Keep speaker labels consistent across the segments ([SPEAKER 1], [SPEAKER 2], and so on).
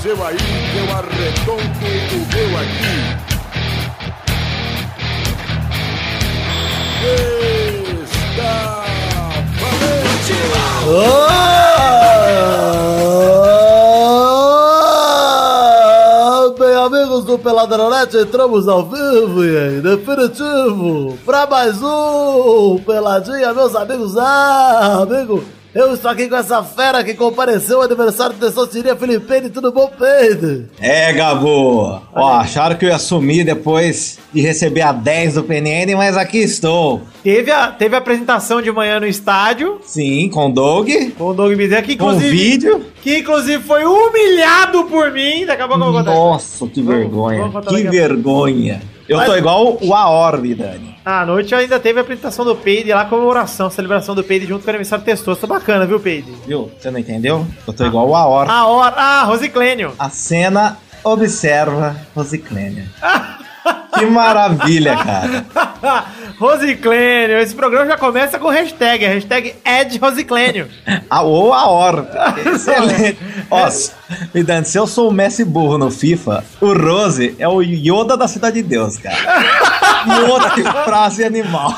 [SPEAKER 1] seu aí, que eu arredondo o meu aqui. Está valente!
[SPEAKER 2] Bem, amigos do Peladronete, entramos ao vivo e em definitivo pra mais um Peladinha, meus amigos. Amigo, eu estou aqui com essa fera que compareceu ao aniversário do Testosterinha Felipeine. Tudo bom, Pedro?
[SPEAKER 3] Gabo. Ó, acharam que eu ia sumir depois de receber a 10 do PNN, mas aqui estou.
[SPEAKER 4] Teve a apresentação de manhã no estádio.
[SPEAKER 3] Sim, com o Doug.
[SPEAKER 4] Com o Doug Bezerra, que inclusive...
[SPEAKER 3] Com vídeo.
[SPEAKER 4] Que inclusive foi humilhado por mim. Daqui a pouco eu vou contar.
[SPEAKER 3] Nossa, que vergonha. Que vergonha. Eu tô igual o Aorbe, Dani.
[SPEAKER 4] À noite ainda teve a apresentação do Peide lá, comemoração, celebração do Peide junto com o aniversário Testoso. Tá bacana, viu, Peide?
[SPEAKER 3] Viu? Você não entendeu? Eu tô igual o Aorbe.
[SPEAKER 4] Rosiclênio.
[SPEAKER 3] A cena observa Rosiclênio. Que maravilha, cara.
[SPEAKER 4] Rosiclênio. Esse programa já começa com hashtag. Hashtag Ed Rosiclênio.
[SPEAKER 3] Ou Aorbe. Excelente. Ó, me dando, se eu sou o Messi burro no FIFA, o Rose é o Yoda da Cidade de Deus, cara. Que frase animal.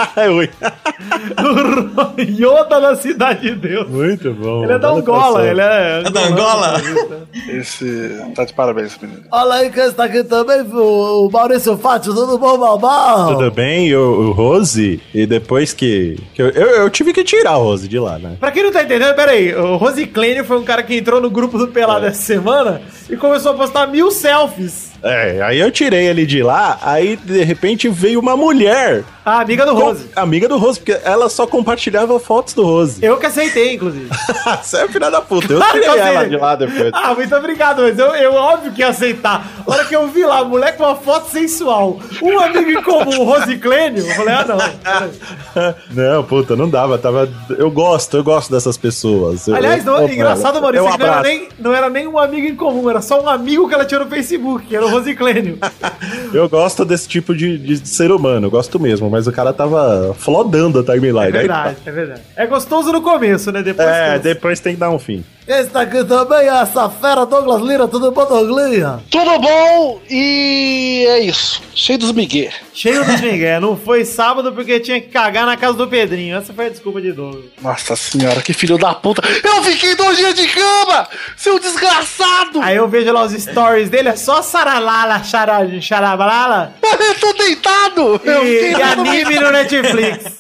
[SPEAKER 4] O Yoda da Cidade de Deus.
[SPEAKER 5] Muito bom.
[SPEAKER 4] Ele é da Angola. Ele é
[SPEAKER 3] da Angola?
[SPEAKER 5] Esse tá de parabéns, menino.
[SPEAKER 2] Olha aí quem está aqui também, o Maurício Fátio. Tudo bom, Balbal?
[SPEAKER 5] Tudo bem, o Rose, e depois que eu tive que tirar a Rose de lá, né?
[SPEAKER 4] Pra quem não tá entendendo, peraí, o Rosiclênio foi um cara que entrou no grupo do Pelado essa semana e começou a postar 1000 selfies.
[SPEAKER 5] Aí eu tirei ele de lá, aí de repente veio uma mulher.
[SPEAKER 4] A amiga do Rose.
[SPEAKER 5] Amiga do Rose, porque ela só compartilhava fotos do Rose.
[SPEAKER 4] Eu que aceitei, inclusive.
[SPEAKER 5] Você é filha da puta, eu tirei ela de lá depois.
[SPEAKER 4] Muito obrigado, mas eu óbvio que ia aceitar. A hora que eu vi lá, moleque com uma foto sensual, um amigo em comum, o Rosiclênio, eu falei, não.
[SPEAKER 5] Não, puta, não dava, eu gosto dessas pessoas.
[SPEAKER 4] Aliás, engraçado, Maurício, que não era nem um amigo em comum, era só um amigo que ela tinha no Facebook, que era o Rosiclênio.
[SPEAKER 5] Eu gosto desse tipo de ser humano, eu gosto mesmo, mas o cara tava flodando a timeline.
[SPEAKER 4] É verdade. É gostoso no começo, né?
[SPEAKER 5] Depois tem que dar um fim.
[SPEAKER 2] Esse aqui também é essa fera, Douglas Lira. Tudo bom, Douglinha?
[SPEAKER 6] Tudo bom, e é isso. Cheio dos migué.
[SPEAKER 4] Cheio dos migué. Não foi sábado porque tinha que cagar na casa do Pedrinho. Essa foi a desculpa de Douglas.
[SPEAKER 6] Nossa senhora, que filho da puta. Eu fiquei 2 dias de cama, seu desgraçado.
[SPEAKER 4] Aí eu vejo lá os stories dele, é só saralala, charabalala.
[SPEAKER 6] Eu tô deitado.
[SPEAKER 4] E anime no Netflix.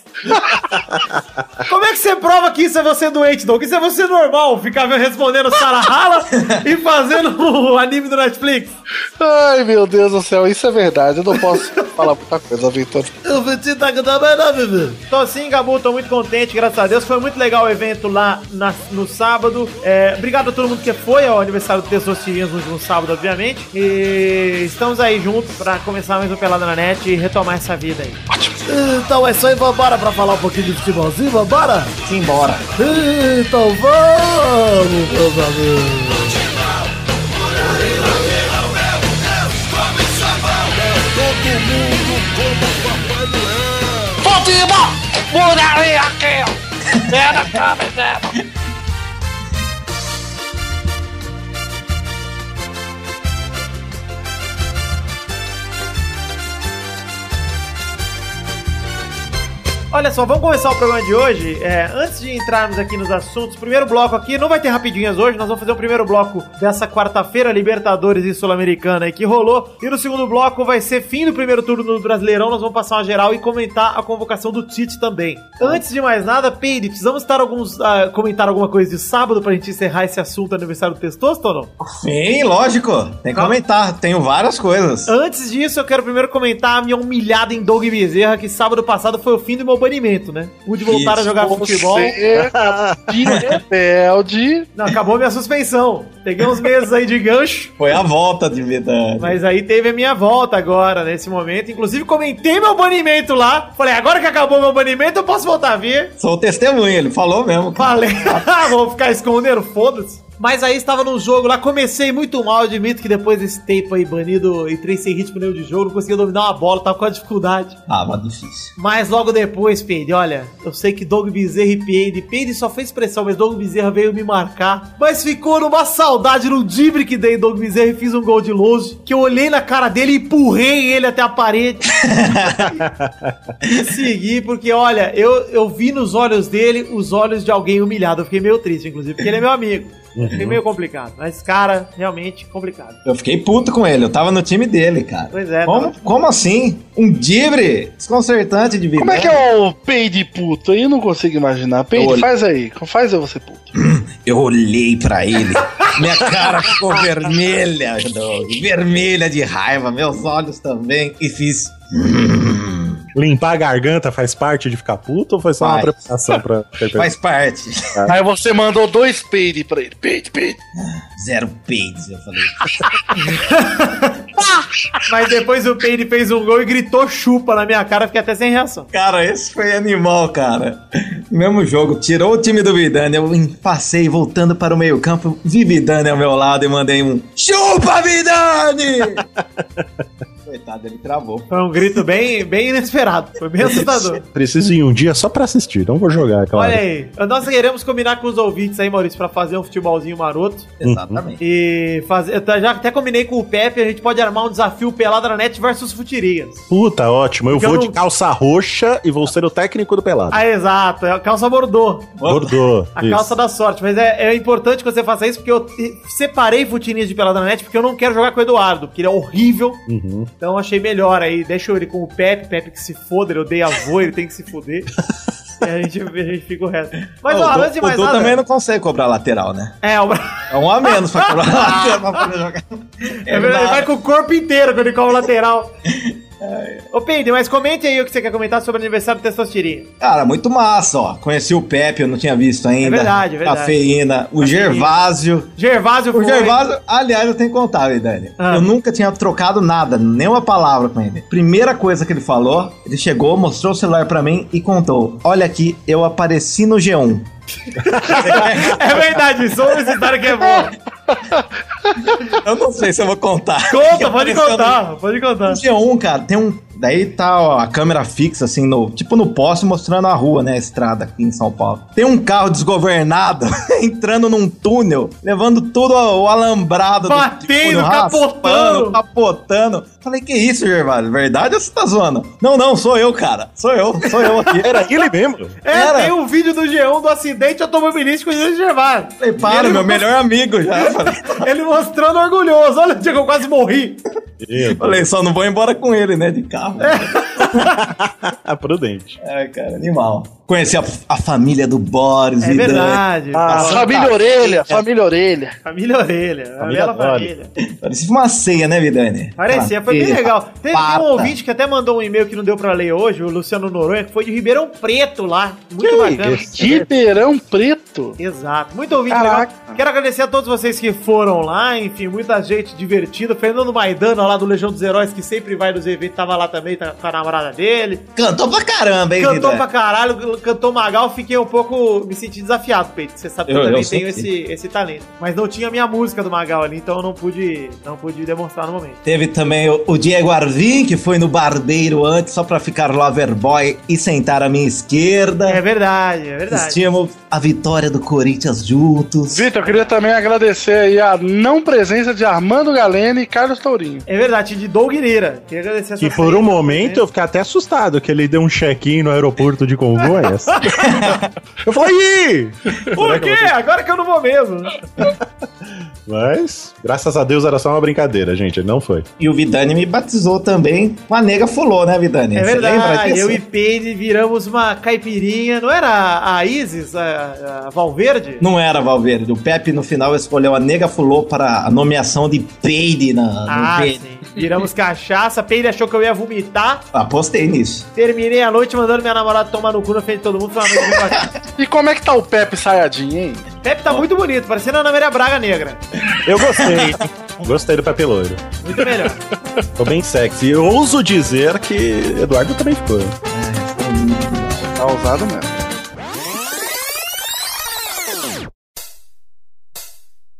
[SPEAKER 4] Como é que você prova que isso é você doente, Doug? Isso é você normal, ficar respondendo Sarah e fazendo o anime do Netflix.
[SPEAKER 6] Ai, meu Deus do céu, isso é verdade. Eu não posso falar muita coisa, Vitor.
[SPEAKER 2] O Vitinho tá aqui também, né, Vivi?
[SPEAKER 4] Tô sim, Gabu, tô muito contente, graças a Deus. Foi muito legal o evento lá no sábado. Obrigado a todo mundo que foi ao aniversário do Testosterinhas no sábado, obviamente. E estamos aí juntos pra começar mais um Pelada na Net e retomar essa vida aí.
[SPEAKER 6] Ótimo.
[SPEAKER 2] Então é isso aí, vambora pra falar um pouquinho de futebolzinho, vambora?
[SPEAKER 3] Simbora.
[SPEAKER 2] Então vamos, meus amigos.
[SPEAKER 1] Todo mundo como Papai Noel.
[SPEAKER 6] Futebol! Muda aí aqui! Era camiseta!
[SPEAKER 4] Olha só, vamos começar o programa de hoje. Antes de entrarmos aqui nos assuntos, primeiro bloco aqui, não vai ter rapidinhas hoje, nós vamos fazer o primeiro bloco dessa quarta-feira, Libertadores e Sul-Americana aí que rolou. E no segundo bloco vai ser fim do primeiro turno do Brasileirão, nós vamos passar uma geral e comentar a convocação do Tite também. Antes de mais nada, Peide, precisamos comentar alguma coisa de sábado pra gente encerrar esse assunto aniversário do Testosto ou não?
[SPEAKER 3] Sim, lógico, tem que comentar, tenho várias coisas.
[SPEAKER 4] Antes disso, eu quero primeiro comentar a minha humilhada em Doug Bezerra, que sábado passado foi o fim do meu banimento, né? Pude voltar a jogar futebol.
[SPEAKER 6] Rebelde.
[SPEAKER 4] Não, acabou minha suspensão. Peguei uns meses aí de gancho.
[SPEAKER 3] Foi a volta de verdade.
[SPEAKER 4] Mas aí teve a minha volta agora, nesse momento. Inclusive, comentei meu banimento lá. Falei, agora que acabou meu banimento, eu posso voltar a vir.
[SPEAKER 3] Sou testemunha, ele falou mesmo.
[SPEAKER 4] Falei, vou ficar escondendo, foda-se. Mas aí estava num jogo lá, comecei muito mal, admito que depois desse tempo aí banido, entrei sem ritmo nenhum de jogo, não conseguia dominar uma bola, tava com a dificuldade.
[SPEAKER 3] Mas difícil.
[SPEAKER 4] Mas logo depois, Peide, olha, eu sei que Doug Bezerra e Peide só fez pressão, mas Doug Bezerra veio me marcar. Mas ficou numa saudade, no drible que dei Doug Bezerra e fiz um gol de longe, que eu olhei na cara dele e empurrei ele até a parede. E segui, porque olha, eu vi nos olhos dele os olhos de alguém humilhado. Eu fiquei meio triste, inclusive, porque ele é meu amigo. Fiquei meio complicado, mas, cara, realmente complicado.
[SPEAKER 3] Eu fiquei puto com ele, eu tava no time dele, cara.
[SPEAKER 4] Pois é.
[SPEAKER 3] Como assim? Um drible desconcertante de vida.
[SPEAKER 6] Como é que é o peide puto? Aí eu não consigo imaginar. Peide, faz aí. Faz eu você puto.
[SPEAKER 3] Eu olhei pra ele, minha cara ficou vermelha, Doug, vermelha de raiva, meus olhos também, e fiz...
[SPEAKER 5] Limpar a garganta faz parte de ficar puto ou foi só uma preparação pra...
[SPEAKER 3] Faz parte.
[SPEAKER 6] Aí você mandou 2 peide pra ele. Peide.
[SPEAKER 3] 0 peides, eu falei.
[SPEAKER 4] Mas depois o Peide fez um gol e gritou chupa na minha cara, fiquei até sem reação.
[SPEAKER 3] Cara, esse foi animal, cara. Mesmo jogo, tirou o time do Vidani, eu passei voltando para o meio campo, vi Vidani ao meu lado e mandei um chupa, Vidani! Coitado, ele travou.
[SPEAKER 4] Foi um grito bem inesperado, foi bem assustador.
[SPEAKER 5] Preciso ir um dia só pra assistir, não vou jogar, claro.
[SPEAKER 4] Olha aí, nós queremos combinar com os ouvintes aí, Maurício, pra fazer um futebolzinho maroto.
[SPEAKER 3] Exatamente.
[SPEAKER 4] E fazer, eu já até combinei com o Pepe, a gente pode armar um desafio Pelada na Net versus Futirias.
[SPEAKER 5] Puta, ótimo. Eu
[SPEAKER 4] Porque
[SPEAKER 5] vou
[SPEAKER 4] eu
[SPEAKER 5] de
[SPEAKER 4] não-
[SPEAKER 5] calça roxa e vou ser o técnico do pelado.
[SPEAKER 4] Ah, exato, é a calça bordô.
[SPEAKER 5] Bordô.
[SPEAKER 4] A
[SPEAKER 5] isso.
[SPEAKER 4] calça da sorte, mas é importante que você faça isso porque eu separei Futirinhas de Pelada na Net porque eu não quero jogar com o Eduardo, porque ele é horrível. Então eu achei melhor aí, deixa ele com o Pepe que se foda, ele odeia avô, ele tem que se foder. E a gente fica o resto. Mas ó, antes de mais
[SPEAKER 3] o Du
[SPEAKER 4] nada...
[SPEAKER 3] também não consegue cobrar lateral, né?
[SPEAKER 4] É, o
[SPEAKER 3] É um a menos pra cobrar lateral pra poder jogar.
[SPEAKER 4] É verdade, ele vai com o corpo inteiro quando ele come o lateral. Ô Peide, mas comente aí o que você quer comentar sobre o aniversário do Testosterinha.
[SPEAKER 3] Cara, muito massa, ó. Conheci o Pepe, eu não tinha visto ainda.
[SPEAKER 4] É verdade.
[SPEAKER 3] Cafeína. O Gervásio.
[SPEAKER 4] Gervásio
[SPEAKER 3] O
[SPEAKER 4] foi...
[SPEAKER 3] Gervásio, aliás, eu tenho que contar, Dani. Eu nunca tinha trocado nada, nenhuma palavra com ele. Primeira coisa que ele falou, ele chegou, mostrou o celular pra mim e contou: olha aqui, eu apareci no G1.
[SPEAKER 4] É verdade, só uma história que é boa.
[SPEAKER 3] Eu não sei se eu vou contar.
[SPEAKER 4] Conta, pode contar.
[SPEAKER 3] No G1, cara, tem um... Daí tá ó, a câmera fixa, assim, tipo no poste, mostrando a rua, né? A estrada aqui em São Paulo. Tem um carro desgovernado entrando num túnel, levando tudo o alambrado
[SPEAKER 4] Batendo,
[SPEAKER 3] do capotando. Falei, que isso, Gervásio? Verdade ou você tá zoando? Não, sou eu, cara. Sou eu aqui.
[SPEAKER 5] Era ele mesmo?
[SPEAKER 4] É, tem um vídeo do G1 do acidente automobilístico de Gervásio.
[SPEAKER 3] Falei, para, meu melhor amigo já. Falei,
[SPEAKER 4] Ele mostrando orgulhoso. Olha o dia que eu quase morri.
[SPEAKER 3] só não vou embora com ele, né? De carro.
[SPEAKER 5] Prudente.
[SPEAKER 3] É, cara, animal. Conheci a família do Boris.
[SPEAKER 4] É verdade.
[SPEAKER 6] Família Orelha.
[SPEAKER 4] Família Orelha. A bela família.
[SPEAKER 3] Parecia uma ceia, né, Vidani?
[SPEAKER 4] Parecia, foi bem legal. Teve um ouvinte que até mandou um e-mail que não deu pra ler hoje, o Luciano Noronha, que foi de Ribeirão Preto lá. Muito bacana.
[SPEAKER 6] Ribeirão Preto.
[SPEAKER 4] Exato. Muito ouvinte
[SPEAKER 6] Caraca.
[SPEAKER 4] legal. Quero agradecer a todos vocês que foram lá, enfim, muita gente divertida. Fernando Maidana lá do Legião dos Heróis, que sempre vai nos eventos, tava lá também, tá com a namorada dele.
[SPEAKER 3] Cantou pra caramba, hein,
[SPEAKER 4] Cantou
[SPEAKER 3] Vidani?
[SPEAKER 4] pra caralho, cantou Magal, fiquei um pouco, me senti desafiado, Peito. Você sabe que eu também tenho esse talento. Mas não tinha a minha música do Magal ali, então eu não pude demonstrar no momento.
[SPEAKER 3] Teve também o Diego Arvim, que foi no barbeiro antes, só pra ficar loverboy e sentar à minha esquerda.
[SPEAKER 4] É verdade.
[SPEAKER 3] Assistimos a vitória do Corinthians juntos.
[SPEAKER 6] Vitor, eu queria também agradecer aí a não presença de Armando Galeno e Carlos Tourinho.
[SPEAKER 4] É verdade, de Doug Lira. Queria agradecer a sua
[SPEAKER 5] E por um momento eu fiquei até assustado que ele deu um check-in no aeroporto de Congonhas. Eu falei, ih!
[SPEAKER 4] Por quê? Agora que eu não vou mesmo.
[SPEAKER 5] Mas, graças a Deus, era só uma brincadeira, gente. Ele não foi.
[SPEAKER 3] E o Vidani me batizou também com a nega fulô, né, Vidani?
[SPEAKER 4] É
[SPEAKER 3] Você lembra
[SPEAKER 4] verdade,
[SPEAKER 3] disso?
[SPEAKER 4] eu e Peide viramos uma caipirinha. Não era a Isis, a Valverde?
[SPEAKER 3] Não era Valverde. O Pepe, no final, escolheu a nega fulô para a nomeação de Peide no Peide.
[SPEAKER 4] Sim. Viramos cachaça, Peide achou que eu ia vomitar.
[SPEAKER 3] Apostei nisso.
[SPEAKER 4] Terminei a noite mandando minha namorada tomar no cu na frente de todo mundo. Foi uma noite muito bacana.
[SPEAKER 6] E como é que tá o Pepe Sayajin, hein?
[SPEAKER 4] Pepe tá muito bonito, parecendo a Ana Maria Braga negra.
[SPEAKER 5] Eu gostei. Gostei do Pepe Loiro.
[SPEAKER 4] Muito melhor.
[SPEAKER 5] Ficou bem sexy. Eu ouso dizer que Eduardo também ficou.
[SPEAKER 6] Tá ousado mesmo.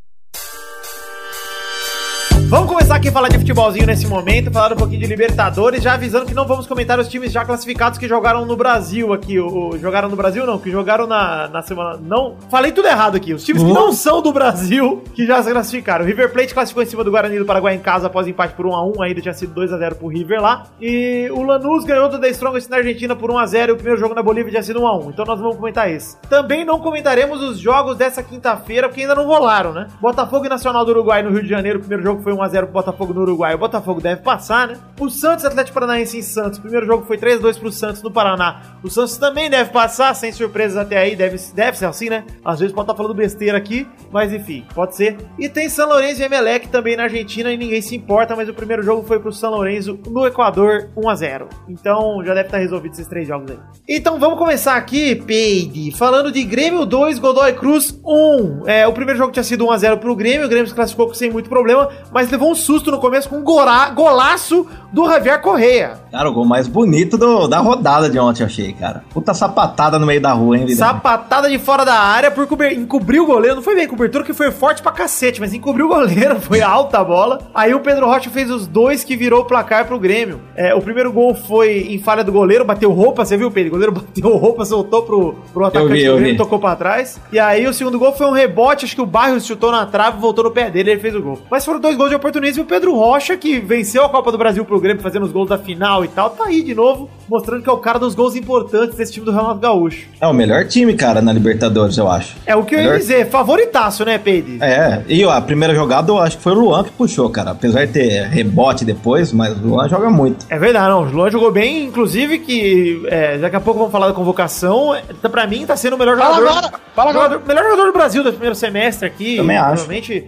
[SPEAKER 4] aqui falar de futebolzinho nesse momento, falar um pouquinho de Libertadores, já avisando que não vamos comentar os times já classificados que jogaram no Brasil aqui. Jogaram no Brasil não, que jogaram na semana... Não, falei tudo errado aqui. Os times que não são do Brasil, que já se classificaram. O River Plate classificou em cima do Guarani do Paraguai em casa após empate por 1-1, ainda tinha sido 2-0 pro River lá. E o Lanús ganhou do The Strongest na Argentina por 1-0 e o primeiro jogo na Bolívia tinha sido 1-1. Então nós vamos comentar esse. Também não comentaremos os jogos dessa quinta-feira, porque ainda não rolaram, né? Botafogo e Nacional do Uruguai no Rio de Janeiro, o primeiro jogo foi 1-0 pro Botafogo no Uruguai. O Botafogo deve passar, né? O Santos e Atlético Paranaense em Santos, o primeiro jogo foi 3-2 pro Santos no Paraná. O Santos também deve passar, sem surpresas até aí, deve ser assim, né? Às vezes pode estar falando besteira aqui, mas enfim, pode ser. E tem São Lourenço e Emelec também na Argentina e ninguém se importa, mas o primeiro jogo foi pro São Lourenço no Equador, 1-0. Então já deve estar resolvido esses 3 jogos aí. Então vamos começar aqui, Peide, falando de Grêmio 2, Godoy Cruz 1. O primeiro jogo tinha sido 1-0 pro Grêmio, o Grêmio se classificou sem muito problema, mas levou um susto no começo com um golaço do Javier Correia.
[SPEAKER 3] Cara, o gol mais bonito da rodada de ontem, eu achei, cara. Puta sapatada no meio da rua, hein, Vidani?
[SPEAKER 4] Sapatada de fora da área por encobrir o goleiro. Não foi bem cobertura, que foi forte pra cacete, mas encobriu o goleiro, foi alta a bola. Aí o Pedro Rocha fez os 2 que virou o placar pro Grêmio. O primeiro gol foi em falha do goleiro, bateu roupa, você viu, Pedro? O goleiro bateu roupa, soltou pro atacante do Grêmio, tocou pra trás. E aí o segundo gol foi um rebote, acho que o Barrios chutou na trave, voltou no pé dele, ele fez o gol. Mas foram 2 gols de oportunismo e o Pedro Rocha, que venceu a Copa do Brasil pro Grêmio, fazendo os gols da final e tal, tá aí de novo, mostrando que é o cara dos gols importantes desse time do Renato Gaúcho.
[SPEAKER 3] É o melhor time, cara, na Libertadores, eu acho.
[SPEAKER 4] É o que eu ia dizer, favoritaço, né, Peide?
[SPEAKER 3] E a primeira jogada eu acho que foi o Luan que puxou, cara. Apesar de ter rebote depois, mas o Luan joga muito.
[SPEAKER 4] É verdade, não, o Luan jogou bem, inclusive que daqui a pouco vamos falar da convocação, pra mim tá sendo o melhor jogador, melhor jogador do Brasil do primeiro semestre aqui.
[SPEAKER 3] Também acho.
[SPEAKER 4] Provavelmente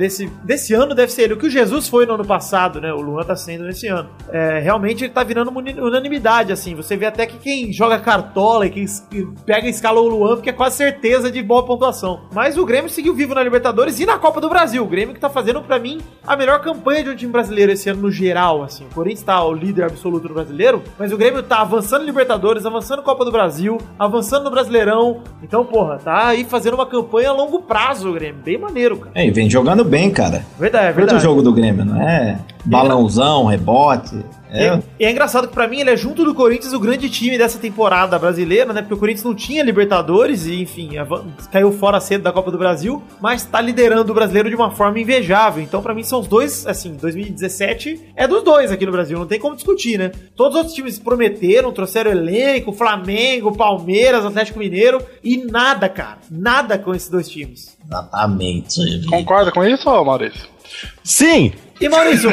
[SPEAKER 4] desse ano deve ser ele, o que o Jesus foi no ano passado, né, o Luan tá sendo nesse ano. Realmente ele tá virando uma unanimidade, assim, você vê até que quem joga cartola e quem pega e escala o Luan, porque é quase certeza de boa pontuação. Mas o Grêmio seguiu vivo na Libertadores e na Copa do Brasil. O Grêmio que tá fazendo, pra mim, a melhor campanha de um time brasileiro esse ano no geral, assim. O Corinthians tá o líder absoluto do brasileiro, mas o Grêmio tá avançando em Libertadores, avançando em Copa do Brasil, avançando no Brasileirão. Então, porra, tá aí fazendo uma campanha a longo prazo, o Grêmio. Bem maneiro, cara.
[SPEAKER 3] E vem jogando bem, cara.
[SPEAKER 4] Verdade.
[SPEAKER 3] Curta o jogo do Grêmio, não é balãozão, rebote.
[SPEAKER 4] E é engraçado que pra mim ele é, junto do Corinthians, o grande time dessa temporada brasileira, né? Porque o Corinthians não tinha Libertadores e, enfim, caiu fora cedo da Copa do Brasil, mas tá liderando o brasileiro de uma forma invejável. Então, pra mim, são os dois, assim, 2017 é dos dois aqui no Brasil, não tem como discutir, né? Todos os outros times prometeram, trouxeram elenco, Flamengo, Palmeiras, Atlético Mineiro, e nada, cara, nada com esses 2 times.
[SPEAKER 3] Exatamente.
[SPEAKER 6] Concorda com isso, Maurício?
[SPEAKER 5] Sim!
[SPEAKER 4] E Maurício,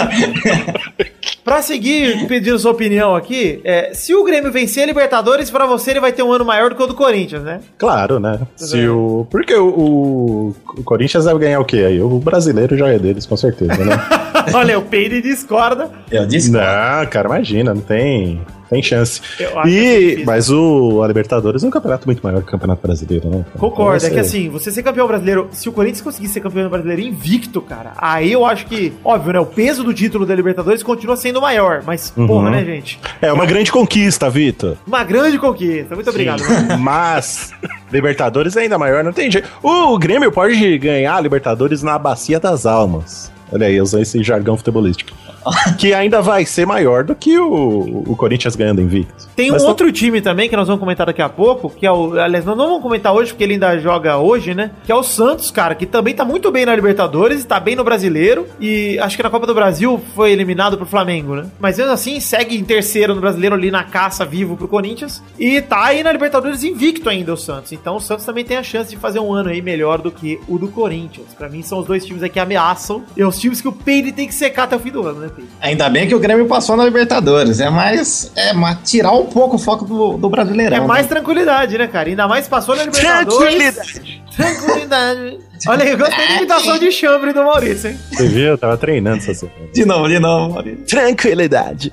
[SPEAKER 4] pra seguir pedindo sua opinião aqui, se o Grêmio vencer a Libertadores, pra você ele vai ter um ano maior do que o do Corinthians, né?
[SPEAKER 5] Claro, né? Porque o Corinthians deve ganhar o quê aí? O brasileiro já é deles, com certeza, né?
[SPEAKER 4] Olha, o Peide discorda.
[SPEAKER 3] Eu discordo.
[SPEAKER 5] Não, cara, imagina, não tem chance.
[SPEAKER 4] Eu acho
[SPEAKER 5] Mas a Libertadores é um campeonato muito maior que o Campeonato Brasileiro, né?
[SPEAKER 4] Concordo, é que assim, você ser campeão brasileiro, se o Corinthians conseguir ser campeão brasileiro invicto, cara, aí eu acho que, óbvio, né, o peso do título da Libertadores continua sendo maior, mas, porra, né, gente?
[SPEAKER 5] É uma grande conquista, Vitor.
[SPEAKER 4] Uma grande conquista, muito obrigado.
[SPEAKER 5] Mas Libertadores é ainda maior, não tem jeito. O Grêmio pode ganhar a Libertadores na Bacia das Almas. Olha aí, usando esse jargão futebolístico. Que ainda vai ser maior do que o Corinthians ganhando invicto.
[SPEAKER 4] Tem um outro time também que nós vamos comentar daqui a pouco, que é aliás, nós não vamos comentar hoje porque ele ainda joga hoje, né? Que é o Santos, cara, que também tá muito bem na Libertadores, tá bem no Brasileiro e acho que na Copa do Brasil foi eliminado pro Flamengo, né? Mas mesmo assim, segue em terceiro no Brasileiro ali na caça vivo pro Corinthians e tá aí na Libertadores invicto ainda o Santos. Então o Santos também tem a chance de fazer um ano aí melhor do que o do Corinthians. Pra mim são os 2 times aí que ameaçam e os times que o Peide tem que secar até o fim do ano, né, Peide?
[SPEAKER 3] Ainda bem que o Grêmio passou na Libertadores. É mais tirar um pouco o foco do Brasileirão.
[SPEAKER 4] É mais tranquilidade, né, cara? Ainda mais passou na Libertadores. Tranquilidade. Olha aí, eu gostei da imitação de chambre do Maurício, hein?
[SPEAKER 5] Você viu? Eu tava treinando essa semana.
[SPEAKER 3] De novo, Maurício.
[SPEAKER 5] Tranquilidade.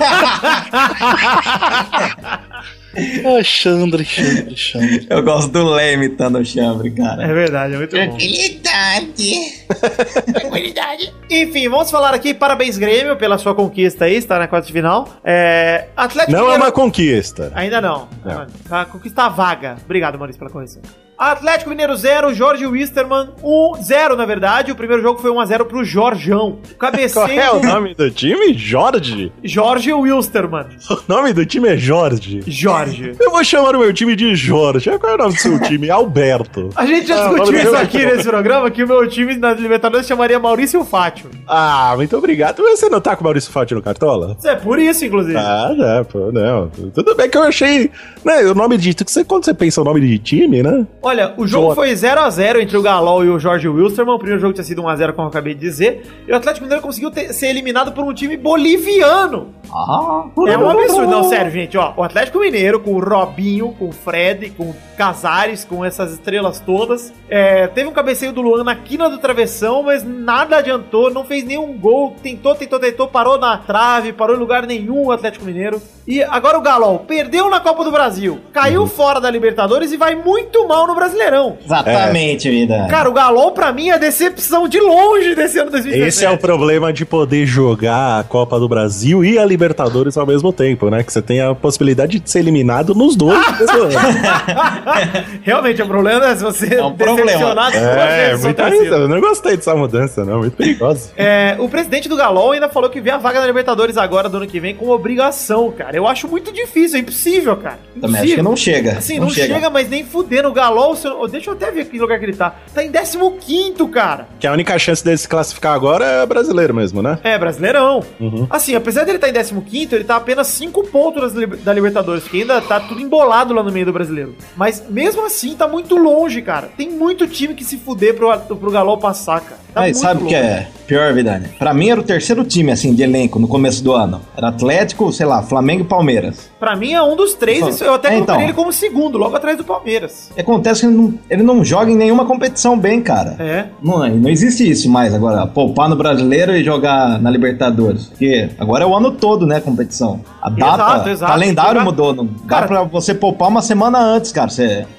[SPEAKER 6] Xandre.
[SPEAKER 3] Eu gosto do Lé imitando o chambre, cara.
[SPEAKER 4] É verdade, é muito bom. Tranquilidade. Enfim, vamos falar aqui, parabéns Grêmio pela sua conquista aí, está na quarta de final. Atlético
[SPEAKER 5] não
[SPEAKER 4] Mineiro...
[SPEAKER 5] é uma conquista.
[SPEAKER 4] Ainda não. A conquista vaga. Obrigado, Maurício, pela correção. Atlético Mineiro 0, Jorge Wisterman 0, na verdade. O primeiro jogo foi 1-0 pro Jorjão. O cabeceio...
[SPEAKER 5] Qual é o nome do time? Jorge?
[SPEAKER 4] Jorge Wisterman.
[SPEAKER 5] O nome do time é Jorge.
[SPEAKER 4] Jorge.
[SPEAKER 5] Eu vou chamar o meu time de Jorge. Qual é o nome do seu time? Alberto.
[SPEAKER 4] A gente já discutiu isso aqui nesse programa, que o meu time na Libertadores chamaria Maurício Fátio.
[SPEAKER 5] Ah, muito obrigado. Você não tá com o Maurício Fátio no Cartola?
[SPEAKER 4] É por isso, inclusive.
[SPEAKER 5] Pô, não. Tudo bem que eu achei... Né, o nome de... Quando você pensa o nome de time, né?
[SPEAKER 4] Olha, o jogo foi 0-0 entre o Galol e o Jorge Wisterman. O primeiro jogo tinha sido 1-0, como eu acabei de dizer. E o Atlético Mineiro conseguiu ser eliminado por um time boliviano. É um absurdo. Não, sério, gente, ó. O Atlético Mineiro, com o Robinho, com o Fred, com o Casares, com essas estrelas todas, teve um cabeceio do Luan na quina do travessão, mas nada adiantou, não fez nenhum gol. Tentou, parou na trave, parou em lugar nenhum o Atlético Mineiro. E agora o Galol perdeu na Copa do Brasil, caiu fora da Libertadores e vai muito mal no Brasileirão.
[SPEAKER 3] Exatamente, vida.
[SPEAKER 4] Cara, o Galol pra mim é a decepção de longe desse ano 2017.
[SPEAKER 5] Esse é o problema de poder jogar a Copa do Brasil e a Libertadores ao mesmo tempo, né? Que você tem a possibilidade de ser eliminado nos dois.
[SPEAKER 4] Realmente, o problema é se você decepcionar
[SPEAKER 5] muita isso. Eu não gostei dessa mudança, não. Muito perigosa.
[SPEAKER 4] O presidente do Galol ainda falou que vê a vaga na Libertadores agora do ano que vem como obrigação, cara. Eu acho muito difícil, é impossível, cara. Impossível.
[SPEAKER 3] Também acho que não chega.
[SPEAKER 4] Assim, não chega, mas nem fudendo. O Galol, deixa eu até ver que lugar que ele tá. Tá em 15º, cara.
[SPEAKER 5] Que a única chance dele se classificar agora é brasileiro mesmo, né?
[SPEAKER 4] É, brasileirão. Assim, apesar dele estar em 15º, ele tá a apenas 5 pontos da Libertadores, porque ainda tá tudo embolado lá no meio do brasileiro. Mas mesmo assim, tá muito longe, cara. Tem muito time que se fuder pro Galol passar, cara. Tá
[SPEAKER 3] Aí, sabe o que é pior, Vidani? Pra mim era o terceiro time, assim, de elenco no começo do ano. Era Atlético, sei lá, Flamengo e Palmeiras.
[SPEAKER 4] Pra mim é um dos três, eu até colocaria ele como segundo, logo atrás do Palmeiras.
[SPEAKER 3] Acontece que ele não joga em nenhuma competição bem, cara. Não existe isso mais agora, poupar no Brasileiro e jogar na Libertadores. Porque agora é o ano todo, né, competição. A data, o calendário mudou. Não dá pra você poupar uma semana antes, cara.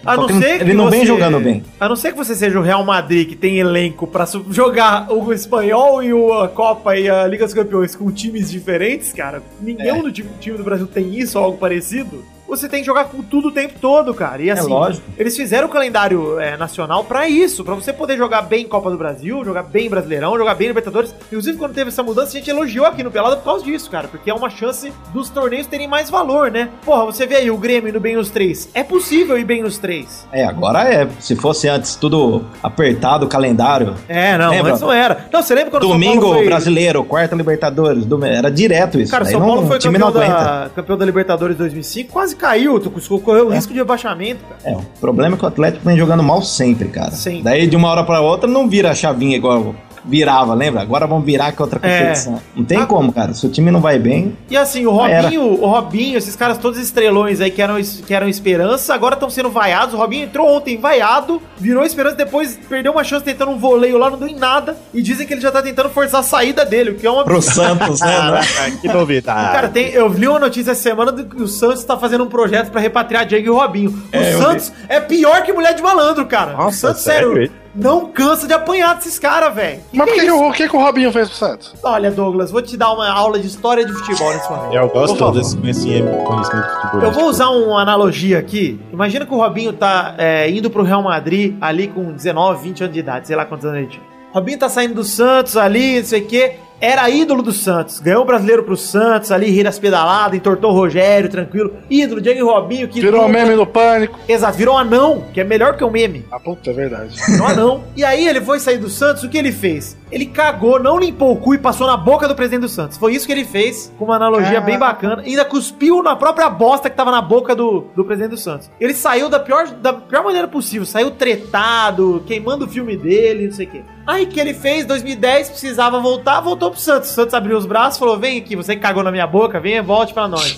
[SPEAKER 3] Ele não vem jogando bem.
[SPEAKER 4] A não ser que você seja o Real Madrid, que tem elenco pra jogar o Espanhol e a Copa e a Liga dos Campeões com times diferentes, cara. Nenhum do time do Brasil tem isso ou algo parecido. Você tem que jogar com tudo o tempo todo, cara. E assim,
[SPEAKER 3] lógico.
[SPEAKER 4] Eles fizeram o calendário nacional pra isso, pra você poder jogar bem Copa do Brasil, jogar bem Brasileirão, jogar bem Libertadores. Inclusive, quando teve essa mudança, a gente elogiou aqui no Pelada por causa disso, cara, porque é uma chance dos torneios terem mais valor, né? Porra, você vê aí o Grêmio indo bem nos 3. É possível ir bem nos 3.
[SPEAKER 3] Agora é. Se fosse antes tudo apertado, o calendário.
[SPEAKER 4] Antes não era. Não, você lembra quando
[SPEAKER 3] domingo
[SPEAKER 4] o São Paulo foi...
[SPEAKER 3] Brasileiro, quarta Libertadores, era direto isso.
[SPEAKER 4] Cara, o São Paulo foi campeão da Libertadores 2005, quase caiu, correu o risco de rebaixamento, cara.
[SPEAKER 3] O problema é que o Atlético vem jogando mal sempre, cara.
[SPEAKER 4] Sim.
[SPEAKER 3] Daí de uma hora pra outra não vira a chavinha igual virava, lembra? Agora vão virar com outra competição. Não tem como, cara. Se o time não vai bem...
[SPEAKER 4] E assim, o Robinho, esses caras todos estrelões aí que eram esperança, agora estão sendo vaiados. O Robinho entrou ontem vaiado, virou esperança, depois perdeu uma chance tentando um voleio lá, não deu em nada, e dizem que ele já tá tentando forçar a saída dele, o que é uma...
[SPEAKER 3] Pro Santos, né?
[SPEAKER 5] Que novidade.
[SPEAKER 4] Cara, eu li uma notícia essa semana de que o Santos tá fazendo um projeto pra repatriar Diego e o Robinho. O Santos é pior que mulher de malandro, cara.
[SPEAKER 5] Nossa,
[SPEAKER 4] o Santos,
[SPEAKER 5] sério?
[SPEAKER 4] Não cansa de apanhar desses caras, velho.
[SPEAKER 6] Mas o que o Robinho fez pro Santos?
[SPEAKER 4] Olha, Douglas, vou te dar uma aula de história de futebol nesse momento.
[SPEAKER 5] Eu gosto desse conhecimento futebolístico.
[SPEAKER 4] Eu vou usar uma analogia aqui. Imagina que o Robinho tá indo pro Real Madrid ali com 19, 20 anos de idade, sei lá quantos anos ele tinha. Robinho tá saindo do Santos ali, não sei o quê. Era ídolo do Santos, ganhou o brasileiro pro Santos, ali rir as pedaladas, entortou o Rogério, tranquilo. Ídolo, Diego e Robinho. Que
[SPEAKER 6] virou um meme do Pânico.
[SPEAKER 4] Exato, virou um anão, que é melhor que um meme.
[SPEAKER 6] Ah, puta, é verdade.
[SPEAKER 4] Virou um anão. E aí ele foi sair do Santos, o que ele fez? Ele cagou, não limpou o cu e passou na boca do presidente do Santos. Foi isso que ele fez, com uma analogia bem bacana. E ainda cuspiu na própria bosta que tava na boca do presidente do Santos. Ele saiu da pior maneira possível, saiu tretado, queimando o filme dele, não sei o quê. Aí que ele fez, 2010, precisava voltar, voltou pro Santos. O Santos abriu os braços e falou, vem aqui, você que cagou na minha boca, vem e volte pra nós.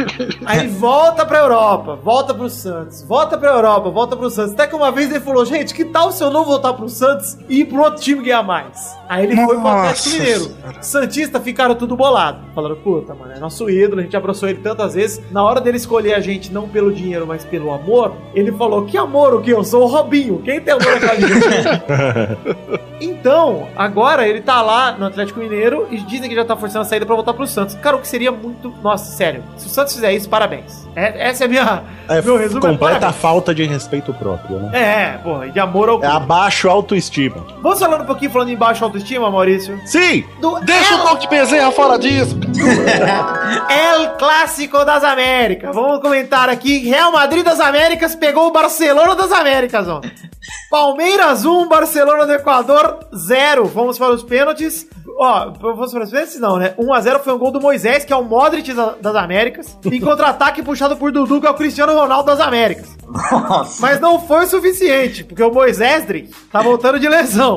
[SPEAKER 4] Aí volta pra Europa, volta pro Santos, volta pra Europa, volta pro Santos. Até que uma vez ele falou, gente, que tal se eu não voltar pro Santos e ir pro outro time ganhar mais? Aí ele foi pro Atlético Mineiro. Santista ficaram tudo bolado. Falaram, puta, mano, é nosso ídolo, a gente abraçou ele tantas vezes. Na hora dele escolher a gente, não pelo dinheiro, mas pelo amor, ele falou, que amor, o que? Eu sou o Robinho. Quem tem amor na casa de gente? Então, agora ele tá lá no Atlético Mineiro, dinheiro e dizem que já tá forçando a saída pra voltar pro Santos. Cara, o que seria muito... Nossa, sério. Se o Santos fizer isso, parabéns. Essa é a minha... meu resumo.
[SPEAKER 5] Completa falta de respeito próprio, né?
[SPEAKER 4] Porra, de amor ao clube.
[SPEAKER 5] Abaixo autoestima.
[SPEAKER 4] Vamos falando um pouquinho, falando em baixo autoestima, Maurício?
[SPEAKER 5] Sim!
[SPEAKER 6] Deixa o pouco de Bezerra fora disso.
[SPEAKER 4] El Clássico das Américas. Vamos comentar aqui. Real Madrid das Américas pegou o Barcelona das Américas ontem. Palmeiras 1, Barcelona do Equador 0. Vamos para os pênaltis. Vamos para os pênaltis? Não, né? 1-0 foi um gol do Moisés, que é o Modric das Américas. Em contra-ataque puxado por Dudu, que é o Cristiano Ronaldo das Américas.
[SPEAKER 3] Nossa.
[SPEAKER 4] Mas não foi o suficiente, porque o Moisés tá voltando de lesão.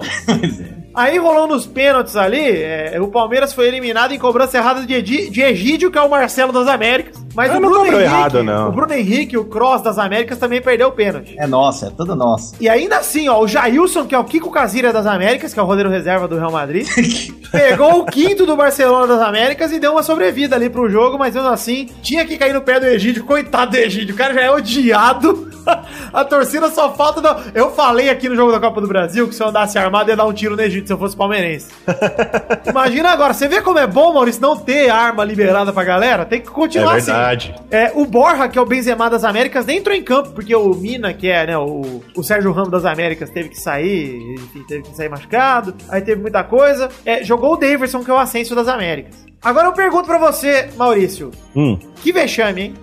[SPEAKER 4] Aí rolou nos pênaltis ali, o Palmeiras foi eliminado em cobrança errada de Egídio, que é o Marcelo das Américas. Mas o Bruno Henrique,
[SPEAKER 5] errado, não.
[SPEAKER 4] O Bruno Henrique, o Cross das Américas, também perdeu o pênalti.
[SPEAKER 3] É nossa, é toda nossa.
[SPEAKER 4] E ainda assim, o Jailson, que é o Kiko Casillas das Américas, que é o rodeiro reserva do Real Madrid, pegou o quinto do Barcelona das Américas e deu uma sobrevida ali pro jogo, mas mesmo assim, tinha que cair no pé do Egídio. Coitado do Egídio, o cara já é odiado. A torcida só falta... Eu falei aqui no jogo da Copa do Brasil que se eu andasse armado ia dar um tiro no Egídio se eu fosse palmeirense. Imagina agora, você vê como é bom, Maurício, não ter arma liberada pra galera? Tem que continuar assim. O Borja, que é o Benzema das Américas, nem entrou em campo, porque o Mina, que é, né, o Sérgio Ramos das Américas, teve que sair, enfim, teve que sair machucado, aí teve muita coisa. Jogou o Daverson, que é o Ascenso das Américas. Agora eu pergunto pra você, Maurício, que vexame, hein?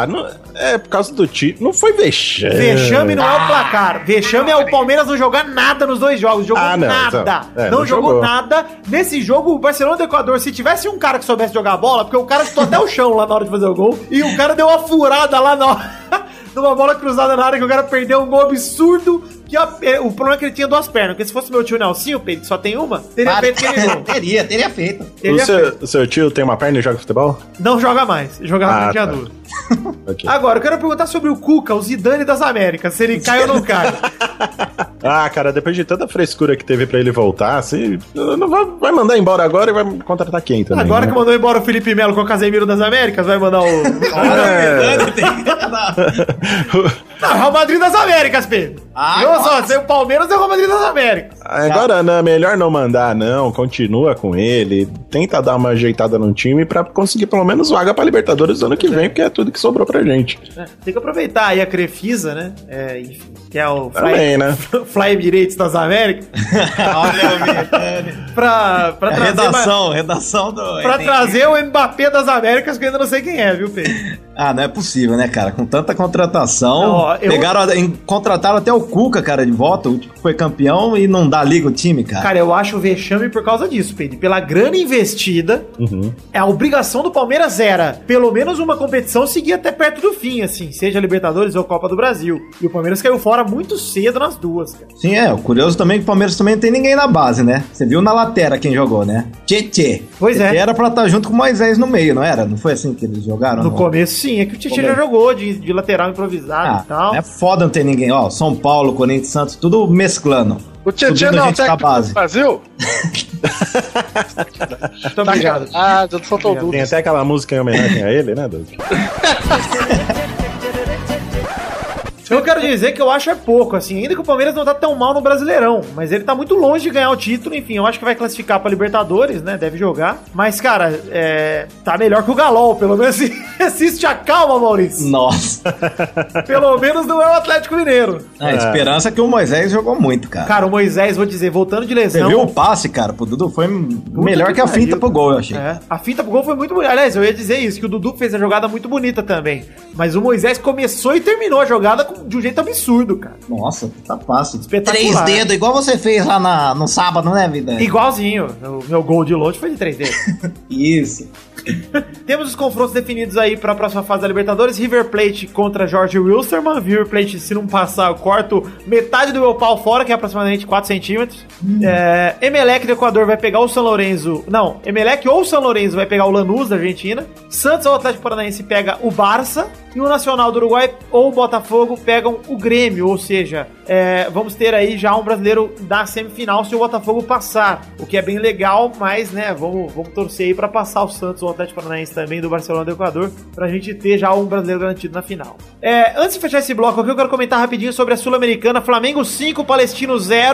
[SPEAKER 5] É por causa do time. Não foi vexame.
[SPEAKER 4] Vexame não é o placar. Vexame é o Palmeiras não jogar nada nos dois jogos. Jogou nada. Não jogou nada. Nesse jogo, o Barcelona do Equador, se tivesse um cara que soubesse jogar bola, porque o cara chutou até o chão lá na hora de fazer o gol, e o cara deu uma furada lá numa bola cruzada na área, que o cara perdeu um gol absurdo. O problema é que ele tinha duas pernas, porque se fosse meu tio Nelsinho, Pedro, que só tem uma, teria feito aquele gol.
[SPEAKER 3] Teria feito.
[SPEAKER 5] O seu tio tem uma perna e joga futebol?
[SPEAKER 4] Não joga mais. Jogava no dia duro. Okay. Agora, eu quero perguntar sobre o Cuca, o Zidane das Américas, se ele cai ou não cai.
[SPEAKER 5] Cara, depois de tanta frescura que teve pra ele voltar, assim, não vai mandar embora agora e vai contratar quem também?
[SPEAKER 4] Agora,
[SPEAKER 5] né?
[SPEAKER 4] Que mandou embora o Felipe Melo com o Casemiro das Américas, vai mandar o... Não, Real Madrid das Américas, Pedro. O Palmeiras é o Real Madrid das Américas.
[SPEAKER 5] Agora, não, melhor não mandar, não. Continua com ele. Tenta dar uma ajeitada no time pra conseguir pelo menos vaga pra Libertadores do ano que vem, porque é tudo que sobrou pra gente.
[SPEAKER 4] Tem que aproveitar aí a Crefisa, né? Enfim, que é o
[SPEAKER 5] Também, né?
[SPEAKER 4] Fly Emirates das Américas. Olha, pra trazer
[SPEAKER 3] redação do...
[SPEAKER 4] Pra trazer o Mbappé das Américas, que eu ainda não sei quem é, viu, Pedro?
[SPEAKER 3] Não é possível, né, cara? Com tanta contratação, contrataram até o Cuca, cara, de volta, o foi campeão e não dá liga o time, cara.
[SPEAKER 4] Cara, eu acho vexame por causa disso, Pedro. Pela grana investida, a obrigação do Palmeiras era, pelo menos uma competição, seguir até perto do fim, assim, seja Libertadores ou Copa do Brasil. E o Palmeiras caiu fora muito cedo nas duas, cara.
[SPEAKER 3] Sim, o curioso também é que o Palmeiras também não tem ninguém na base, né? Você viu na lateral quem jogou, né? Tietê.
[SPEAKER 4] Pois
[SPEAKER 3] é. Era pra estar junto com o Moisés no meio, não era? Não foi assim que eles jogaram?
[SPEAKER 4] No começo, sim. É que o Tietê já jogou de lateral improvisado e tal.
[SPEAKER 3] É foda não ter ninguém. São Paulo, Corinthians, Santos, tudo mesclando.
[SPEAKER 6] O Tietê não é o técnico do Brasil?
[SPEAKER 4] Muito obrigado.
[SPEAKER 5] Tem até aquela música em homenagem a ele, né, Doug?
[SPEAKER 4] Eu quero dizer que eu acho pouco, assim, ainda que o Palmeiras não tá tão mal no Brasileirão, mas ele tá muito longe de ganhar o título, enfim, eu acho que vai classificar pra Libertadores, né, deve jogar, mas, cara, tá melhor que o Galol, pelo menos assiste a calma, Maurício.
[SPEAKER 3] Nossa.
[SPEAKER 4] Pelo menos não é o Atlético Mineiro.
[SPEAKER 3] A esperança é que o Moisés jogou muito, cara.
[SPEAKER 4] Cara, o Moisés, vou dizer, voltando de lesão...
[SPEAKER 3] Você viu o passe, cara, pro Dudu? Foi melhor que a finta pro gol, eu achei.
[SPEAKER 4] A finta pro gol foi muito bonita. Aliás, eu ia dizer isso, que o Dudu fez a jogada muito bonita também, mas o Moisés começou e terminou a jogada de um jeito absurdo, cara.
[SPEAKER 3] Nossa, tá fácil.
[SPEAKER 4] Espetacular.
[SPEAKER 3] 3 dedos, igual você fez lá no sábado, né, vida?
[SPEAKER 4] Igualzinho. O meu gol de longe foi de 3 dedos.
[SPEAKER 3] Isso.
[SPEAKER 4] Temos os confrontos definidos aí para a próxima fase da Libertadores. River Plate contra Jorge Wilstermann. River Plate, se não passar, eu corto metade do meu pau fora, que é aproximadamente 4 centímetros. Emelec do Equador vai pegar o São Lourenço. Não, Emelec ou São Lourenço vai pegar o Lanús da Argentina. Santos ou Atlético Paranaense pega o Barça. E o Nacional do Uruguai ou o Botafogo pegam o Grêmio. Ou seja, vamos ter aí já um brasileiro da semifinal se o Botafogo passar. O que é bem legal, mas, né, vamos torcer aí para passar o Santos ou o Atlético Paranaense também do Barcelona do Equador, pra gente ter já um brasileiro garantido na final. Antes de fechar esse bloco aqui, eu quero comentar rapidinho sobre a Sul-Americana. Flamengo 5, Palestino 0.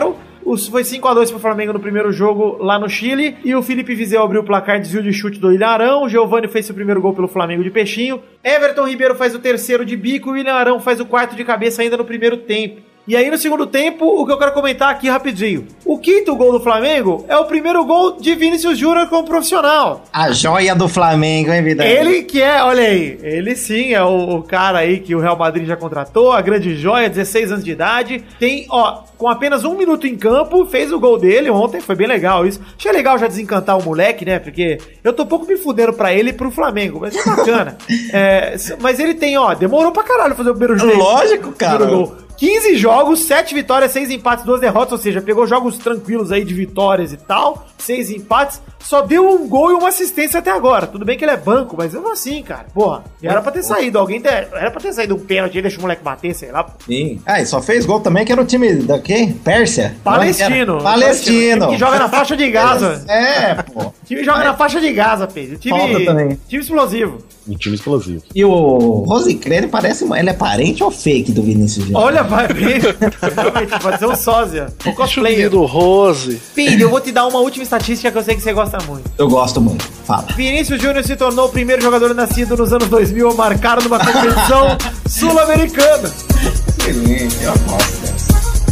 [SPEAKER 4] Foi 5-2 pro Flamengo no primeiro jogo lá no Chile. E o Felipe Vizeu abriu o placar, desvio de chute do William Arão. O Giovani fez o primeiro gol pelo Flamengo de peixinho. Everton Ribeiro faz o terceiro de bico. E o William Arão faz o quarto de cabeça ainda no primeiro tempo. E aí no segundo tempo, o que eu quero comentar aqui rapidinho. O quinto gol do Flamengo é o primeiro gol de Vinícius Júnior como profissional.
[SPEAKER 3] A joia do Flamengo, hein, vida?
[SPEAKER 4] Ele que é, olha aí, ele sim é o cara aí que o Real Madrid já contratou, a grande joia, 16 anos de idade. Tem, ó, com apenas 1 minuto em campo, fez o gol dele ontem, foi bem legal isso. Achei legal já desencantar o moleque, né, porque eu tô pouco me fudendo pra ele e pro Flamengo, mas é bacana. Mas ele tem, ó, demorou pra caralho fazer o primeiro jogo.
[SPEAKER 3] Lógico, cara.
[SPEAKER 4] Gol. 15 jogos, 7 vitórias, 6 empates, 2 derrotas, ou seja, pegou jogos tranquilos aí de vitórias e tal, 6 empates, só deu um gol e uma assistência até agora. Tudo bem que ele é banco, mas mesmo assim, cara, porra, era pra ter saído, era pra ter saído um pênalti, deixa o moleque bater, sei lá.
[SPEAKER 3] Sim. E só fez gol também, que era o time da quê? Pérsia?
[SPEAKER 4] Palestino.
[SPEAKER 3] Palestino.
[SPEAKER 4] Que joga na faixa de Gaza.
[SPEAKER 3] Pô.
[SPEAKER 4] O time joga na faixa de Gaza, Pedro. Time explosivo.
[SPEAKER 5] Um time explosivo.
[SPEAKER 3] E o Rosicrene parece... Ele é parente ou fake do Vinícius Júnior?
[SPEAKER 4] Olha, vai ver. Realmente, pode ser um sósia. Um cosplayer.
[SPEAKER 6] do Rose.
[SPEAKER 4] Pedro, eu vou te dar uma última estatística que eu sei que você gosta muito.
[SPEAKER 3] Eu gosto muito. Fala.
[SPEAKER 4] Vinícius Júnior se tornou o primeiro jogador nascido nos anos 2000 a marcar numa competição sul-americana.
[SPEAKER 3] Excelente, eu gosto dessa.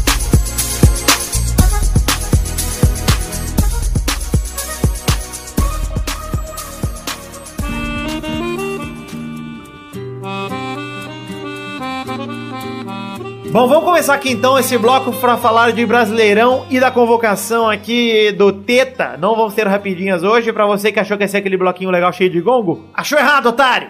[SPEAKER 4] Bom, vamos começar aqui então esse bloco para falar de Brasileirão e da convocação aqui do Teta. Não vamos ter rapidinhas hoje, para você que achou que ia ser aquele bloquinho legal cheio de gongo. Achou errado, otário!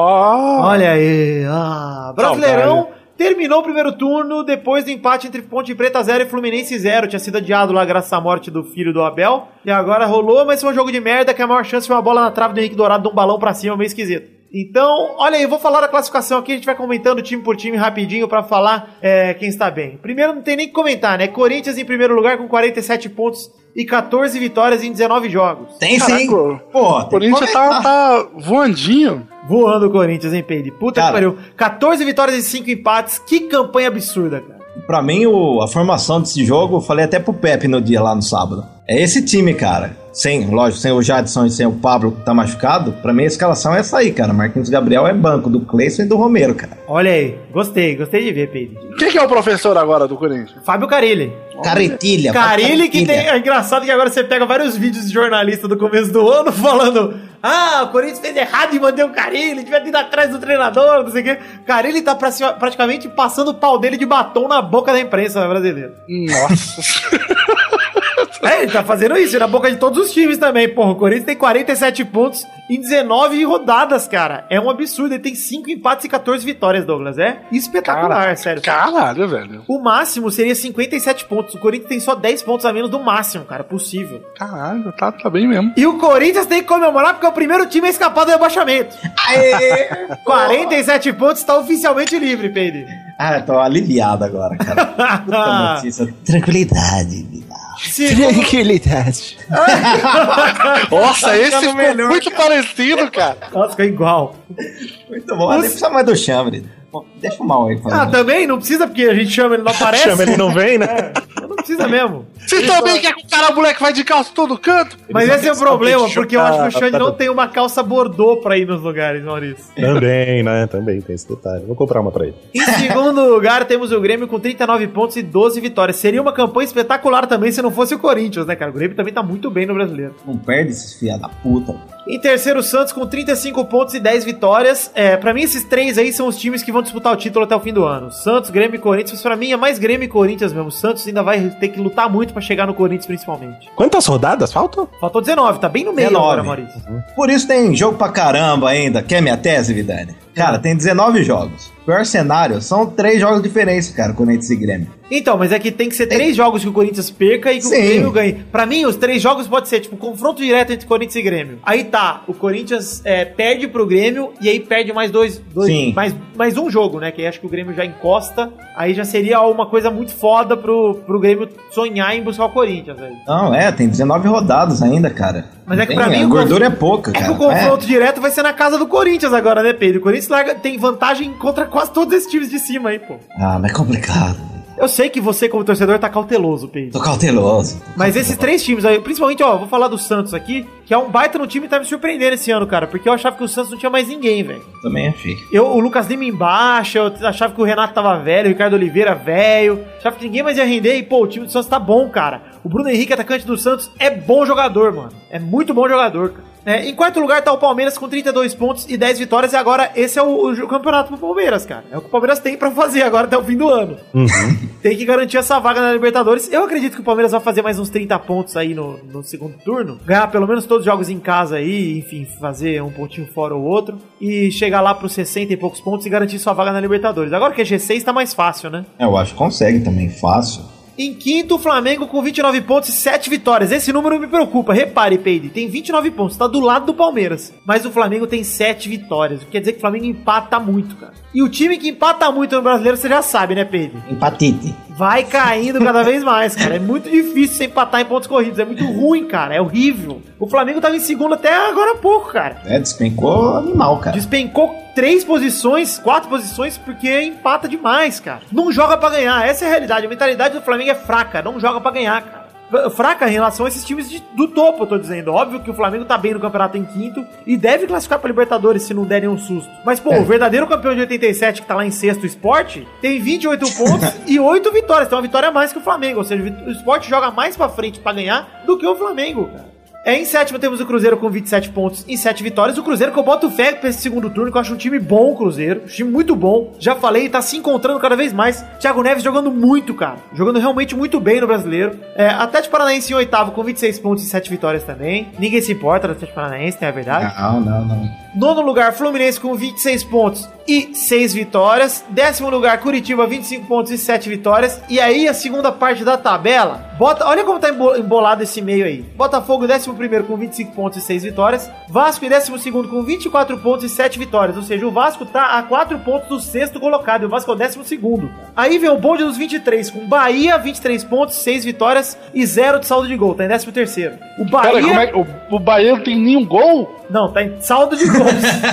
[SPEAKER 4] Olha aí, Brasileirão terminou o primeiro turno depois do empate entre Ponte Preta 0 e Fluminense 0. Tinha sido adiado lá graças à morte do filho do Abel. E agora rolou, mas foi um jogo de merda que a maior chance foi uma bola na trave do Henrique Dourado de um balão pra cima, meio esquisito. Então, olha aí, eu vou falar da classificação aqui, a gente vai comentando time por time rapidinho pra falar quem está bem. Primeiro, não tem nem que comentar, né? Corinthians em primeiro lugar com 47 pontos e 14 vitórias em 19 jogos.
[SPEAKER 3] Tem sim.
[SPEAKER 6] Pô, o Corinthians tá voandinho.
[SPEAKER 4] Voando o Corinthians, hein, Pedro? Puta que pariu. 14 vitórias e 5 empates, que campanha absurda, cara.
[SPEAKER 3] Pra mim, a formação desse jogo, eu falei até pro Pepe no dia lá no sábado. É esse time, cara. Lógico, sem o Jadson e sem o Pablo que tá machucado, pra mim a escalação é essa aí, cara. Marquinhos Gabriel é banco do Cleison e do Romero, cara.
[SPEAKER 4] Olha aí, gostei de ver, Pedro.
[SPEAKER 6] Quem que é o professor agora do Corinthians?
[SPEAKER 4] Fábio Carilli.
[SPEAKER 3] Caretilha.
[SPEAKER 4] Carilli que tem... É engraçado que agora você pega vários vídeos de jornalista do começo do ano falando: o Corinthians fez errado e mandou o Carilli, devia ir atrás do treinador, não sei o quê. Carilli tá praticamente passando o pau dele de batom na boca da imprensa brasileira.
[SPEAKER 6] Nossa.
[SPEAKER 4] Ele tá fazendo isso na boca de todos os times também. Porra, o Corinthians tem 47 pontos em 19 rodadas, cara. É um absurdo. Ele tem 5 empates e 14 vitórias, Douglas. É espetacular, sério.
[SPEAKER 6] Caralho, velho.
[SPEAKER 4] O máximo seria 57 pontos. O Corinthians tem só 10 pontos a menos do máximo, cara. Possível.
[SPEAKER 6] Caralho, tá bem mesmo.
[SPEAKER 4] E o Corinthians tem que comemorar porque é o primeiro time a escapar do rebaixamento. Aê! 47 pontos, tá oficialmente livre, Pedro.
[SPEAKER 3] Tô aliviado agora, cara. Puta notícia. Tranquilidade,
[SPEAKER 5] Tranquilidade.
[SPEAKER 6] Nossa, esse ficou melhor, muito parecido, cara.
[SPEAKER 4] Nossa, ficou igual.
[SPEAKER 3] Muito bom. Nem precisa mais do Chambre. Deixa o mal aí.
[SPEAKER 4] Também? Não precisa, porque a gente chama, ele não aparece.
[SPEAKER 5] Chama, ele não vem, né?
[SPEAKER 4] Não precisa mesmo.
[SPEAKER 6] Você também quer que o cara moleque vai de calça todo canto?
[SPEAKER 4] Mas esse é o problema, porque eu acho que o Xande não tem uma calça bordô pra ir nos lugares, Maurício.
[SPEAKER 5] Também, né? Também tem esse detalhe. Vou comprar uma pra ele.
[SPEAKER 4] Em segundo lugar, temos o Grêmio com 39 pontos e 12 vitórias. Seria uma campanha espetacular também se não fosse o Corinthians, né, cara? O Grêmio também tá muito bem no Brasileiro.
[SPEAKER 3] Não perde esses filha da puta.
[SPEAKER 4] Em terceiro, o Santos com 35 pontos e 10 vitórias. Pra mim, esses três aí são os times que vão disputar o título até o fim do ano. Santos, Grêmio e Corinthians. Mas pra mim é mais Grêmio e Corinthians mesmo. O Santos ainda vai ter que lutar muito pra chegar no Corinthians, principalmente.
[SPEAKER 5] Quantas rodadas faltam?
[SPEAKER 4] Faltou 19, tá bem no meio
[SPEAKER 3] 19.
[SPEAKER 4] agora, Maurício.
[SPEAKER 3] Por isso tem jogo pra caramba ainda. Quer minha tese, Vidani? Cara, tem 19 jogos. O pior cenário são 3 jogos diferentes, cara, Corinthians e Grêmio.
[SPEAKER 4] Então, mas é que tem que ser 3 jogos que o Corinthians perca e que o Grêmio ganhe. Pra mim, os 3 jogos pode ser, tipo, confronto direto entre Corinthians e Grêmio. Aí tá, o Corinthians perde pro Grêmio e aí perde mais mais um jogo, né? Que aí acho que o Grêmio já encosta. Aí já seria uma coisa muito foda pro Grêmio sonhar em buscar o Corinthians. Aí.
[SPEAKER 3] Não, tem 19 rodadas ainda, cara.
[SPEAKER 4] Mas é que pra mim...
[SPEAKER 3] A gordura é pouca, cara.
[SPEAKER 4] É que o confronto direto vai ser na casa do Corinthians agora, né, Pedro? O Corinthians tem vantagem contra quase todos esses times de cima aí, pô.
[SPEAKER 3] Mas é complicado.
[SPEAKER 4] Eu sei que você, como torcedor, tá cauteloso, Pedro.
[SPEAKER 3] Tô cauteloso.
[SPEAKER 4] Mas esses 3 times aí, principalmente, ó, vou falar do Santos aqui, que é um baita no time e tá me surpreendendo esse ano, cara, porque eu achava que o Santos não tinha mais ninguém, velho.
[SPEAKER 3] Também achei.
[SPEAKER 4] O Lucas Lima embaixo, eu achava que o Renato tava velho, o Ricardo Oliveira velho, achava que ninguém mais ia render e, pô, o time do Santos tá bom, cara. O Bruno Henrique, atacante do Santos, é bom jogador, mano. É muito bom jogador, cara. Em quarto lugar tá o Palmeiras com 32 pontos e 10 vitórias, e agora esse é o campeonato pro Palmeiras, cara. É o que o Palmeiras tem pra fazer agora até o fim do ano. Tem que garantir essa vaga na Libertadores. Eu acredito que o Palmeiras vai fazer mais uns 30 pontos aí no segundo turno, ganhar pelo menos todos os jogos em casa aí, enfim, fazer um pontinho fora ou outro, e chegar lá pros 60 e poucos pontos e garantir sua vaga na Libertadores. Agora que é G6 tá mais fácil, né?
[SPEAKER 3] Eu acho que consegue também, fácil.
[SPEAKER 4] Em quinto, o Flamengo com 29 pontos e 7 vitórias. Esse número me preocupa. Repare, Peide, tem 29 pontos, tá do lado do Palmeiras. Mas o Flamengo tem 7 vitórias. Quer dizer que o Flamengo empata muito, cara. E o time que empata muito no Brasileiro, você já sabe, né, Peide?
[SPEAKER 3] Empatite.
[SPEAKER 4] Vai caindo cada vez mais, cara. É muito difícil você empatar em pontos corridos. É muito ruim, cara. É horrível. O Flamengo tava em segundo até agora há pouco, cara.
[SPEAKER 3] Despencou animal, cara.
[SPEAKER 4] Despencou 3 posições, 4 posições, porque empata demais, cara. Não joga pra ganhar. Essa é a realidade. A mentalidade do Flamengo é fraca. Não joga pra ganhar, cara. Fraca em relação a esses times do topo, eu tô dizendo. Óbvio que o Flamengo tá bem no campeonato em quinto e deve classificar pra Libertadores se não der nenhum susto. Mas, pô, o verdadeiro campeão de 87, que tá lá em sexto, o Sport, tem 28 pontos e 8 vitórias. Tem uma vitória a mais que o Flamengo. Ou seja, o Sport joga mais pra frente pra ganhar do que o Flamengo, cara. Em sétimo temos o Cruzeiro com 27 pontos e 7 vitórias. O Cruzeiro que eu boto fé pra esse segundo turno, que eu acho um time bom, o Cruzeiro. Um time muito bom. Já falei, tá se encontrando cada vez mais. Thiago Neves jogando muito, cara. Jogando realmente muito bem no Brasileiro. Atlético Paranaense em oitavo com 26 pontos e 7 vitórias também. Ninguém se importa do Atlético Paranaense, não é verdade?
[SPEAKER 3] Não.
[SPEAKER 4] Nono lugar, Fluminense com 26 pontos e 6 vitórias. Décimo lugar, Curitiba, 25 pontos e 7 vitórias. E aí, a segunda parte da tabela, olha como tá embolado esse meio aí. Botafogo, 11º com 25 pontos e 6 vitórias. Vasco em 12º com 24 pontos e 7 vitórias. Ou seja, o Vasco tá a 4 pontos do sexto colocado. E o Vasco é o 12º. Aí vem o bonde dos 23, com Bahia, 23 pontos, 6 vitórias e 0 de saldo de gol. Tá em 13º. O Bahia...
[SPEAKER 6] Pera, como é que o Bahia não tem nenhum gol?
[SPEAKER 4] Não, tá em saldo de gols.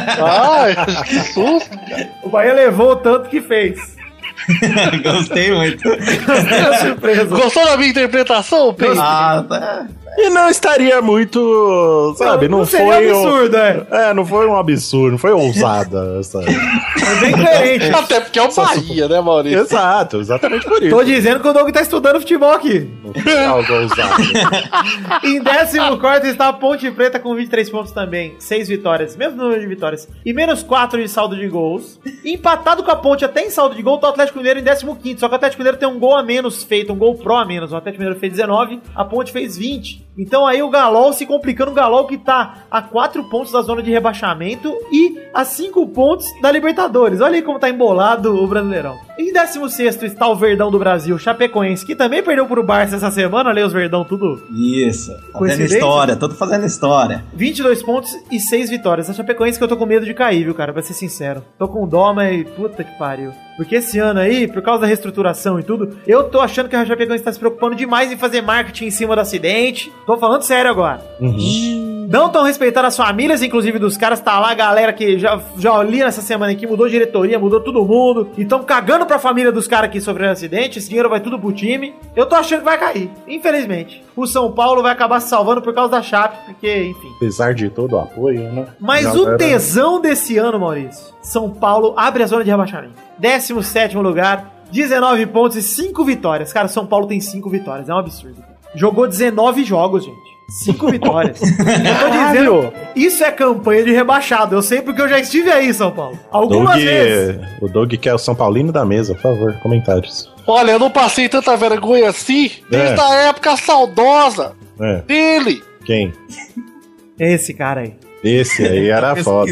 [SPEAKER 6] Que susto, cara.
[SPEAKER 4] O Bahia levou o tanto que fez.
[SPEAKER 3] Gostei muito.
[SPEAKER 4] Surpresa.
[SPEAKER 6] Gostou da minha interpretação, Pedro?
[SPEAKER 3] Tá.
[SPEAKER 5] E não estaria muito, sabe, não
[SPEAKER 4] seria
[SPEAKER 5] foi
[SPEAKER 4] absurdo,
[SPEAKER 5] não foi um absurdo, não foi ousada essa.
[SPEAKER 4] É bem coerente.
[SPEAKER 6] Até porque é o Bahia, né, Maurício?
[SPEAKER 5] Exato, exatamente por isso.
[SPEAKER 4] Tô dizendo que o Doug tá estudando futebol aqui.
[SPEAKER 5] Não foi algo ousado.
[SPEAKER 4] Em 14º está a Ponte Preta com 23 pontos também, 6 vitórias, mesmo número de vitórias, e menos 4 de saldo de gols. Empatado com a Ponte até em saldo de gol, tá o Atlético Mineiro em 15º, só que o Atlético Mineiro tem um gol a menos feito, um gol pró a menos. O Atlético Mineiro fez 19, a Ponte fez 20. Então aí o Galol se complicando, o Galol que tá a 4 pontos da zona de rebaixamento e a 5 pontos da Libertadores. Olha aí como tá embolado o Brasileirão. Em 16º está o Verdão do Brasil, Chapecoense, que também perdeu pro Barça essa semana. Olha aí os Verdão tudo.
[SPEAKER 3] Isso, fazendo história, todo fazendo história.
[SPEAKER 4] 22 pontos e 6 vitórias. A Chapecoense que eu tô com medo de cair, viu, cara, pra ser sincero. Tô com dó, mas puta que pariu. Porque esse ano aí, por causa da reestruturação e tudo, eu tô achando que a Chapecoense tá se preocupando demais em fazer marketing em cima do acidente. Tô falando sério agora. Não tão respeitando as famílias, inclusive, dos caras. Tá lá a galera que já li nessa semana aqui, mudou diretoria, mudou todo mundo. E tão cagando pra família dos caras que sofreram acidente. Esse dinheiro vai tudo pro time. Eu tô achando que vai cair, infelizmente. O São Paulo vai acabar se salvando por causa da Chape, porque, enfim.
[SPEAKER 5] Apesar de todo o apoio, né?
[SPEAKER 4] Mas o tesão desse ano, Maurício, São Paulo abre a zona de rebaixamento. 17º lugar, 19 pontos e 5 vitórias. Cara, São Paulo tem 5 vitórias, é um absurdo. Jogou 19 jogos, gente. 5 vitórias. Eu tô dizendo, isso é campanha de rebaixado. Eu sei porque eu já estive aí, São Paulo. Algumas vezes.
[SPEAKER 5] O Doug quer o São Paulino da mesa, por favor, comentários.
[SPEAKER 6] Olha, eu não passei tanta vergonha assim desde a época saudosa dele.
[SPEAKER 5] Quem?
[SPEAKER 4] Esse cara aí.
[SPEAKER 5] Esse aí era foda.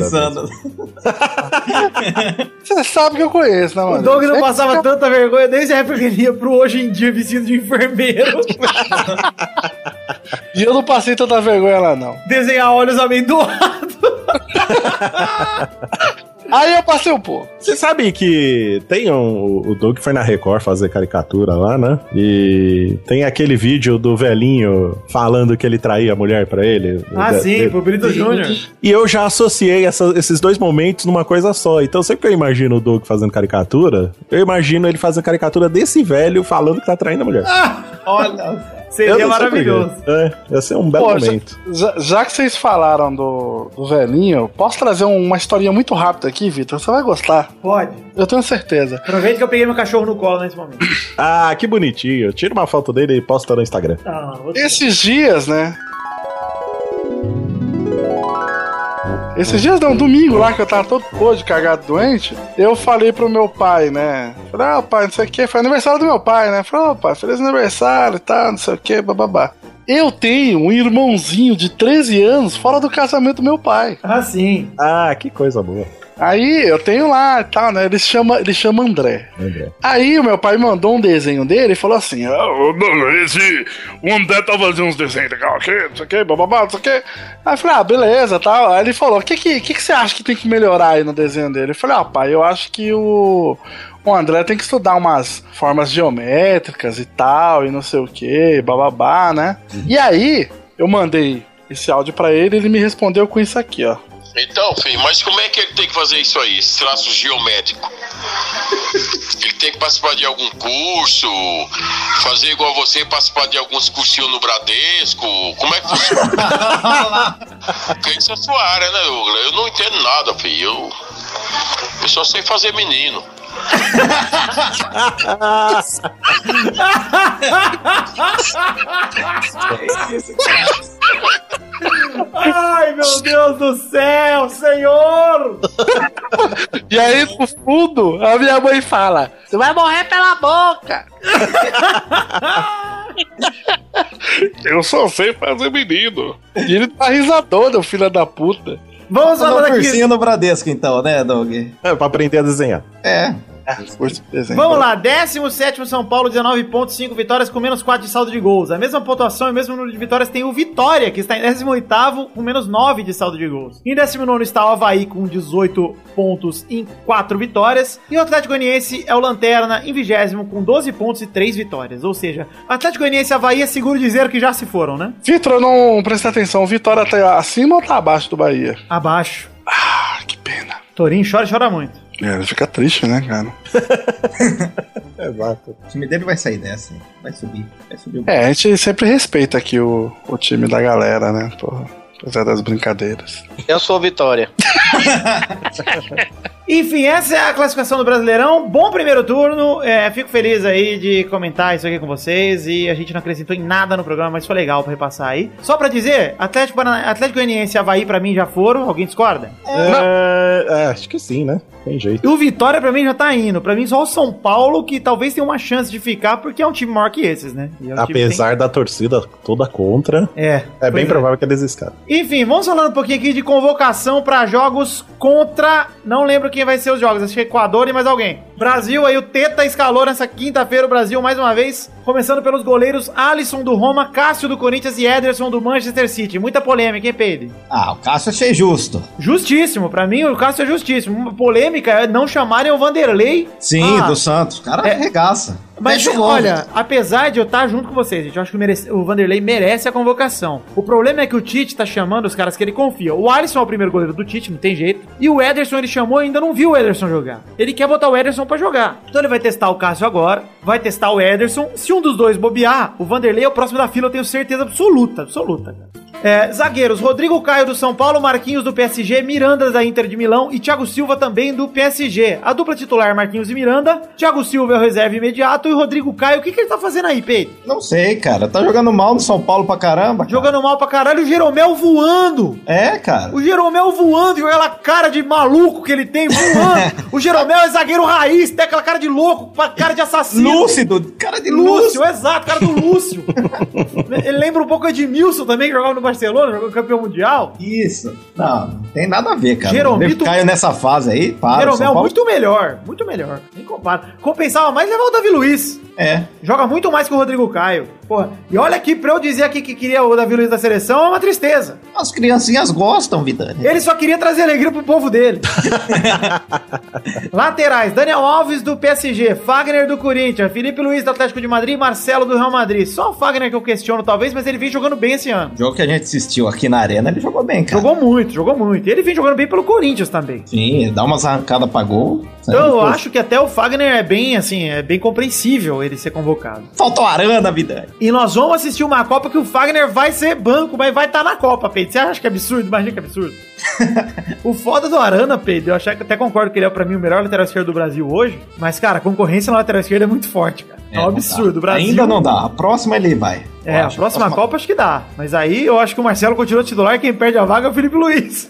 [SPEAKER 6] Você sabe que eu conheço, né, mano?
[SPEAKER 4] O Doug não passava tanta vergonha desde a época que ele ia pro Hoje em Dia vestido de enfermeiro.
[SPEAKER 6] E eu não passei tanta vergonha lá, não.
[SPEAKER 4] Desenhar olhos amendoados.
[SPEAKER 6] Aí eu passei um pouco.
[SPEAKER 5] Você sabe que tem o Doug foi na Record fazer caricatura lá, né? E tem aquele vídeo do velhinho falando que ele traía a mulher pra ele.
[SPEAKER 4] Sim, pro Brito Júnior.
[SPEAKER 5] E eu já associei esses dois momentos numa coisa só. Então sempre que eu imagino o Doug fazendo caricatura, eu imagino ele fazendo caricatura desse velho falando que tá traindo a mulher.
[SPEAKER 3] Olha.
[SPEAKER 4] Seria maravilhoso.
[SPEAKER 5] Ia ser um belo momento.
[SPEAKER 6] Já que vocês falaram do velhinho, posso trazer uma historinha muito rápida aqui, Vitor? Você vai gostar.
[SPEAKER 4] Pode.
[SPEAKER 6] Eu tenho certeza.
[SPEAKER 4] Aproveita que eu peguei meu cachorro no colo nesse momento.
[SPEAKER 5] Ah, que bonitinho. Tira uma foto dele e posta no Instagram.
[SPEAKER 6] Esses dias, né? Esses dias, não, domingo lá, que eu tava todo podre, cagado, doente, eu falei pro meu pai, né? Falei, pai, não sei o que, foi aniversário do meu pai, né? Falei, pai, feliz aniversário e tal, não sei o que, bababá. Eu tenho um irmãozinho de 13 anos fora do casamento do meu pai.
[SPEAKER 4] Sim.
[SPEAKER 5] Ah, que coisa boa.
[SPEAKER 6] Aí eu tenho lá e tal, né? Ele chama André. Aí o meu pai mandou um desenho dele e falou assim: o André tá fazendo uns desenhos legais aqui, não sei o que, bababá, não sei o que. Aí eu falei, beleza, tal. Aí ele falou: o que você acha que tem que melhorar aí no desenho dele? Eu falei, pai, eu acho que o André tem que estudar umas formas geométricas e tal, e não sei o que, bababá, né? E aí eu mandei esse áudio pra ele e ele me respondeu com isso aqui, ó.
[SPEAKER 7] Então, filho, mas como é que ele tem que fazer isso aí, esse traço geométrico? Ele tem que participar de algum curso, fazer igual você, participar de alguns cursinhos no Bradesco? Como é que funciona? Porque isso é sua área, né, Douglas? Eu não entendo nada, filho. Eu só sei fazer menino.
[SPEAKER 4] Ai, meu Deus do céu, senhor!
[SPEAKER 6] E aí, no fundo, a minha mãe fala: você vai morrer pela boca! Eu só sei fazer menino. E ele tá risador, filho da puta.
[SPEAKER 4] Vamos falar aqui.
[SPEAKER 3] Cursinho no Bradesco, então, né, Doug?
[SPEAKER 5] Pra aprender a desenhar.
[SPEAKER 4] Vamos lá, 17º São Paulo, 19,5 vitórias com menos 4 de saldo de gols. A mesma pontuação e o mesmo número de vitórias tem o Vitória, que está em 18º com menos 9 de saldo de gols. Em 19º está o Avaí com 18 pontos em 4 vitórias. E o Atlético Goianiense é o Lanterna em 20º com 12 pontos e 3 vitórias. Ou seja, Atlético Goianiense e Avaí é seguro dizer que já se foram, né?
[SPEAKER 6] Vitor, eu não prestei atenção. O Vitória tá acima ou tá abaixo do Bahia?
[SPEAKER 4] Abaixo.
[SPEAKER 6] Ah, que pena.
[SPEAKER 4] Torinho chora e chora muito.
[SPEAKER 6] Ele fica triste, né, cara?
[SPEAKER 5] Exato.
[SPEAKER 3] O time dele vai sair dessa. Vai subir.
[SPEAKER 6] A gente sempre respeita aqui o time da galera, né? Porra, apesar das brincadeiras.
[SPEAKER 8] Eu sou Vitória.
[SPEAKER 4] Enfim, essa é a classificação do Brasileirão. Bom primeiro turno. Fico feliz aí de comentar isso aqui com vocês. E a gente não acrescentou em nada no programa, mas foi legal pra repassar aí. Só pra dizer, Atlético Goianiense e Avaí pra mim já foram. Alguém discorda?
[SPEAKER 5] Acho que sim, né? Tem jeito.
[SPEAKER 4] E o Vitória pra mim já tá indo. Pra mim só o São Paulo que talvez tenha uma chance de ficar, porque é um time maior que esses, né?
[SPEAKER 5] Apesar da torcida toda contra, é bem provável que eles escapem.
[SPEAKER 4] Enfim, vamos falando um pouquinho aqui de convocação pra jogos contra... Não lembro quem vai ser os jogos, acho que Equador e mais alguém. Brasil, aí o Teta escalou nessa quinta-feira o Brasil mais uma vez, começando pelos goleiros Alisson do Roma, Cássio do Corinthians e Ederson do Manchester City. Muita polêmica, hein, Pedro?
[SPEAKER 3] O Cássio achei justo.
[SPEAKER 4] Justíssimo, pra mim o Cássio é justíssimo. Uma polêmica é não chamarem o Vanderlei.
[SPEAKER 3] Sim, do Santos. O cara arregaça.
[SPEAKER 4] Mas olha, apesar de eu estar junto com vocês, gente, eu acho que o Vanderlei merece a convocação. O problema é que o Tite tá chamando os caras que ele confia. O Alisson é o primeiro goleiro do Tite, não tem jeito. E o Ederson ele chamou e ainda não viu o Ederson jogar. Ele quer botar o Ederson pra jogar. Então ele vai testar o Cássio agora, vai testar o Ederson. Se um dos dois bobear, o Vanderlei é o próximo da fila, eu tenho certeza absoluta. Zagueiros, Rodrigo Caio do São Paulo, Marquinhos do PSG, Miranda da Inter de Milão e Thiago Silva também do PSG. A dupla titular Marquinhos e Miranda, Thiago Silva é o reserva imediato e o Rodrigo Caio, o que ele tá fazendo aí, Peito?
[SPEAKER 3] Não sei, cara, tá jogando mal no São Paulo pra caramba. Cara.
[SPEAKER 4] Jogando mal pra caralho, o Jeromel voando.
[SPEAKER 3] Cara.
[SPEAKER 4] O Jeromel voando e aquela cara de maluco que ele tem voando. O Jeromel é zagueiro raiz, tem aquela cara de louco, cara de assassino.
[SPEAKER 3] Lúcido, cara de
[SPEAKER 4] Lúcio. Exato, cara do Lúcio. Ele lembra um pouco de Edmilson também, que jogava no Barcelona, jogou campeão mundial.
[SPEAKER 3] Isso. Não tem nada a ver, cara.
[SPEAKER 4] Jeromito
[SPEAKER 3] Caio nessa fase aí, para.
[SPEAKER 4] Jeromel muito melhor. Nem compara. Compensava mais levar o Davi Luiz. Joga muito mais que o Rodrigo Caio. Porra, e olha aqui, pra eu dizer aqui que queria o Davi Luiz da seleção, é uma tristeza.
[SPEAKER 3] As criancinhas gostam, Vidani.
[SPEAKER 4] Ele só queria trazer alegria pro povo dele. Laterais, Daniel Alves do PSG, Fagner do Corinthians, Felipe Luiz do Atlético de Madrid, Marcelo do Real Madrid. Só o Fagner que eu questiono talvez, mas ele vem jogando bem esse ano.
[SPEAKER 3] O jogo que a gente assistiu aqui na Arena, ele jogou bem, cara.
[SPEAKER 4] Jogou muito. E ele vem jogando bem pelo Corinthians também.
[SPEAKER 3] Sim, dá umas arrancadas pra gol.
[SPEAKER 4] Então eu acho que até o Fagner é bem, assim, é bem compreensível ele ser convocado.
[SPEAKER 3] Faltou Arana, Vidani.
[SPEAKER 4] E nós vamos assistir uma Copa que o Fagner vai ser banco, mas vai estar na Copa, Pedro. Você acha que é absurdo? Imagina que é absurdo. O foda do Arana, Pedro, eu até concordo que ele é pra mim o melhor lateral esquerdo do Brasil hoje, mas, cara, a concorrência na lateral esquerda é muito forte, cara. É um absurdo. O Brasil...
[SPEAKER 3] Ainda não dá. A próxima ele vai.
[SPEAKER 4] A próxima Copa acho que dá. Mas aí eu acho que o Marcelo continua titular e quem perde a vaga é o Felipe Luiz.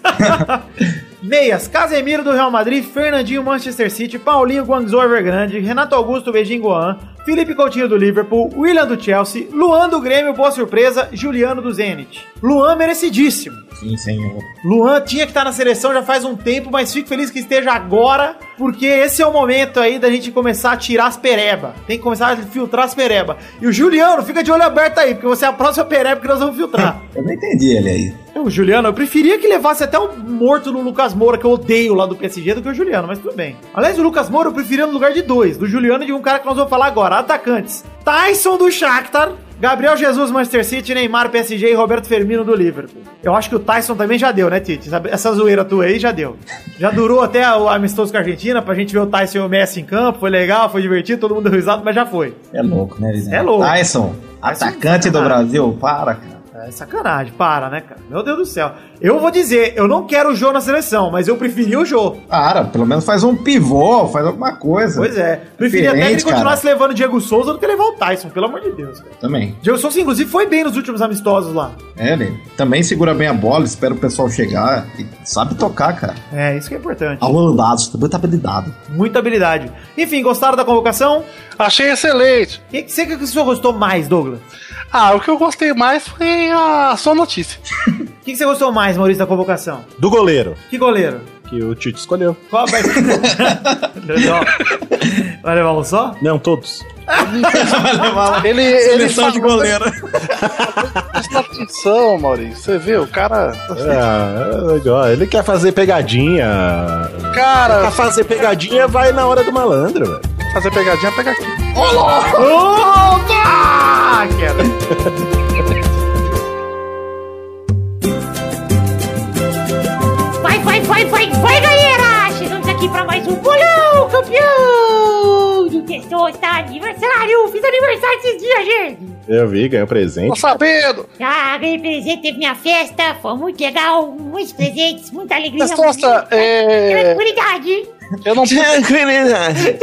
[SPEAKER 4] Meias, Casemiro do Real Madrid, Fernandinho Manchester City, Paulinho Guangzhou Evergrande, Renato Augusto Beijing Goan, Felipe Coutinho do Liverpool, William do Chelsea, Luan do Grêmio, boa surpresa, Juliano do Zenit. Luan merecidíssimo.
[SPEAKER 3] Sim, senhor.
[SPEAKER 4] Luan tinha que estar na seleção já faz um tempo, mas fico feliz que esteja agora, porque esse é o momento aí da gente começar a tirar as pereba. Tem que começar a filtrar as pereba. E o Juliano, fica de olho aberto aí, porque você é a próxima pereba que nós vamos filtrar.
[SPEAKER 3] Eu não entendi ele aí.
[SPEAKER 4] O Juliano, eu preferia que levasse até o morto no Lucas Moura, que eu odeio lá do PSG, do que o Juliano, mas tudo bem. Aliás, o Lucas Moura eu preferia no lugar de 2, do Juliano e de um cara que nós vamos falar agora. Atacantes: Tyson do Shakhtar, Gabriel Jesus, Manchester City, Neymar, PSG e Roberto Firmino do Liverpool. Eu acho que o Tyson também já deu, né, Tite? Essa zoeira tua aí já deu. Já durou até o amistoso com a Argentina, pra gente ver o Tyson e o Messi em campo. Foi legal, foi divertido, todo mundo deu risada, mas já foi.
[SPEAKER 3] É louco, né, Lisandro?
[SPEAKER 4] É louco.
[SPEAKER 3] Tyson, atacante do Brasil, para, cara.
[SPEAKER 4] É sacanagem, para, né, cara? Meu Deus do céu. Eu vou dizer, eu não quero o Jô na seleção, mas eu preferi o Jô.
[SPEAKER 3] Para, pelo menos faz um pivô, faz alguma coisa.
[SPEAKER 4] Pois é. Preferia até que ele continuasse levando o Diego Souza do que levar o Tyson, pelo amor de Deus, cara.
[SPEAKER 3] Também.
[SPEAKER 4] Diego Souza, inclusive, foi bem nos últimos amistosos lá.
[SPEAKER 3] É, ele também segura bem a bola, espera o pessoal chegar e sabe tocar, cara.
[SPEAKER 4] É, isso que é importante.
[SPEAKER 3] Habilidade, muita habilidade.
[SPEAKER 4] Muita habilidade. Enfim, gostaram da convocação?
[SPEAKER 6] Achei excelente.
[SPEAKER 4] O que o senhor gostou mais, Douglas?
[SPEAKER 6] O que eu gostei mais foi a sua notícia.
[SPEAKER 4] O que você gostou mais, Maurício, da convocação?
[SPEAKER 5] Do goleiro.
[SPEAKER 4] Que goleiro?
[SPEAKER 5] Que o Tite escolheu.
[SPEAKER 4] Qual vai Vai levar um só?
[SPEAKER 5] Não, todos.
[SPEAKER 6] Ele
[SPEAKER 3] são de goleiro.
[SPEAKER 6] Presta atenção, Maurício. Você vê, o cara.
[SPEAKER 5] É legal. Ele quer fazer pegadinha.
[SPEAKER 6] Cara.
[SPEAKER 5] Quer fazer pegadinha, vai na hora do malandro, velho.
[SPEAKER 6] Fazer pegadinha, pega aqui.
[SPEAKER 4] Opa!
[SPEAKER 8] Vai, galera! Chegamos aqui pra mais um bolão, campeão do Testosta tá aniversário! Fiz aniversário esses dias, gente!
[SPEAKER 5] Eu vi, ganhou presente.
[SPEAKER 6] Tô sabendo!
[SPEAKER 8] Ganhei presente, teve minha festa, foi muito legal, muitos presentes, muita alegria.
[SPEAKER 6] Testosta,
[SPEAKER 8] tranquilidade!
[SPEAKER 6] Eu não
[SPEAKER 8] Tranquilidade!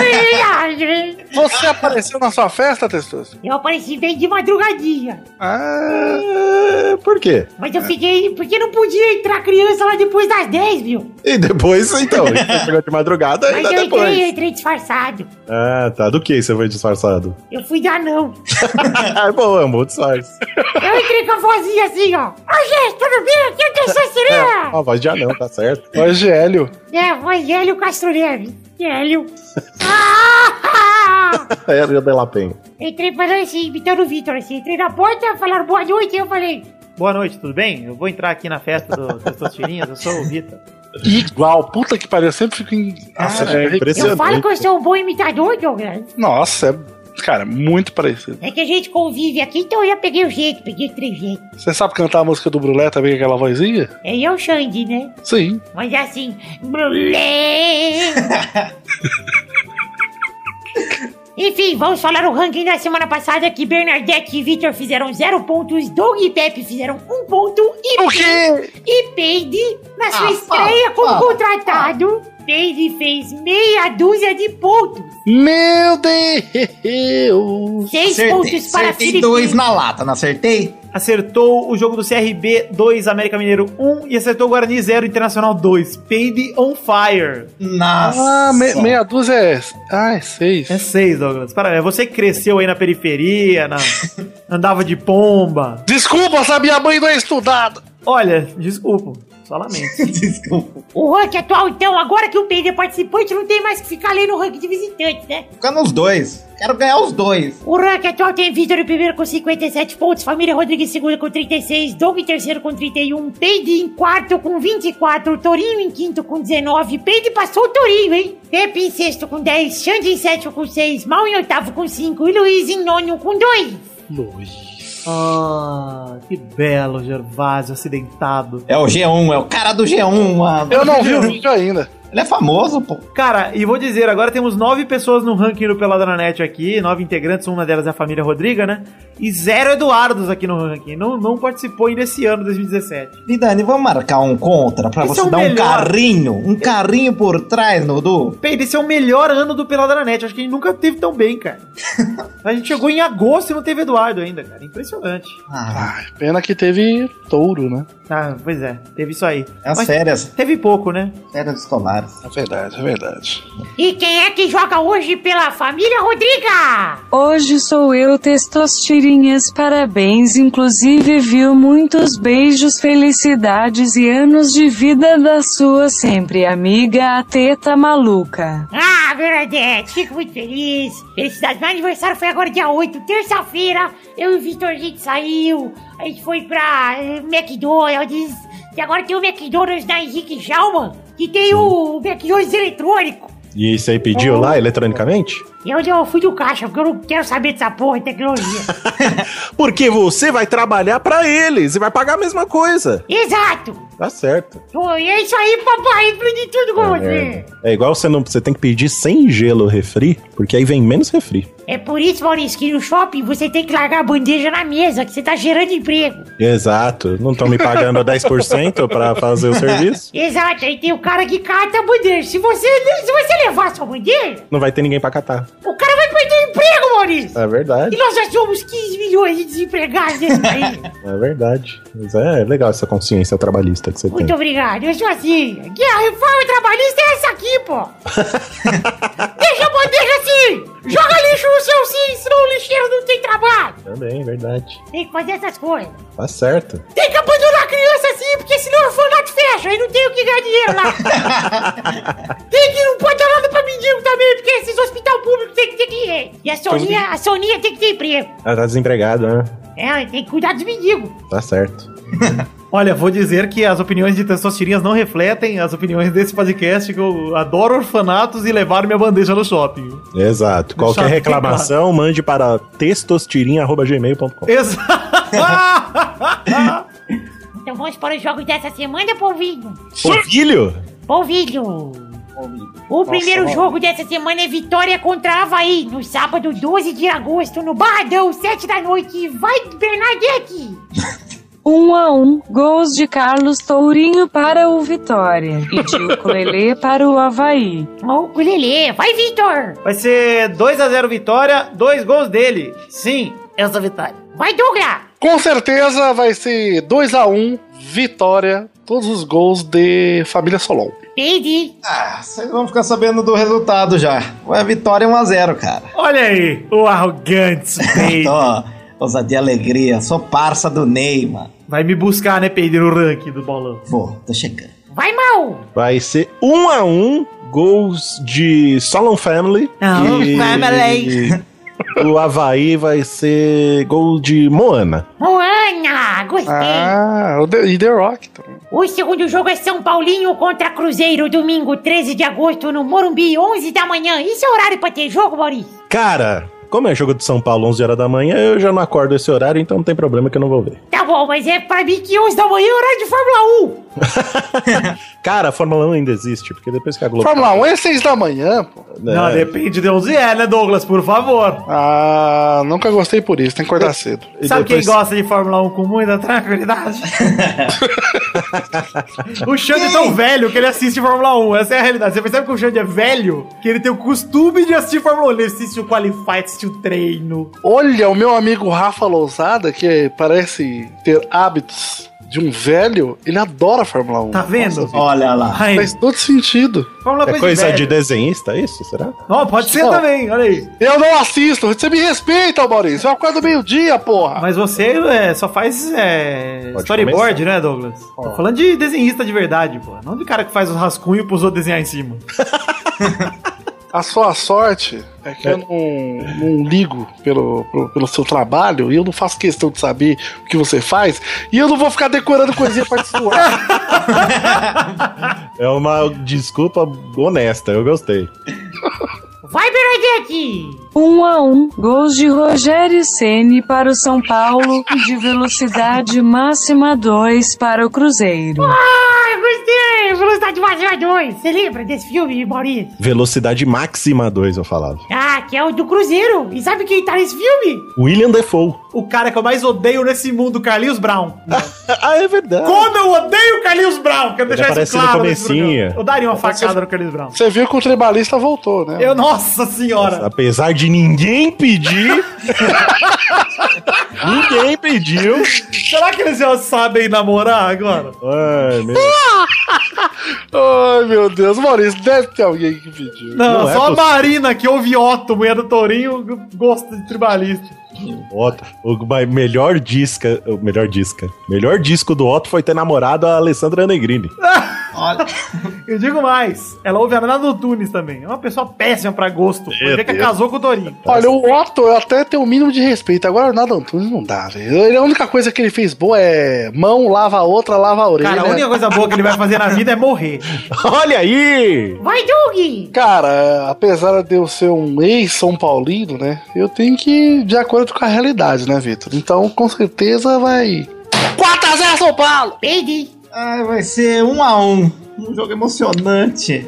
[SPEAKER 6] Você apareceu na sua festa, Testosta?
[SPEAKER 8] Eu apareci bem de madrugadinha.
[SPEAKER 5] Por quê?
[SPEAKER 8] Mas eu fiquei... Porque não podia entrar criança lá depois das 10, viu?
[SPEAKER 5] E depois, então? Você chegou de madrugada,
[SPEAKER 8] mas
[SPEAKER 5] ainda depois.
[SPEAKER 8] Eu entrei disfarçado.
[SPEAKER 5] Ah, tá. Do que você foi disfarçado?
[SPEAKER 8] Eu fui de anão.
[SPEAKER 5] É bom, é um bom disfarce.
[SPEAKER 8] Eu entrei com a vozinha assim, ó. Ô, gente, tudo bem? Aqui é o Teixeira Sereia.
[SPEAKER 5] A voz de anão, tá certo.
[SPEAKER 6] Voz de Hélio.
[SPEAKER 8] É, voz de Hélio Castro Neves. Hélio.
[SPEAKER 5] Hélio de la Penha.
[SPEAKER 8] Entrei falando assim, imitando o Vitor, assim. Entrei na porta, falaram boa noite, e eu falei...
[SPEAKER 4] Boa noite, tudo bem? Eu vou entrar aqui na festa das Tosteirinhas, eu sou o Vitor.
[SPEAKER 6] Igual, puta que pariu, eu sempre fico em... Nossa,
[SPEAKER 5] é impressionante.
[SPEAKER 8] Eu falo que eu sou um bom imitador, Douglas.
[SPEAKER 6] Nossa, cara, muito parecido.
[SPEAKER 8] É que a gente convive aqui, então eu já peguei o jeito, peguei o trejeito.
[SPEAKER 6] Você sabe cantar a música do Brulé também com aquela vozinha?
[SPEAKER 8] É eu, Xande, né?
[SPEAKER 6] Sim.
[SPEAKER 8] Mas é assim, Brulé. Enfim, vamos falar o ranking da semana passada que Bernadette e Vitor fizeram 0 pontos, Doug e Pepe fizeram 1 ponto e Peide, na sua estreia como contratado, Peide fez meia dúzia de pontos.
[SPEAKER 6] Meu Deus!
[SPEAKER 8] 6 pontos para Felipe.
[SPEAKER 3] 2 na lata, não acertei?
[SPEAKER 4] Acertou o jogo do CRB 2, América Mineiro 1 e acertou o Guarani 0, Internacional 2. Peide on fire.
[SPEAKER 3] Nossa.
[SPEAKER 6] Meia dúzia é... é 6.
[SPEAKER 4] É 6, Douglas. Parabéns. Você que cresceu aí na periferia, andava de pomba.
[SPEAKER 6] Desculpa, sabe? Minha mãe não é estudada.
[SPEAKER 4] Olha, desculpa. Só lamento.
[SPEAKER 3] Desculpa.
[SPEAKER 8] O ranking atual, então, agora que o Peide é participante, não tem mais que ficar lendo o ranking de visitantes, né?
[SPEAKER 3] Fica nos dois. Quero ganhar os dois.
[SPEAKER 8] O ranking atual tem Vitor em primeiro com 57 pontos, Família Rodrigues em segundo com 36, Doug em terceiro com 31, Peide em quarto com 24, Torinho em quinto com 19, Peide passou o Torinho, hein? Pepe em sexto com 10, Xande em sétimo com 6, Mal em oitavo com 5 e Luiz em nono com 2.
[SPEAKER 4] Luiz. Ah, que belo Gervásio acidentado.
[SPEAKER 3] É o G1, é o cara do G1, mano.
[SPEAKER 6] Eu não vi o vídeo ainda.
[SPEAKER 3] Ele é famoso, pô.
[SPEAKER 4] Cara, e vou dizer, agora temos 9 pessoas no ranking do Peladranet aqui, 9 integrantes, uma delas é a família Rodriga, né? E 0 Eduardos aqui no ranking. Não participou ainda esse ano, 2017.
[SPEAKER 3] Vidani, vamos marcar um contra pra você dar um carrinho por trás, Dudu?
[SPEAKER 4] Peide, esse é o melhor ano do Peladranet. Acho que a gente nunca teve tão bem, cara. A gente chegou em agosto e não teve Eduardo ainda, cara. Impressionante.
[SPEAKER 6] Pena que teve touro, né?
[SPEAKER 4] Ah, pois é, teve isso aí.
[SPEAKER 3] É as férias.
[SPEAKER 4] Teve pouco, né?
[SPEAKER 3] Férias escolares.
[SPEAKER 6] É verdade, é verdade.
[SPEAKER 8] E quem é que joga hoje pela família Rodriga?
[SPEAKER 9] Hoje sou eu, Testostirinhas, parabéns, inclusive viu muitos beijos, felicidades e anos de vida da sua sempre amiga, a Teta Maluca.
[SPEAKER 8] Ah, Bernadette, fico muito feliz. Felicidades, meu aniversário foi agora dia 8, terça-feira. Eu e o Vitor, a gente saiu, a gente foi pra McDonald's. E agora tem o McDonald's da Henrique Jalma, que tem o McDonald's eletrônico.
[SPEAKER 5] E isso aí pediu lá eletronicamente?
[SPEAKER 8] Eu fui do caixa, porque eu não quero saber dessa porra de tecnologia.
[SPEAKER 5] Porque você vai trabalhar pra eles e vai pagar a mesma coisa.
[SPEAKER 8] Exato.
[SPEAKER 5] Tá certo.
[SPEAKER 8] E é isso aí, papai. Aprendi tudo com você.
[SPEAKER 5] É igual você tem que pedir sem gelo refri, porque aí vem menos refri.
[SPEAKER 8] É por isso, Maurício, que no shopping você tem que largar a bandeja na mesa, que você tá gerando emprego.
[SPEAKER 5] Exato. Não estão me pagando 10% pra fazer o serviço?
[SPEAKER 8] Exato. Aí tem o cara que cata a bandeja. Se você levar a sua bandeja,
[SPEAKER 5] não vai ter ninguém pra catar.
[SPEAKER 8] O cara vai perder o emprego, Maurício.
[SPEAKER 5] É verdade.
[SPEAKER 8] E nós já somos 15 milhões de desempregados nesse país.
[SPEAKER 5] É verdade. Mas é legal essa consciência trabalhista que você tem.
[SPEAKER 8] Muito obrigado. Eu sou assim. Aqui, a reforma trabalhista é essa aqui, pô. Deixa a bandeja assim. Joga lixo no seu sim, senão o lixeiro não tem trabalho.
[SPEAKER 5] Também, verdade.
[SPEAKER 8] Tem que fazer essas coisas.
[SPEAKER 5] Tá certo.
[SPEAKER 8] Tem que abandonar a criança assim, porque senão o orfanato fecha. Aí não tem o que ganhar dinheiro lá. Tem que não pode dar nada pra mendigo também, porque esses hospital públicos tem que ter dinheiro. E a Soninha tem que ter emprego.
[SPEAKER 5] Ela tá desempregada, né?
[SPEAKER 8] É, tem que cuidar dos mendigos.
[SPEAKER 5] Tá certo.
[SPEAKER 4] Olha, vou dizer que as opiniões de Testostirinhas não refletem as opiniões desse podcast, que eu adoro orfanatos e levar minha bandeja no shopping.
[SPEAKER 5] Exato. Qualquer reclamação, mande para testostirinha@gmail.com.
[SPEAKER 8] Exato. Então vamos para os jogos dessa semana, Polvilho.
[SPEAKER 5] Polvilho?
[SPEAKER 8] Polvilho. O primeiro jogo dessa semana é vitória contra Avaí, no sábado 12 de agosto, no Barradão, 7 da noite. Vai, Bernadette!
[SPEAKER 9] 1-1, gols de Carlos Tourinho para o Vitória e de Ukulele para o Avaí.
[SPEAKER 8] Ukulele, vai, Vitor!
[SPEAKER 4] Vai ser 2-0 Vitória, 2 gols dele. Sim, essa vitória.
[SPEAKER 8] Vai, Douglas!
[SPEAKER 6] Com certeza vai ser 2-1, Vitória, todos os gols de Família Solon.
[SPEAKER 8] Peide!
[SPEAKER 3] Vocês vão ficar sabendo do resultado já. A vitória é 1-0, cara.
[SPEAKER 4] Olha aí, o arrogante Peide.
[SPEAKER 3] Ousadia alegria, sou parça do Ney, mano.
[SPEAKER 4] Vai me buscar, né, Peide, no ranking do bolão.
[SPEAKER 3] Vou, tô chegando.
[SPEAKER 8] Vai, Mal!
[SPEAKER 5] Vai ser 1-1, gols de Solon Family.
[SPEAKER 8] Family!
[SPEAKER 5] O Avaí vai ser gol de Moana.
[SPEAKER 8] Moana, gostei.
[SPEAKER 6] E The Rock também.
[SPEAKER 8] O segundo jogo é São Paulinho contra Cruzeiro, domingo 13 de agosto, no Morumbi, 11 da manhã. Isso é horário pra ter jogo, Maurício?
[SPEAKER 5] Cara, como é jogo de São Paulo 11 horas da manhã, eu já não acordo esse horário, então não tem problema que eu não vou ver.
[SPEAKER 8] Tá bom, mas é pra mim que 11 da manhã é horário de Fórmula 1.
[SPEAKER 5] Cara, a Fórmula 1 ainda existe, porque depois que a Globo...
[SPEAKER 6] Fórmula 1 é 6 da manhã, pô.
[SPEAKER 4] Não, depende de onde é, né, Douglas, por favor.
[SPEAKER 6] Nunca gostei por isso, tem que acordar cedo.
[SPEAKER 4] Sabe quem gosta de Fórmula 1 com muita tranquilidade? O Xande é tão velho que ele assiste Fórmula 1, essa é a realidade. Você percebe que o Xande é velho, que ele tem o costume de assistir Fórmula 1. Ele assiste o Qualified deteste o treino.
[SPEAKER 6] Olha, o meu amigo Rafa Lousada, que parece ter hábitos de um velho, ele adora a Fórmula 1.
[SPEAKER 4] Tá vendo?
[SPEAKER 3] Nossa, olha lá.
[SPEAKER 4] Aí.
[SPEAKER 6] Faz todo sentido.
[SPEAKER 5] É coisa de desenhista, isso? Será?
[SPEAKER 4] Não, pode ser também, olha aí.
[SPEAKER 6] Eu não assisto, você me respeita, Maurício. Eu acordo meio-dia, porra.
[SPEAKER 4] Mas você só faz storyboard,
[SPEAKER 5] começar.
[SPEAKER 4] né, Douglas? Tô falando de desenhista de verdade, pô. Não de cara que faz os rascunhos pros outros desenhar em cima.
[SPEAKER 6] A sua sorte é que eu não ligo pelo seu trabalho e eu não faço questão de saber o que você faz e eu não vou ficar decorando coisinha pra te suar.
[SPEAKER 5] É uma desculpa honesta, eu gostei.
[SPEAKER 8] Vai, Bernadette!
[SPEAKER 9] 1-1, gols de Rogério Ceni para o São Paulo e de velocidade máxima 2 para o Cruzeiro.
[SPEAKER 8] Ah, gostei! Velocidade máxima 2. Você lembra desse filme, Maurício?
[SPEAKER 5] Velocidade máxima 2, eu falava.
[SPEAKER 8] Ah, que é o do Cruzeiro. E sabe quem tá nesse filme?
[SPEAKER 5] William Dafoe.
[SPEAKER 4] O cara que eu mais odeio nesse mundo, Carlinhos Brown.
[SPEAKER 5] Ah, é verdade.
[SPEAKER 4] Como eu odeio o Carlinhos Brown! Quero deixar isso
[SPEAKER 5] aparece no
[SPEAKER 4] claro nesse
[SPEAKER 5] comecinho.
[SPEAKER 4] programa. Eu daria uma facada no Carlinhos Brown.
[SPEAKER 6] Você viu que o tribalista voltou, né?
[SPEAKER 4] Nossa senhora!
[SPEAKER 5] Apesar de ninguém pedir. Ninguém pediu.
[SPEAKER 4] Será que eles já sabem namorar agora?
[SPEAKER 5] Ai, meu.
[SPEAKER 6] Ai, meu Deus, Maurício, deve ter alguém que pediu.
[SPEAKER 4] Não,
[SPEAKER 5] é
[SPEAKER 4] só a
[SPEAKER 5] possível.
[SPEAKER 4] Marina, que ouve Otto, mulher do Tourinho, gosta de tribalista.
[SPEAKER 5] Otto, o melhor disco do Otto foi ter namorado a Alessandra Negrini.
[SPEAKER 3] Olha.
[SPEAKER 4] Eu digo mais, ela ouve a Nada Tunes também. É uma pessoa péssima pra gosto. Por que
[SPEAKER 5] Deus.
[SPEAKER 4] casou com o Tourinho?
[SPEAKER 6] Olha, o Otto eu até tenho o mínimo de respeito. Agora o Nada Antunes não dá, velho. A única coisa que ele fez boa é mão, lava a outra, lava a orelha.
[SPEAKER 4] Cara, a única coisa boa que ele vai fazer na vida é morrer.
[SPEAKER 5] Olha aí!
[SPEAKER 8] Vai, Doug!
[SPEAKER 6] Cara, apesar de eu ser um ex-São Paulino, né? Eu tenho que ir de acordo com a realidade, né, Vitor? Então, com certeza vai... 4-0 São Paulo!
[SPEAKER 8] Perdi.
[SPEAKER 3] Ai, vai ser 1-1. Um jogo emocionante.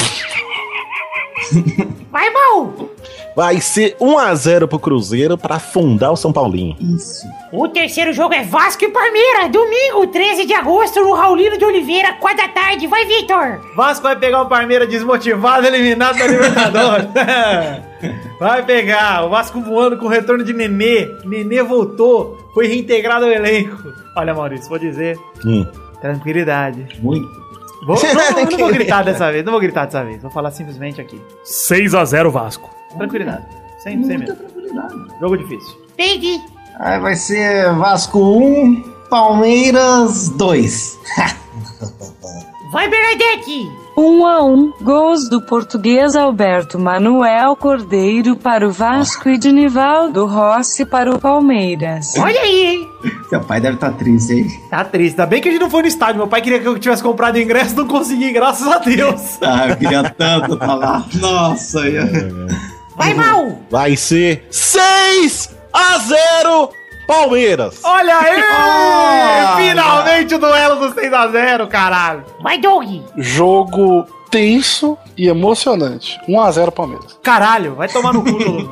[SPEAKER 8] Vai, Mal!
[SPEAKER 5] Vai ser 1-0 pro Cruzeiro pra afundar o São Paulinho.
[SPEAKER 3] Isso.
[SPEAKER 8] O terceiro jogo é Vasco e Palmeiras, domingo, 13 de agosto, no Raulino de Oliveira, 4 da tarde. Vai, Vitor!
[SPEAKER 4] Vasco vai pegar o Palmeiras desmotivado, eliminado da Libertadores. Vai pegar. O Vasco voando com o retorno de Nenê. Nenê voltou, foi reintegrado ao elenco. Olha, Maurício, vou dizer. Tranquilidade.
[SPEAKER 3] Muito.
[SPEAKER 4] Eu não vou gritar dessa vez, Vou falar simplesmente aqui. 6-0 Vasco. Tranquilidade. Sem medo.
[SPEAKER 3] Tranquilidade.
[SPEAKER 4] Jogo difícil.
[SPEAKER 8] Perdi.
[SPEAKER 3] Ai, vai ser Vasco 1, Palmeiras 2.
[SPEAKER 8] Vai, Bernadette!
[SPEAKER 9] 1-1, gols do português Alberto Manuel Cordeiro para o Vasco e de Nivaldo Rossi para o Palmeiras.
[SPEAKER 8] Olha aí, hein?
[SPEAKER 3] Seu pai deve estar triste, hein?
[SPEAKER 4] Tá triste. Ainda bem que a gente não foi no estádio. Meu pai queria que eu tivesse comprado o ingresso, não consegui, graças a Deus.
[SPEAKER 3] Ah, eu queria tanto estar lá. Nossa,
[SPEAKER 8] Vai, Mal!
[SPEAKER 5] Vai ser 6-0 Palmeiras.
[SPEAKER 4] Olha aí! Finalmente o duelo do 6-0, caralho.
[SPEAKER 8] Vai, Doug!
[SPEAKER 6] Jogo tenso e emocionante. 1-0 Palmeiras.
[SPEAKER 4] Caralho, vai tomar no cu, Lulu.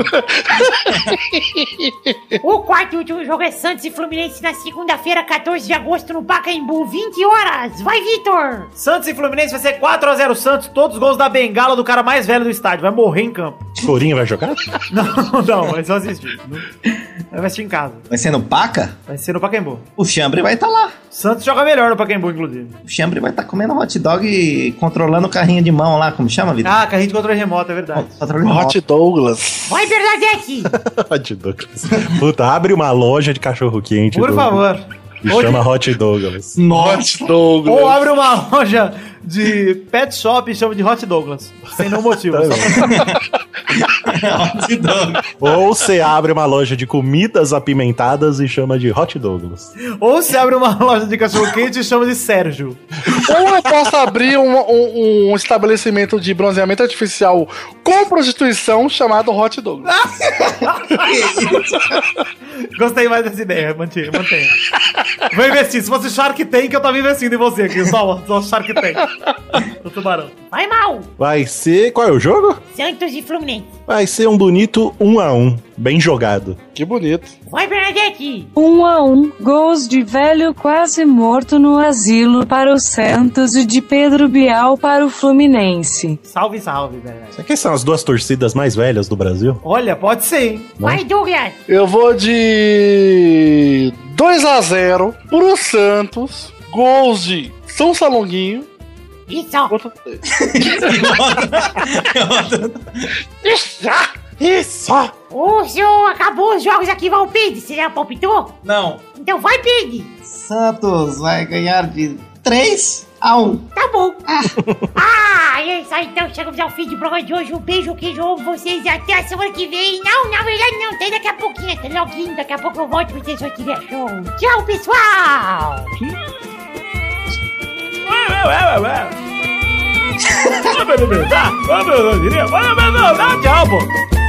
[SPEAKER 8] O quarto e último jogo é Santos e Fluminense na segunda-feira, 14 de agosto, no Pacaembu, 20 horas. Vai, Vitor!
[SPEAKER 4] Santos e Fluminense vai ser 4-0 Santos, todos os gols da bengala do cara mais velho do estádio. Vai morrer em campo.
[SPEAKER 5] Florinha vai jogar?
[SPEAKER 4] Não, vai só assistir. Vai assistir em casa.
[SPEAKER 3] Vai ser no Paca?
[SPEAKER 4] Vai ser no Pacaembu.
[SPEAKER 3] O Chambre vai estar lá.
[SPEAKER 4] Santos joga melhor no Pacaembu, inclusive.
[SPEAKER 3] O Chambre vai estar comendo hot dog e controlando o carrinho de mão lá, como chama, Vitor?
[SPEAKER 4] Ah, carrinho de controle remoto, é verdade.
[SPEAKER 3] Controle remoto.
[SPEAKER 6] Hot Douglas.
[SPEAKER 8] Vai, Bernadette!
[SPEAKER 5] Hot Douglas. Puta, abre uma loja de cachorro quente.
[SPEAKER 4] Por favor.
[SPEAKER 5] E chama Hot Douglas.
[SPEAKER 6] Hot Douglas.
[SPEAKER 4] Ou abre uma loja de pet shop e chama de Hot Douglas. Sem nenhum motivo.
[SPEAKER 3] Hot dog.
[SPEAKER 5] Ou você abre uma loja de comidas apimentadas e chama de Hot Douglas.
[SPEAKER 4] Ou você abre uma loja de cachorro quente e chama de Sérgio.
[SPEAKER 6] Ou eu posso abrir um estabelecimento de bronzeamento artificial com prostituição chamado Hot Douglas.
[SPEAKER 4] Gostei mais dessa ideia, mantenha. Vou investir. Se fosse Shark Tank, eu tava investindo em você aqui. Só Shark Tank. O tubarão.
[SPEAKER 8] Vai, Mal!
[SPEAKER 5] Vai ser... Qual é o jogo?
[SPEAKER 8] Santos e Fluminense.
[SPEAKER 5] Vai ser um bonito 1-1. Bem jogado.
[SPEAKER 6] Que bonito.
[SPEAKER 8] Vai, Bernadette!
[SPEAKER 9] 1-1, gols de Velho quase morto no asilo para o Santos e de Pedro Bial para o Fluminense.
[SPEAKER 4] Salve, salve, Bernadette.
[SPEAKER 5] Será que são as duas torcidas mais velhas do Brasil?
[SPEAKER 4] Olha, pode ser, hein?
[SPEAKER 8] Vai, Douglas!
[SPEAKER 6] Eu vou de 2-0 pro Santos. Gols de São Salonguinho.
[SPEAKER 8] Isso!
[SPEAKER 6] Isso!
[SPEAKER 8] Ô, senhor, acabou os jogos aqui, vai o Pedro. Você já palpitou?
[SPEAKER 3] Não.
[SPEAKER 8] Então vai, Pedro.
[SPEAKER 3] Santos vai ganhar de 3-1.
[SPEAKER 8] Tá bom. É isso aí, então chegamos ao fim do programa de hoje. Um beijo, queijo, amo vocês e até a semana que vem. Não, na verdade não, tem daqui a pouquinho, tá loguinho, daqui a pouco eu volto pra vocês aqui ver show. Tchau, pessoal!
[SPEAKER 4] Tchau, pô!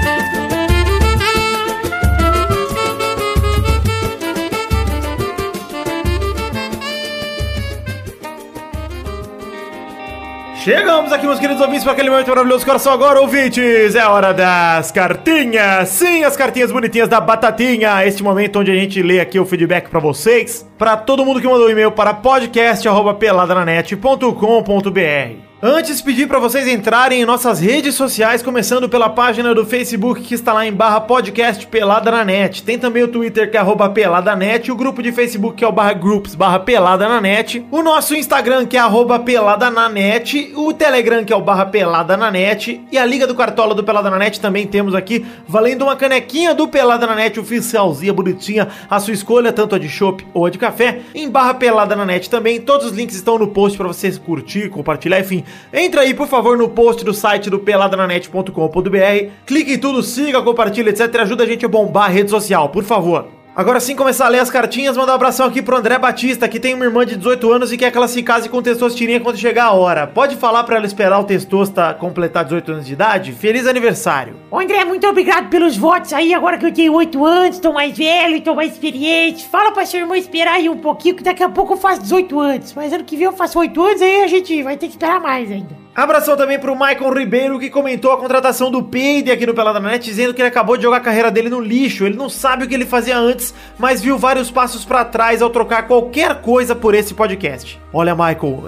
[SPEAKER 4] Chegamos aqui, meus queridos ouvintes, para aquele momento maravilhoso. Coração agora, ouvintes, é hora das cartinhas. Sim, as cartinhas bonitinhas da Batatinha. Este momento onde a gente lê aqui o feedback para vocês. Para todo mundo que mandou e-mail para podcast@peladananet.com.br. Antes, pedir para vocês entrarem em nossas redes sociais, começando pela página do Facebook, que está lá em /podcast Pelada na Net. Tem também o Twitter, que é @peladanet, o grupo de Facebook, que é o /groups /pelada na net, o nosso Instagram, que é @pelada na net, o Telegram, que é o /pelada na net, e a Liga do Cartola do Pelada na Net também temos aqui, valendo uma canequinha do Pelada na Net, oficialzinha, bonitinha, a sua escolha, tanto a de chopp ou a de café, em /pelada na net também. Todos os links estão no post para vocês curtir, compartilhar, enfim. Entra aí, por favor, no post do site do peladananet.com.br, clique em tudo, siga, compartilha, etc. Ajuda a gente a bombar a rede social, por favor. Agora sim, começar a ler as cartinhas, mandar um abração aqui pro André Batista, que tem uma irmã de 18 anos e quer que ela se case com o Testosterinha quando chegar a hora. Pode falar pra ela esperar o Testosta completar 18 anos de idade? Feliz aniversário.
[SPEAKER 8] Ô, André, muito obrigado pelos votos aí, agora que eu tenho 8 anos, tô mais velho, tô mais experiente. Fala pra sua irmã esperar aí um pouquinho, que daqui a pouco eu faço 18 anos. Mas ano que vem eu faço 8 anos, aí a gente vai ter que esperar mais ainda.
[SPEAKER 4] Abração também pro Maicon Ribeiro, que comentou a contratação do Peide aqui no Pelada na Net, dizendo que ele acabou de jogar a carreira dele no lixo. Ele não sabe o que ele fazia antes, mas viu vários passos pra trás ao trocar qualquer coisa por esse podcast. Olha, Michael,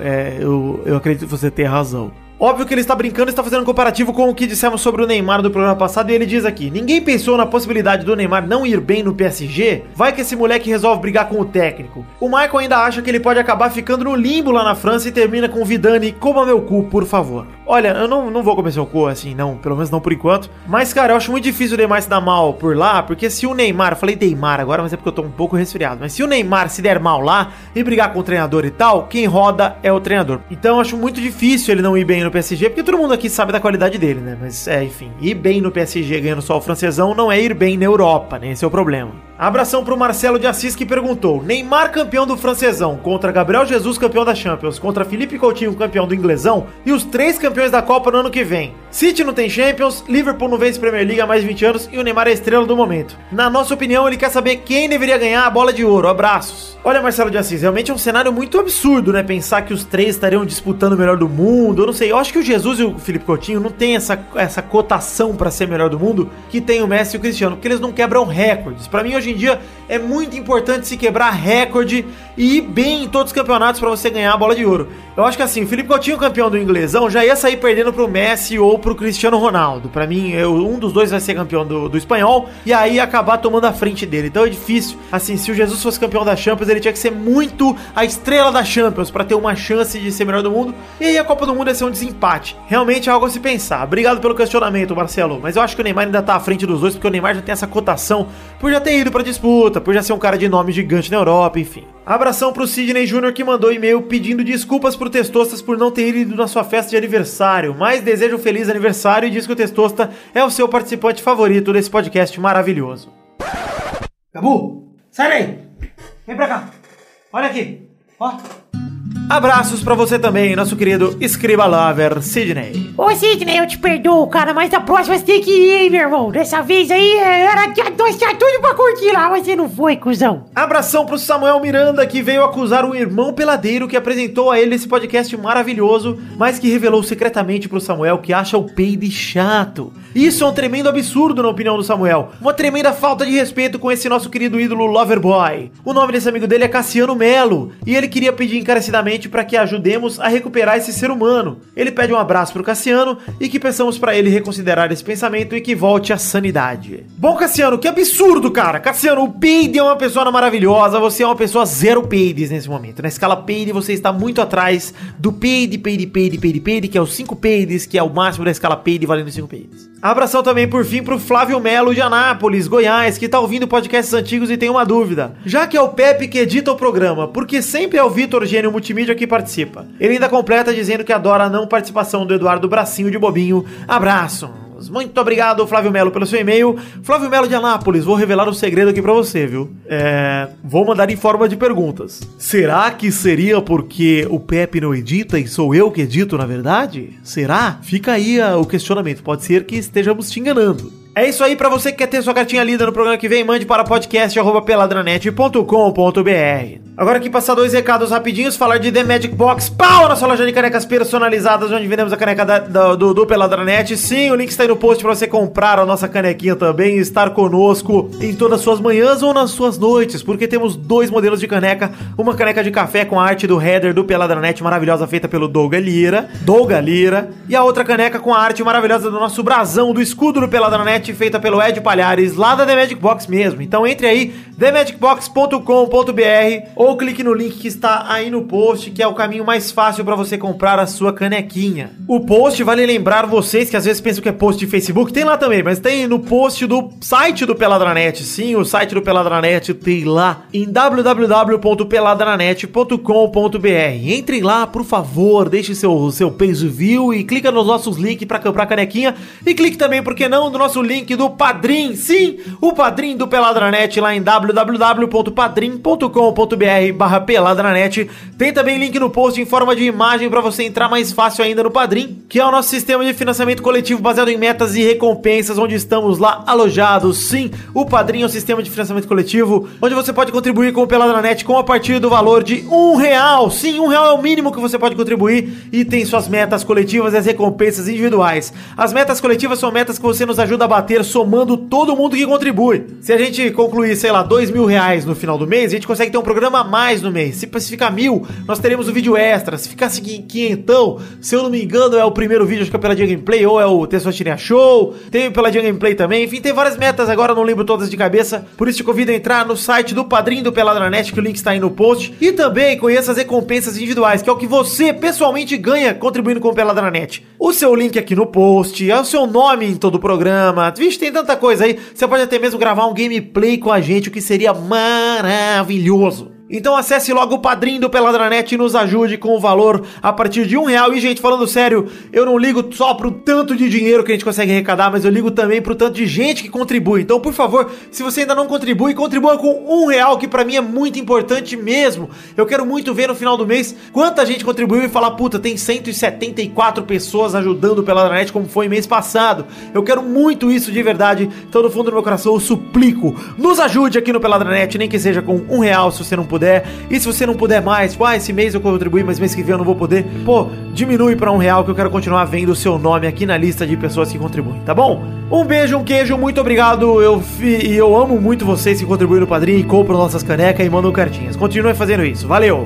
[SPEAKER 4] eu acredito que você tem razão. Óbvio que ele está brincando e está fazendo um comparativo com o que dissemos sobre o Neymar do programa passado, e ele diz aqui: ninguém pensou na possibilidade do Neymar não ir bem no PSG? Vai que esse moleque resolve brigar com o técnico. O Michael ainda acha que ele pode acabar ficando no limbo lá na França e termina com o Vidane. Coma meu cu, por favor. Olha, eu não vou comer seu cu assim, não, pelo menos não por enquanto. Mas, cara, eu acho muito difícil o Neymar se dar mal por lá, porque se o Neymar, eu falei Neymar agora, mas é porque eu tô um pouco resfriado, mas se o Neymar se der mal lá e brigar com o treinador e tal, quem roda é o treinador. Então eu acho muito difícil ele não ir bem no PSG, porque todo mundo aqui sabe da qualidade dele, né? Mas, enfim, ir bem no PSG ganhando só o francesão não é ir bem na Europa, né? Esse é o problema. Abração pro Marcelo de Assis, que perguntou: Neymar campeão do francesão, contra Gabriel Jesus campeão da Champions, contra Felipe Coutinho campeão do inglesão, e os 3 campeões da Copa no ano que vem. City não tem Champions, Liverpool não vence Premier League há mais de 20 anos e o Neymar é a estrela do momento. Na nossa opinião, ele quer saber quem deveria ganhar a bola de ouro. Abraços. Olha, Marcelo de Assis, realmente é um cenário muito absurdo, né? Pensar que os 3 estariam disputando o melhor do mundo. Eu não sei, eu acho que o Jesus e o Felipe Coutinho não tem essa cotação pra ser melhor do mundo que tem o Messi e o Cristiano, porque eles não quebram recordes. Pra mim, hoje em dia, é muito importante se quebrar recorde e ir bem em todos os campeonatos pra você ganhar a bola de ouro. Eu acho que assim, o Felipe Coutinho, campeão do inglesão, já ia sair perdendo pro Messi ou pro Cristiano Ronaldo. Pra mim, um dos dois vai ser campeão do espanhol e aí acabar tomando a frente dele. Então é difícil. Assim, se o Jesus fosse campeão da Champions, ele tinha que ser muito a estrela da Champions pra ter uma chance de ser melhor do mundo. E aí a Copa do Mundo ia ser um desempate. Realmente é algo a se pensar. Obrigado pelo questionamento, Marcelo. Mas eu acho que o Neymar ainda tá à frente dos dois, porque o Neymar já tem essa cotação por já ter ido pra disputa, por já ser um cara de nome gigante na Europa, enfim. Abração pro Sidney Júnior, que mandou e-mail pedindo desculpas pro Testostas por não ter ido na sua festa de aniversário, mas deseja um feliz aniversário e diz que o Testosta é o seu participante favorito desse podcast maravilhoso. Gabu, sai daí! Vem pra cá! Olha aqui! Ó! Abraços pra você também, nosso querido Escriba Lover, Sidney.
[SPEAKER 8] Ô, Sidney, eu te perdoo, cara, mas da próxima você tem que ir, hein, meu irmão. Dessa vez aí, tinha tudo pra curtir lá, mas você não foi, cuzão.
[SPEAKER 4] Abração pro Samuel Miranda, que veio acusar um irmão peladeiro que apresentou a ele esse podcast maravilhoso, mas que revelou secretamente pro Samuel que acha o peide chato. Isso é um tremendo absurdo na opinião do Samuel. Uma tremenda falta de respeito com esse nosso querido ídolo Loverboy. O nome desse amigo dele é Cassiano Melo, e ele queria pedir encarecidamente para que ajudemos a recuperar esse ser humano. Ele pede um abraço pro Cassiano e que peçamos para ele reconsiderar esse pensamento e que volte à sanidade. Bom, Cassiano, que absurdo, cara. Cassiano, o peide é uma pessoa maravilhosa, você é uma pessoa zero peides nesse momento. Na escala peide, você está muito atrás do peide, que é os 5 peides, que é o máximo da escala peide, valendo 5 peides. Abração também, por fim, pro Flávio Melo de Anápolis, Goiás, que tá ouvindo podcasts antigos e tem uma dúvida. Já que é o Pepe que edita o programa, porque sempre é o Vitor Gênio Multimídia que participa. Ele ainda completa dizendo que adora a não participação do Eduardo Bracinho de Bobinho. Abraço! Muito obrigado, Flávio Melo, pelo seu e-mail. Flávio Melo de Anápolis, vou revelar um segredo aqui pra você, viu? Vou mandar em forma de perguntas. Será que seria porque o Pepe não edita e sou eu que edito, na verdade? Será? Fica aí o questionamento. Pode ser que estejamos te enganando. É isso aí, pra você que quer ter sua cartinha lida no programa que vem, mande para podcast@peladranet.com.br. Agora aqui passar 2 recados rapidinhos, falar de The Magic Box, pau, nossa loja de canecas personalizadas, onde vendemos a caneca do Peladranet. Sim, o link está aí no post pra você comprar a nossa canequinha também e estar conosco em todas as suas manhãs ou nas suas noites, porque temos 2 modelos de caneca, uma caneca de café com a arte do header do Peladranet, maravilhosa, feita pelo Doug Lira, e a outra caneca com a arte maravilhosa do nosso brasão, do escudo do Peladranet, feita pelo Ed Palhares, lá da The Magic Box mesmo. Então entre aí, themagicbox.com.br, ou clique no link que está aí no post, que é o caminho mais fácil para você comprar a sua canequinha. O post, vale lembrar vocês que às vezes pensam que é post de Facebook, tem lá também, mas tem no post do site do Peladranet. Sim, o site do Peladranet tem lá em www.peladranet.com.br. Entrem lá, por favor, deixe seu page view e clica nos nossos links para comprar a canequinha, e clique também, por que não, no nosso link do Padrim, sim, o Padrim do Peladranet, lá em www.padrim.com.br/Peladranet. Tem também link no post em forma de imagem para você entrar mais fácil ainda no Padrim, que é o nosso sistema de financiamento coletivo baseado em metas e recompensas, onde estamos lá alojados. Sim, o Padrim é um sistema de financiamento coletivo, onde você pode contribuir com o Peladranet com a partir do valor de R$1. Sim, R$1 é o mínimo que você pode contribuir, e tem suas metas coletivas e as recompensas individuais. As metas coletivas são metas que você nos ajuda a bater somando todo mundo que contribui. Se a gente concluir, sei lá, R$2.000 no final do mês, a gente consegue ter um programa a mais no mês. Se ficar 1.000, nós teremos um vídeo extra. Se ficar 500, se eu não me engano, é o primeiro vídeo, acho que é Peladinha Gameplay, ou é o Testosterinha Show, tem o Peladinha Gameplay também. Enfim, tem várias metas agora, não lembro todas de cabeça. Por isso te convido a entrar no site do Padrim do Peladranet, que o link está aí no post. E também conheça as recompensas individuais, que é o que você pessoalmente ganha contribuindo com o Peladranet. O seu link aqui no post, é o seu nome em todo o programa. Vixe, tem tanta coisa aí. Você pode até mesmo gravar um gameplay com a gente, o que seria maravilhoso. Então acesse logo o Padrim do Peladranet e nos ajude com o valor a partir de R$1. E, gente, falando sério, eu não ligo só pro tanto de dinheiro que a gente consegue arrecadar, mas eu ligo também pro tanto de gente que contribui. Então, por favor, se você ainda não contribui, contribua com R$1, que pra mim é muito importante mesmo. Eu quero muito ver no final do mês quanta gente contribuiu e falar, puta, tem 174 pessoas ajudando o Peladranet, como foi mês passado. Eu quero muito isso de verdade. Então, no fundo do meu coração, eu suplico, nos ajude aqui no Peladranet, nem que seja com R$1, se você não puder. E se você não puder mais, esse mês eu contribuí, mas mês que vem eu não vou poder, diminui pra R$1, que eu quero continuar vendo o seu nome aqui na lista de pessoas que contribuem, tá bom? Um beijo, um queijo, muito obrigado. Eu amo muito vocês que contribuem no Padrim e compram nossas canecas e mandam cartinhas. Continue fazendo isso, valeu!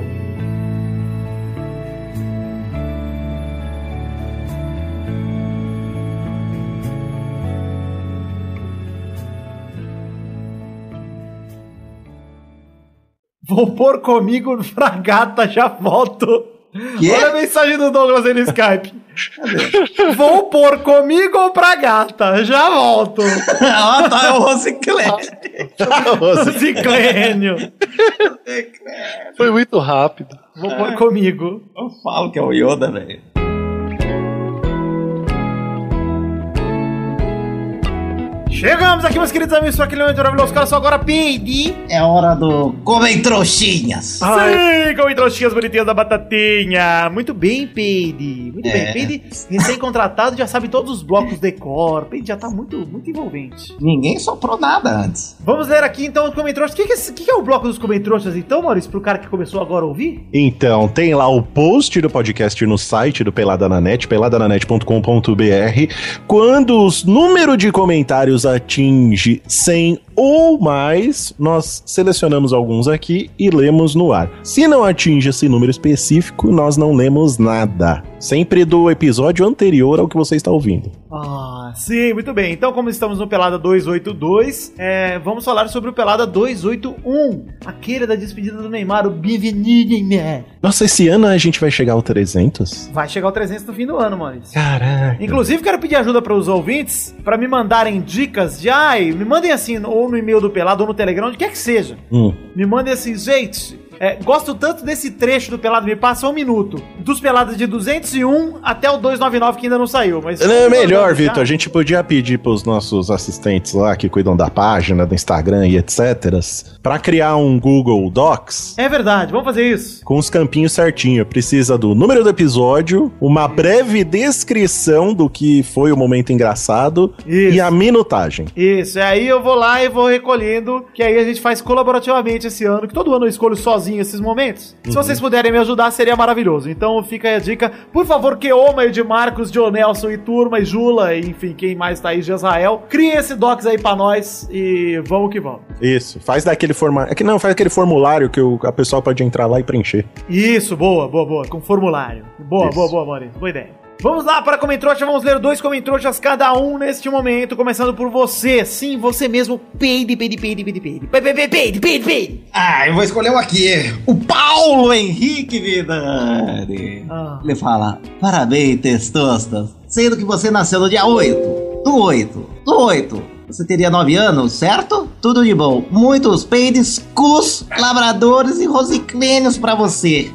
[SPEAKER 4] Vou pôr comigo pra gata, já volto. Olha a mensagem do Douglas aí no Skype. Vou pôr comigo ou pra gata, já volto.
[SPEAKER 3] Tá, é o Rosiclênio.
[SPEAKER 4] Rosiclênio.
[SPEAKER 6] Foi muito rápido.
[SPEAKER 4] Vou pôr comigo.
[SPEAKER 3] Eu falo que é o Yoda, velho.
[SPEAKER 4] Chegamos aqui, meus queridos amigos, aquele momento maravilhoso. Cara, só agora peide.
[SPEAKER 3] É hora do Comem Trouxinhas.
[SPEAKER 4] Sim, comem trouxinhas bonitinhas da batatinha. Muito bem, Peide. Muito bem, Peide, recém-contratado, já sabe todos os blocos decor. Peide já tá muito envolvente.
[SPEAKER 3] Ninguém soprou nada antes.
[SPEAKER 4] Vamos ler aqui então os Comentroxas. O que é o bloco dos Comentroxas então, Maurício, pro cara que começou agora a ouvir?
[SPEAKER 5] Então, tem lá o post do podcast no site do Pelada na Net, peladananet.com.br. Quando o número de comentários atinge 100 ou mais, nós selecionamos alguns aqui e lemos no ar. Se não atinge esse número específico, nós não lemos nada. Sempre do episódio anterior ao que você está ouvindo.
[SPEAKER 4] Ah, sim, muito bem. Então, como estamos no Pelada 282, vamos falar sobre o Pelada 281. Aquele da despedida do Neymar, o Bienvenido Neymar.
[SPEAKER 5] Nossa, esse ano a gente vai chegar ao 300?
[SPEAKER 4] Vai chegar ao 300 no fim do ano, Maurício.
[SPEAKER 5] Caraca.
[SPEAKER 4] Inclusive, quero pedir ajuda para os ouvintes, para me mandarem dicas de, me mandem assim, ou no e-mail do Pelado, ou no Telegram, onde quer que seja. Me mandem assim, gente... gosto tanto desse trecho do Pelado, me passa 1 minuto. Dos Pelados de 201 até o 299 que ainda não saiu. Mas
[SPEAKER 5] é melhor, Vitor. A gente podia pedir pros nossos assistentes lá que cuidam da página, do Instagram e etc. pra criar um Google Docs.
[SPEAKER 4] É verdade, vamos fazer isso.
[SPEAKER 5] Com os campinhos certinho. Precisa do número do episódio, uma breve descrição do que foi o momento engraçado e a minutagem.
[SPEAKER 4] Isso, aí eu vou lá e vou recolhendo, que aí a gente faz colaborativamente esse ano, que todo ano eu escolho sozinho esses momentos. Se vocês puderem me ajudar, seria maravilhoso. Então fica aí a dica. Por favor, Keoma, Edmarcos, Dionelson e Turma e Jula, e, enfim, quem mais tá aí, de Israel, criem esse docs aí pra nós e vamos que vamos.
[SPEAKER 5] Isso, faz daquele formato. Faz aquele formulário que a pessoa pode entrar lá e preencher.
[SPEAKER 4] Isso, boa, com formulário. Boa, Maurício, boa ideia. Vamos lá para Comentroxa, vamos ler 2 Comentroxas cada um neste momento, começando por você. Sim, você mesmo, peide.
[SPEAKER 3] Eu vou escolher um aqui. O Paulo Henrique Vidani. Ele fala, parabéns, Testostas, sendo que você nasceu no dia 8 do 8. Você teria 9 anos, certo? Tudo de bom. Muitos peides, cus, labradores e rosiclênios pra você.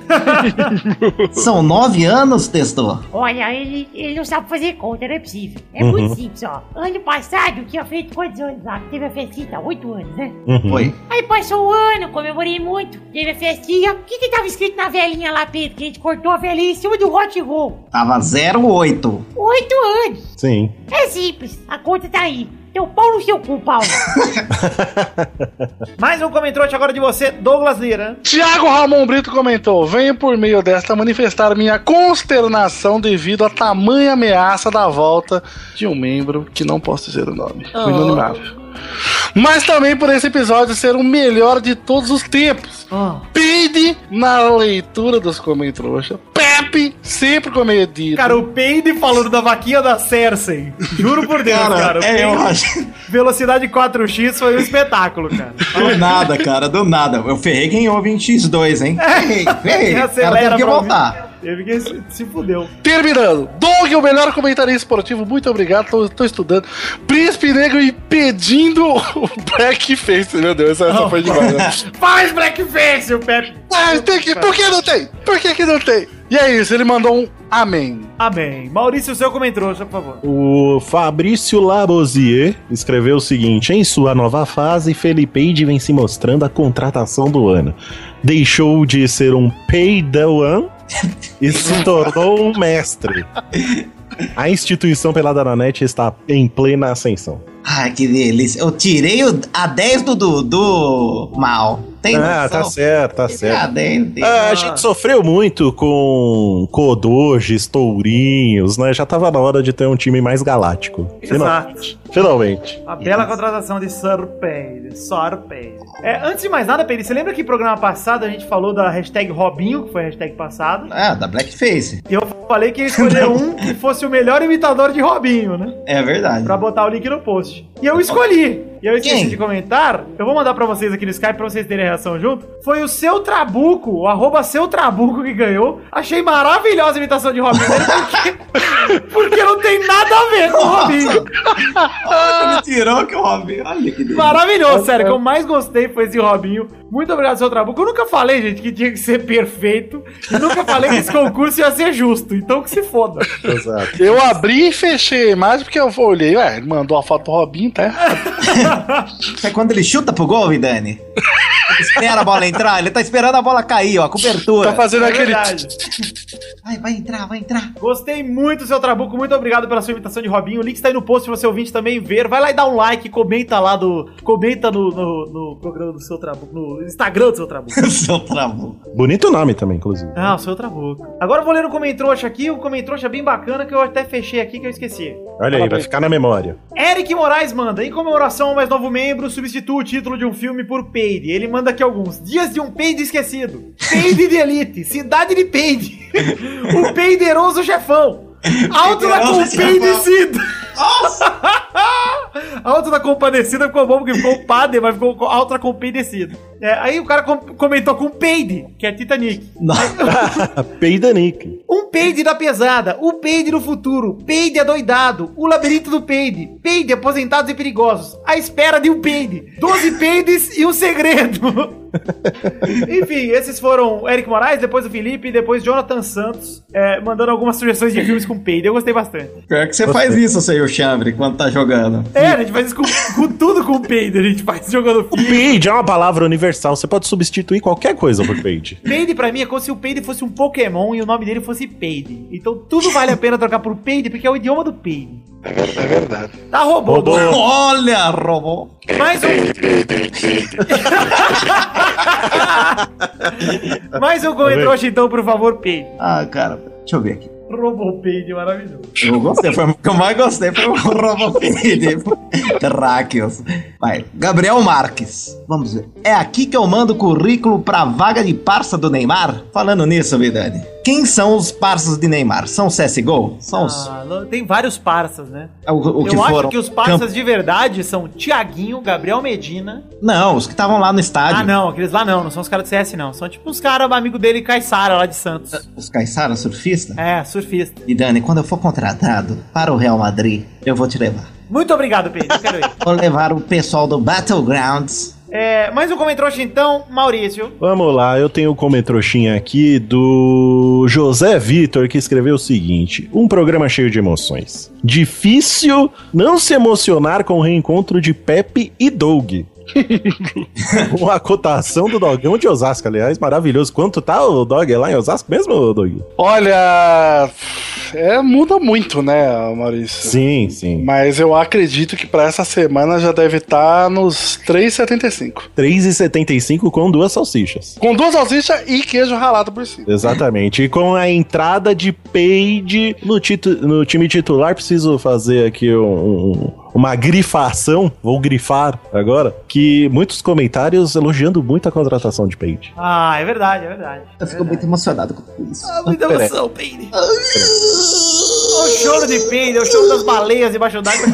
[SPEAKER 3] São 9 anos, Testor?
[SPEAKER 8] Olha, ele não sabe fazer conta, não é possível. É muito simples, ó. Ano passado, eu tinha feito quantos anos lá? Teve a festinha, 8 anos, né?
[SPEAKER 3] Foi.
[SPEAKER 8] Aí passou o ano, comemorei muito, teve a festinha. O que tava escrito na velhinha lá, Pedro? Que a gente cortou a velhinha em cima do hot roll.
[SPEAKER 3] Tava 08.
[SPEAKER 8] 8 anos.
[SPEAKER 5] Sim.
[SPEAKER 8] É simples, a conta tá aí. Teu pau no seu cu, Paulo.
[SPEAKER 4] Mais um comentário agora de você, Douglas Lira.
[SPEAKER 6] Thiago Ramon Brito comentou: venho por meio desta manifestar minha consternação devido à tamanha ameaça da volta de um membro que não posso dizer o nome. O inanimável. Mas também por esse episódio ser o melhor de todos os tempos. Peide na leitura dos Comentroxa. Pepe sempre comedido.
[SPEAKER 4] Cara, o Peide falando da vaquinha da Cersei. Juro por Deus, cara.
[SPEAKER 3] Eu acho.
[SPEAKER 4] Velocidade 4x foi um espetáculo, cara.
[SPEAKER 3] Do nada, cara, do nada. O Ferrei ganhou 20x2, hein? Ferrei. O cara teve que voltar.
[SPEAKER 4] Teve que se fudeu.
[SPEAKER 6] Terminando. Doug, o melhor comentarista esportivo. Muito obrigado, tô estudando. Príncipe Negro impedindo o Blackface. Meu Deus, essa foi demais. Né?
[SPEAKER 4] Faz Blackface, o Pepe.
[SPEAKER 6] Por que não tem? Por que não tem? E é isso, ele mandou um amém.
[SPEAKER 4] Amém. Maurício, o seu comentário, por favor.
[SPEAKER 5] O Fabrício Labosier escreveu o seguinte: em sua nova fase, Felipeide vem se mostrando a contratação do ano. Deixou de ser um peidawan e se tornou um mestre. A instituição Pelada na Net está em plena ascensão.
[SPEAKER 3] Ai, que delícia. Eu tirei a 10 do mal. Tem noção?
[SPEAKER 5] Tá certo.
[SPEAKER 3] A
[SPEAKER 5] gente sofreu muito com Kodoges, Tourinhos, né? Já tava na hora de ter um time mais galáctico. Finalmente.
[SPEAKER 4] A bela contratação de Sorpeide. Antes de mais nada, Pedro, você lembra que no programa passado a gente falou da hashtag Robinho, que foi a hashtag passado?
[SPEAKER 3] Da Blackface.
[SPEAKER 4] E eu falei que ia escolher um que fosse o melhor imitador de Robinho, né?
[SPEAKER 3] É verdade.
[SPEAKER 4] Pra botar o link no post. E eu escolhi. e eu esqueci de comentar, eu vou mandar pra vocês aqui no Skype pra vocês terem a reação junto. Foi o Seu Trabuco, o @Seu Trabuco que ganhou. Achei maravilhosa a imitação de Robinho dele, porque não tem nada a ver com o Robinho.
[SPEAKER 3] Me tirou que o Robinho. Olha que delícia.
[SPEAKER 4] Maravilhoso, sério, o que eu mais gostei foi esse Robinho. Muito obrigado, Seu Trabuco. Eu nunca falei, gente, que tinha que ser perfeito. E nunca falei que esse concurso ia ser justo. Então que se foda.
[SPEAKER 5] Exato.
[SPEAKER 6] Eu abri e fechei a imagem porque eu olhei, ele mandou a foto do Robinho, tá errado.
[SPEAKER 3] É quando ele chuta pro gol, Vidani. Ele espera a bola entrar, ele tá esperando a bola cair, ó, a cobertura.
[SPEAKER 6] Tá fazendo aquele...
[SPEAKER 4] Verdade.
[SPEAKER 3] Vai entrar.
[SPEAKER 4] Gostei muito, Seu Trabuco. Muito obrigado pela sua imitação de Robinho. O link está aí no post pra você ouvinte também ver. Vai lá e dá um like, comenta lá comenta no programa do Seu Trabuco, no Instagram do Seu Trabuco.
[SPEAKER 3] Seu Trabuco.
[SPEAKER 5] Bonito nome também, inclusive.
[SPEAKER 4] Ah, o Seu Trabuco. Agora eu vou ler o Comentrouxa aqui, um Comentrouxa bem bacana que eu até fechei aqui que eu esqueci.
[SPEAKER 5] Olha aí, vai ficar na memória.
[SPEAKER 4] Eric Moraes manda, em comemoração ao mais novo membro, substitua o título de um filme por Peide. Ele manda aqui alguns. Dias de um Peide esquecido. Peide de elite. Cidade de Peide. O peideroso chefão. Alto da Compadecida. Alto da Compadecida ficou bom porque ficou Pade, mas ficou Alto da Compadecida. Aí o cara comentou com Peide, que é Titanic.
[SPEAKER 5] Peidanic.
[SPEAKER 4] Um Peide da pesada, o Peide do futuro, Peide adoidado, o labirinto do Peide, Peide aposentados e perigosos, a espera de um Peide, 12 Peides e um segredo. Enfim, esses foram Eric Moraes, depois o Felipe, depois Jonathan Santos, mandando algumas sugestões de filmes com Peide. Eu gostei bastante.
[SPEAKER 3] Pior que você faz isso, Senhor Chambre, quando tá jogando.
[SPEAKER 4] A gente faz isso com tudo com Peide, a gente faz jogando filme.
[SPEAKER 5] Peide é uma palavra universal, você pode substituir qualquer coisa por Peide.
[SPEAKER 4] Peide pra mim é como se o Peide fosse um Pokémon e o nome dele fosse Peide. Então tudo vale a pena trocar por Peide, porque é o idioma do Peide.
[SPEAKER 6] É verdade.
[SPEAKER 4] Tá, robô.
[SPEAKER 3] Olha, robô.
[SPEAKER 4] Mais um Comentrouxa, então, por favor, Peide.
[SPEAKER 3] Ah, cara, deixa eu ver aqui.
[SPEAKER 4] Robô Peide, maravilhoso.
[SPEAKER 3] Eu gostei, foi o que eu mais gostei, foi o Robô Peide. Terráqueos. Vai, Gabriel Marques. Vamos ver. É aqui que eu mando o currículo pra vaga de parça do Neymar? Falando nisso, Vidani. Quem são os parças de Neymar? São os CSGO? São os...
[SPEAKER 4] Tem vários parças, né?
[SPEAKER 3] Eu
[SPEAKER 4] acho que os parças de verdade são Thiaguinho, Gabriel Medina.
[SPEAKER 3] Não, os que estavam lá no estádio.
[SPEAKER 4] Ah, não, aqueles lá não são os caras do CS, não. São tipo os caras, amigo dele, Caissara, lá de Santos.
[SPEAKER 3] Os Caissara, surfista?
[SPEAKER 4] É, surfista.
[SPEAKER 3] E Dani, quando eu for contratado para o Real Madrid, eu vou te levar.
[SPEAKER 4] Muito obrigado, Pedro, eu quero ir.
[SPEAKER 3] Vou levar o pessoal do Battlegrounds.
[SPEAKER 4] Mais um Comentrouxa então, Maurício.
[SPEAKER 5] Vamos lá, eu tenho um Comentrouxinha aqui do José Vitor, que escreveu o seguinte: um programa cheio de emoções. Difícil não se emocionar com o reencontro de Pepe e Doug. Uma cotação do Dogão de Osasco, aliás, maravilhoso. Quanto tá o Dog lá em Osasco mesmo, Doug?
[SPEAKER 6] Olha, muda muito, né, Maurício?
[SPEAKER 5] Sim, sim.
[SPEAKER 6] Mas eu acredito que pra essa semana já deve estar nos 3,75.
[SPEAKER 5] 3,75 com 2 salsichas.
[SPEAKER 6] Com 2 salsichas e queijo ralado por cima.
[SPEAKER 5] Exatamente. E com a entrada de Peide no time titular, preciso fazer aqui uma grifação, vou grifar agora, que muitos comentários elogiando muito a contratação de Peide.
[SPEAKER 4] Ah, é verdade, é verdade.
[SPEAKER 3] Eu fico muito emocionado com isso.
[SPEAKER 4] Muita emoção, Peide. O choro de Peide, o choro das baleias debaixo d'água.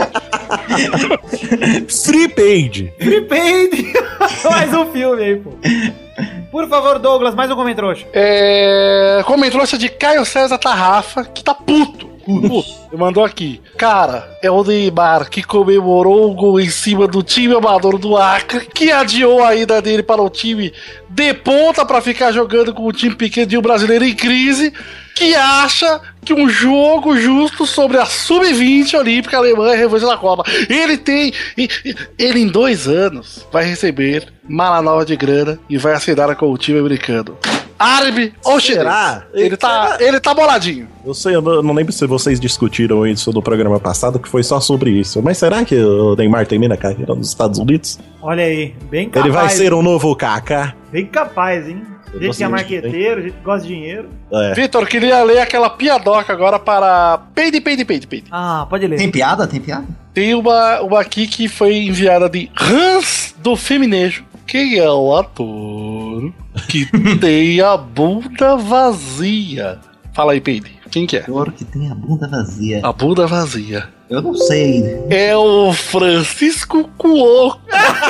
[SPEAKER 5] Free Peide.
[SPEAKER 4] Free Peide. Mais um filme aí, pô. Por favor, Douglas, mais um Comentrouxa.
[SPEAKER 6] Comentrouxa de Caio César Tarrafa, que tá puto. Ele mandou aqui. Cara, é o Neymar que comemorou o gol em cima do time amador do Acre, que adiou a ida dele para o time de ponta para ficar jogando com o time pequeno de um brasileiro em crise, que acha que um jogo justo sobre a Sub-20 Olímpica Alemã é revanche da Copa. Ele em 2 anos vai receber mala nova de grana e vai assinar com o time americano. Árabe ou chinês? Ele tá boladinho.
[SPEAKER 5] Eu não lembro se vocês discutiram isso no programa passado, que foi só sobre isso. Mas será que o Neymar termina a carreira nos Estados Unidos?
[SPEAKER 4] Olha aí, bem capaz.
[SPEAKER 5] Ele vai ser um novo Kaká?
[SPEAKER 4] Bem capaz, hein? Gente que é marqueteiro, gente que gosta de dinheiro.
[SPEAKER 6] Vitor, queria ler aquela piadoca agora para Peide.
[SPEAKER 4] Ah, pode ler.
[SPEAKER 3] Tem piada?
[SPEAKER 6] Tem uma aqui que foi enviada de Hans do Feminejo. Quem é o ator que tem a bunda vazia? Fala aí, Peide. Quem que é?
[SPEAKER 3] Touro que tem a bunda vazia.
[SPEAKER 6] A bunda vazia.
[SPEAKER 3] Eu não sei.
[SPEAKER 6] É o Francisco Cuoco.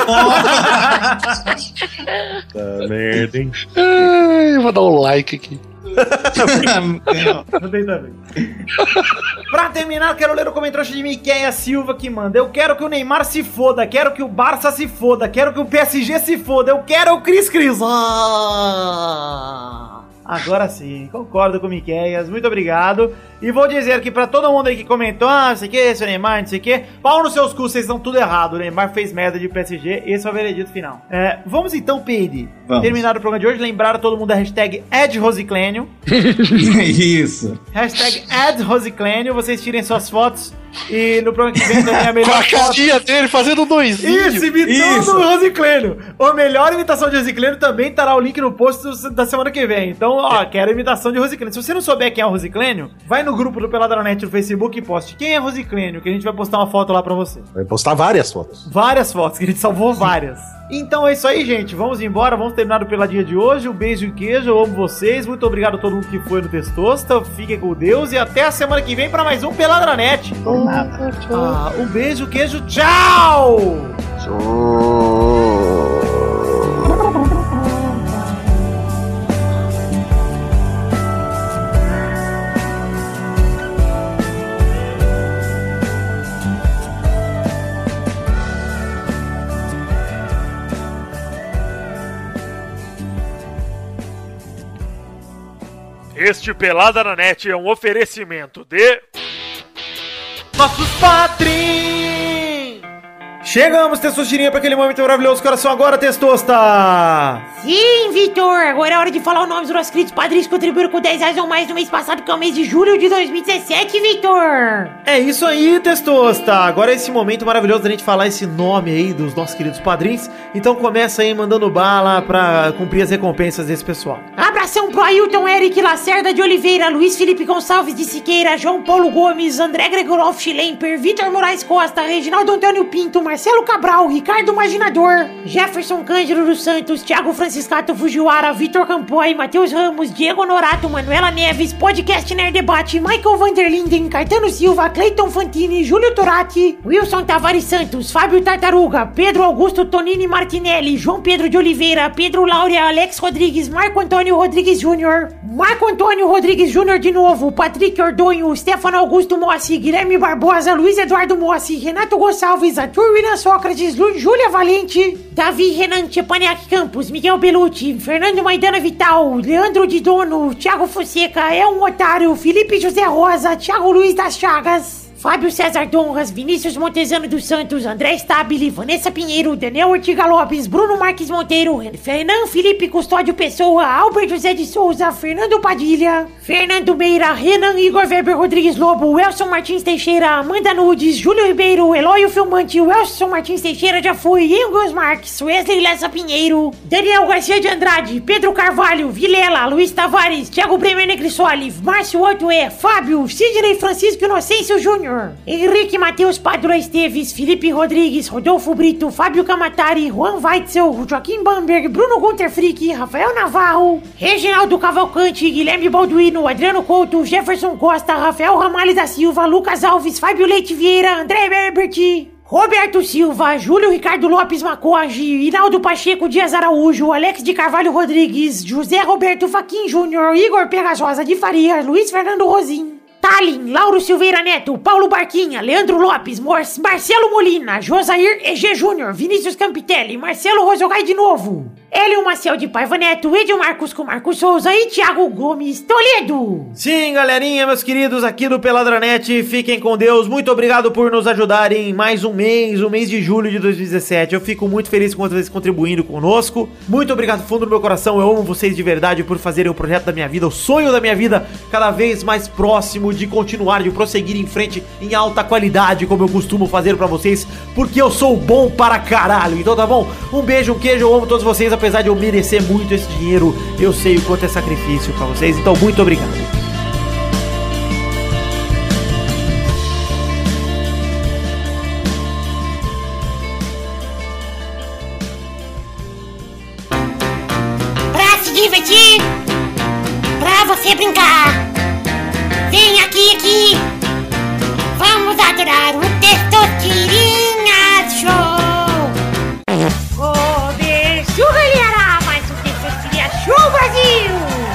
[SPEAKER 5] Tá merda, hein?
[SPEAKER 6] Eu vou dar um like aqui.
[SPEAKER 4] Não tem também. Pra terminar, quero ler o comentário de Miquéia Silva que manda: eu quero que o Neymar se foda, quero que o Barça se foda, quero que o PSG se foda, eu quero o Cris. Agora sim, concordo com o Miqueias, muito obrigado. E vou dizer que pra todo mundo aí que comentou, não sei o que, seu Neymar, não sei o que, pau nos seus cus, vocês estão tudo errado. O Neymar fez merda de PSG, esse é o veredito final. Vamos então, Peide, terminar o programa de hoje, lembrar a todo mundo da hashtag @Rosiclênio.
[SPEAKER 3] Isso.
[SPEAKER 4] Hashtag @Rosiclênio, vocês tirem suas fotos. E no programa que vem também a melhor
[SPEAKER 6] com a carinha dele fazendo doisinho.
[SPEAKER 4] Isso, imitando o Rosiclênio. A melhor imitação de Rosiclênio também estará o link no post da semana que vem. Então, ó, quero imitação de Rosiclênio. Se você não souber quem é o Rosiclênio, vai no grupo do Peladranet no Facebook e poste quem é Rosiclênio, que a gente vai postar uma foto lá pra você.
[SPEAKER 5] Vai postar várias fotos.
[SPEAKER 4] Várias fotos, que a gente salvou várias. Então é isso aí, gente. Vamos embora, vamos terminar o Peladinha de hoje. Um beijo e queijo, eu amo vocês. Muito obrigado a todo mundo que foi no Testosta. Fiquem com Deus e até a semana que vem pra mais um Peladranet. Um beijo, queijo, tchau!
[SPEAKER 10] Este Pelada na Net é um oferecimento de...
[SPEAKER 4] nossos padrinhos! Chegamos, Testosterinha, para aquele momento maravilhoso. Coração agora, Testosta!
[SPEAKER 8] Sim, Vitor! Agora é hora de falar o nome dos nossos queridos padrinhos que contribuíram com 10 reais ou mais no mês passado, que é o mês de julho de 2017, Vitor!
[SPEAKER 4] É isso aí, Testosta! Agora é esse momento maravilhoso da gente falar esse nome aí dos nossos queridos padrinhos. Então começa aí mandando bala pra cumprir as recompensas desse pessoal.
[SPEAKER 8] Abração pro Ailton Eric Lacerda de Oliveira, Luiz Felipe Gonçalves de Siqueira, João Paulo Gomes, André Gregorov Schlemper, Vitor Moraes Costa, Reginaldo Antônio Pinto, Marcelo Cabral, Ricardo Maginador, Jefferson Cândido dos Santos, Thiago Franciscato Fujiwara, Vitor Campoy, Matheus Ramos, Diego Norato, Manuela Neves, Podcast Nerd Debate, Michael Vanderlinden, Caetano Silva, Cleiton Fantini, Júlio Turati, Wilson Tavares Santos, Fábio Tartaruga, Pedro Augusto Tonini Martinelli, João Pedro de Oliveira, Pedro Laura, Alex Rodrigues, Marco Antônio Rodrigues Júnior, Marco Antônio Rodrigues Júnior de novo, Patrick Ordonho, Stefano Augusto Mossi, Guilherme Barbosa, Luiz Eduardo Mossi, Renato Gonçalves, Arthur William Sócrates, Júlia Valente, Davi Renan Tchepaniak Campos, Miguel Belucci, Fernando Maidana Vital, Leandro de Dono, Thiago Fonseca, um Otário, Felipe José Rosa, Thiago Luiz das Chagas, Fábio César Donras, Vinícius Montezano dos Santos, André Stabile, Vanessa Pinheiro, Daniel Ortiga Lopes, Bruno Marques Monteiro, Renan Felipe Custódio Pessoa, Albert José de Souza, Fernando Padilha, Fernando Meira, Renan Igor Weber Rodrigues Lobo, Elson Martins Teixeira, Amanda Nudes, Júlio Ribeiro, Eloy Filmante, Elson Martins Teixeira já foi, Engels Marques, Wesley Lessa Pinheiro, Daniel Garcia de Andrade, Pedro Carvalho, Vilela, Luiz Tavares, Thiago Bremer Negrisoli, Márcio Otoé, Fábio, Sidney Francisco Inocêncio Júnior, Henrique Matheus Padura Esteves, Felipe Rodrigues, Rodolfo Brito, Fábio Camatari, Juan Weitzel, Joaquim Bamberg, Bruno Gunter Frick, Rafael Navarro, Reginaldo Cavalcante, Guilherme Balduino, Adriano Couto, Jefferson Costa, Rafael Ramalho da Silva, Lucas Alves, Fábio Leite Vieira, André Herbert, Roberto Silva, Júlio Ricardo Lopes Macoge, Hinaldo Pacheco Dias Araújo, Alex de Carvalho Rodrigues, José Roberto Faquin Júnior, Igor Pegajosa de Faria, Luiz Fernando Rosim, Talin, Lauro Silveira Neto, Paulo Barquinha, Leandro Lopes, Marcelo Molina, Josair EG Júnior, Vinícius Campitelli, Marcelo Rosogai de novo, Hélio Maciel de Paiva Neto, Edil Marcos com Marcos Souza e Thiago Gomes Toledo.
[SPEAKER 4] Sim, galerinha, meus queridos aqui do Peladranet, fiquem com Deus. Muito obrigado por nos ajudarem em mais um mês de julho de 2017. Eu fico muito feliz com vocês contribuindo conosco. Muito obrigado, fundo do meu coração. Eu amo vocês de verdade por fazerem o projeto da minha vida, o sonho da minha vida, cada vez mais próximo de continuar, de prosseguir em frente em alta qualidade, como eu costumo fazer pra vocês, porque eu sou bom para caralho. Então tá bom? Um beijo, um queijo, eu amo todos vocês, apesar de eu merecer muito esse dinheiro, eu sei o quanto é sacrifício pra vocês, então muito obrigado.
[SPEAKER 8] Pra se divertir, pra você brincar, Vem aqui. Vamos adorar o Testosterinha Show. Começou, galera, mais um Testosterinha Show, Brasil.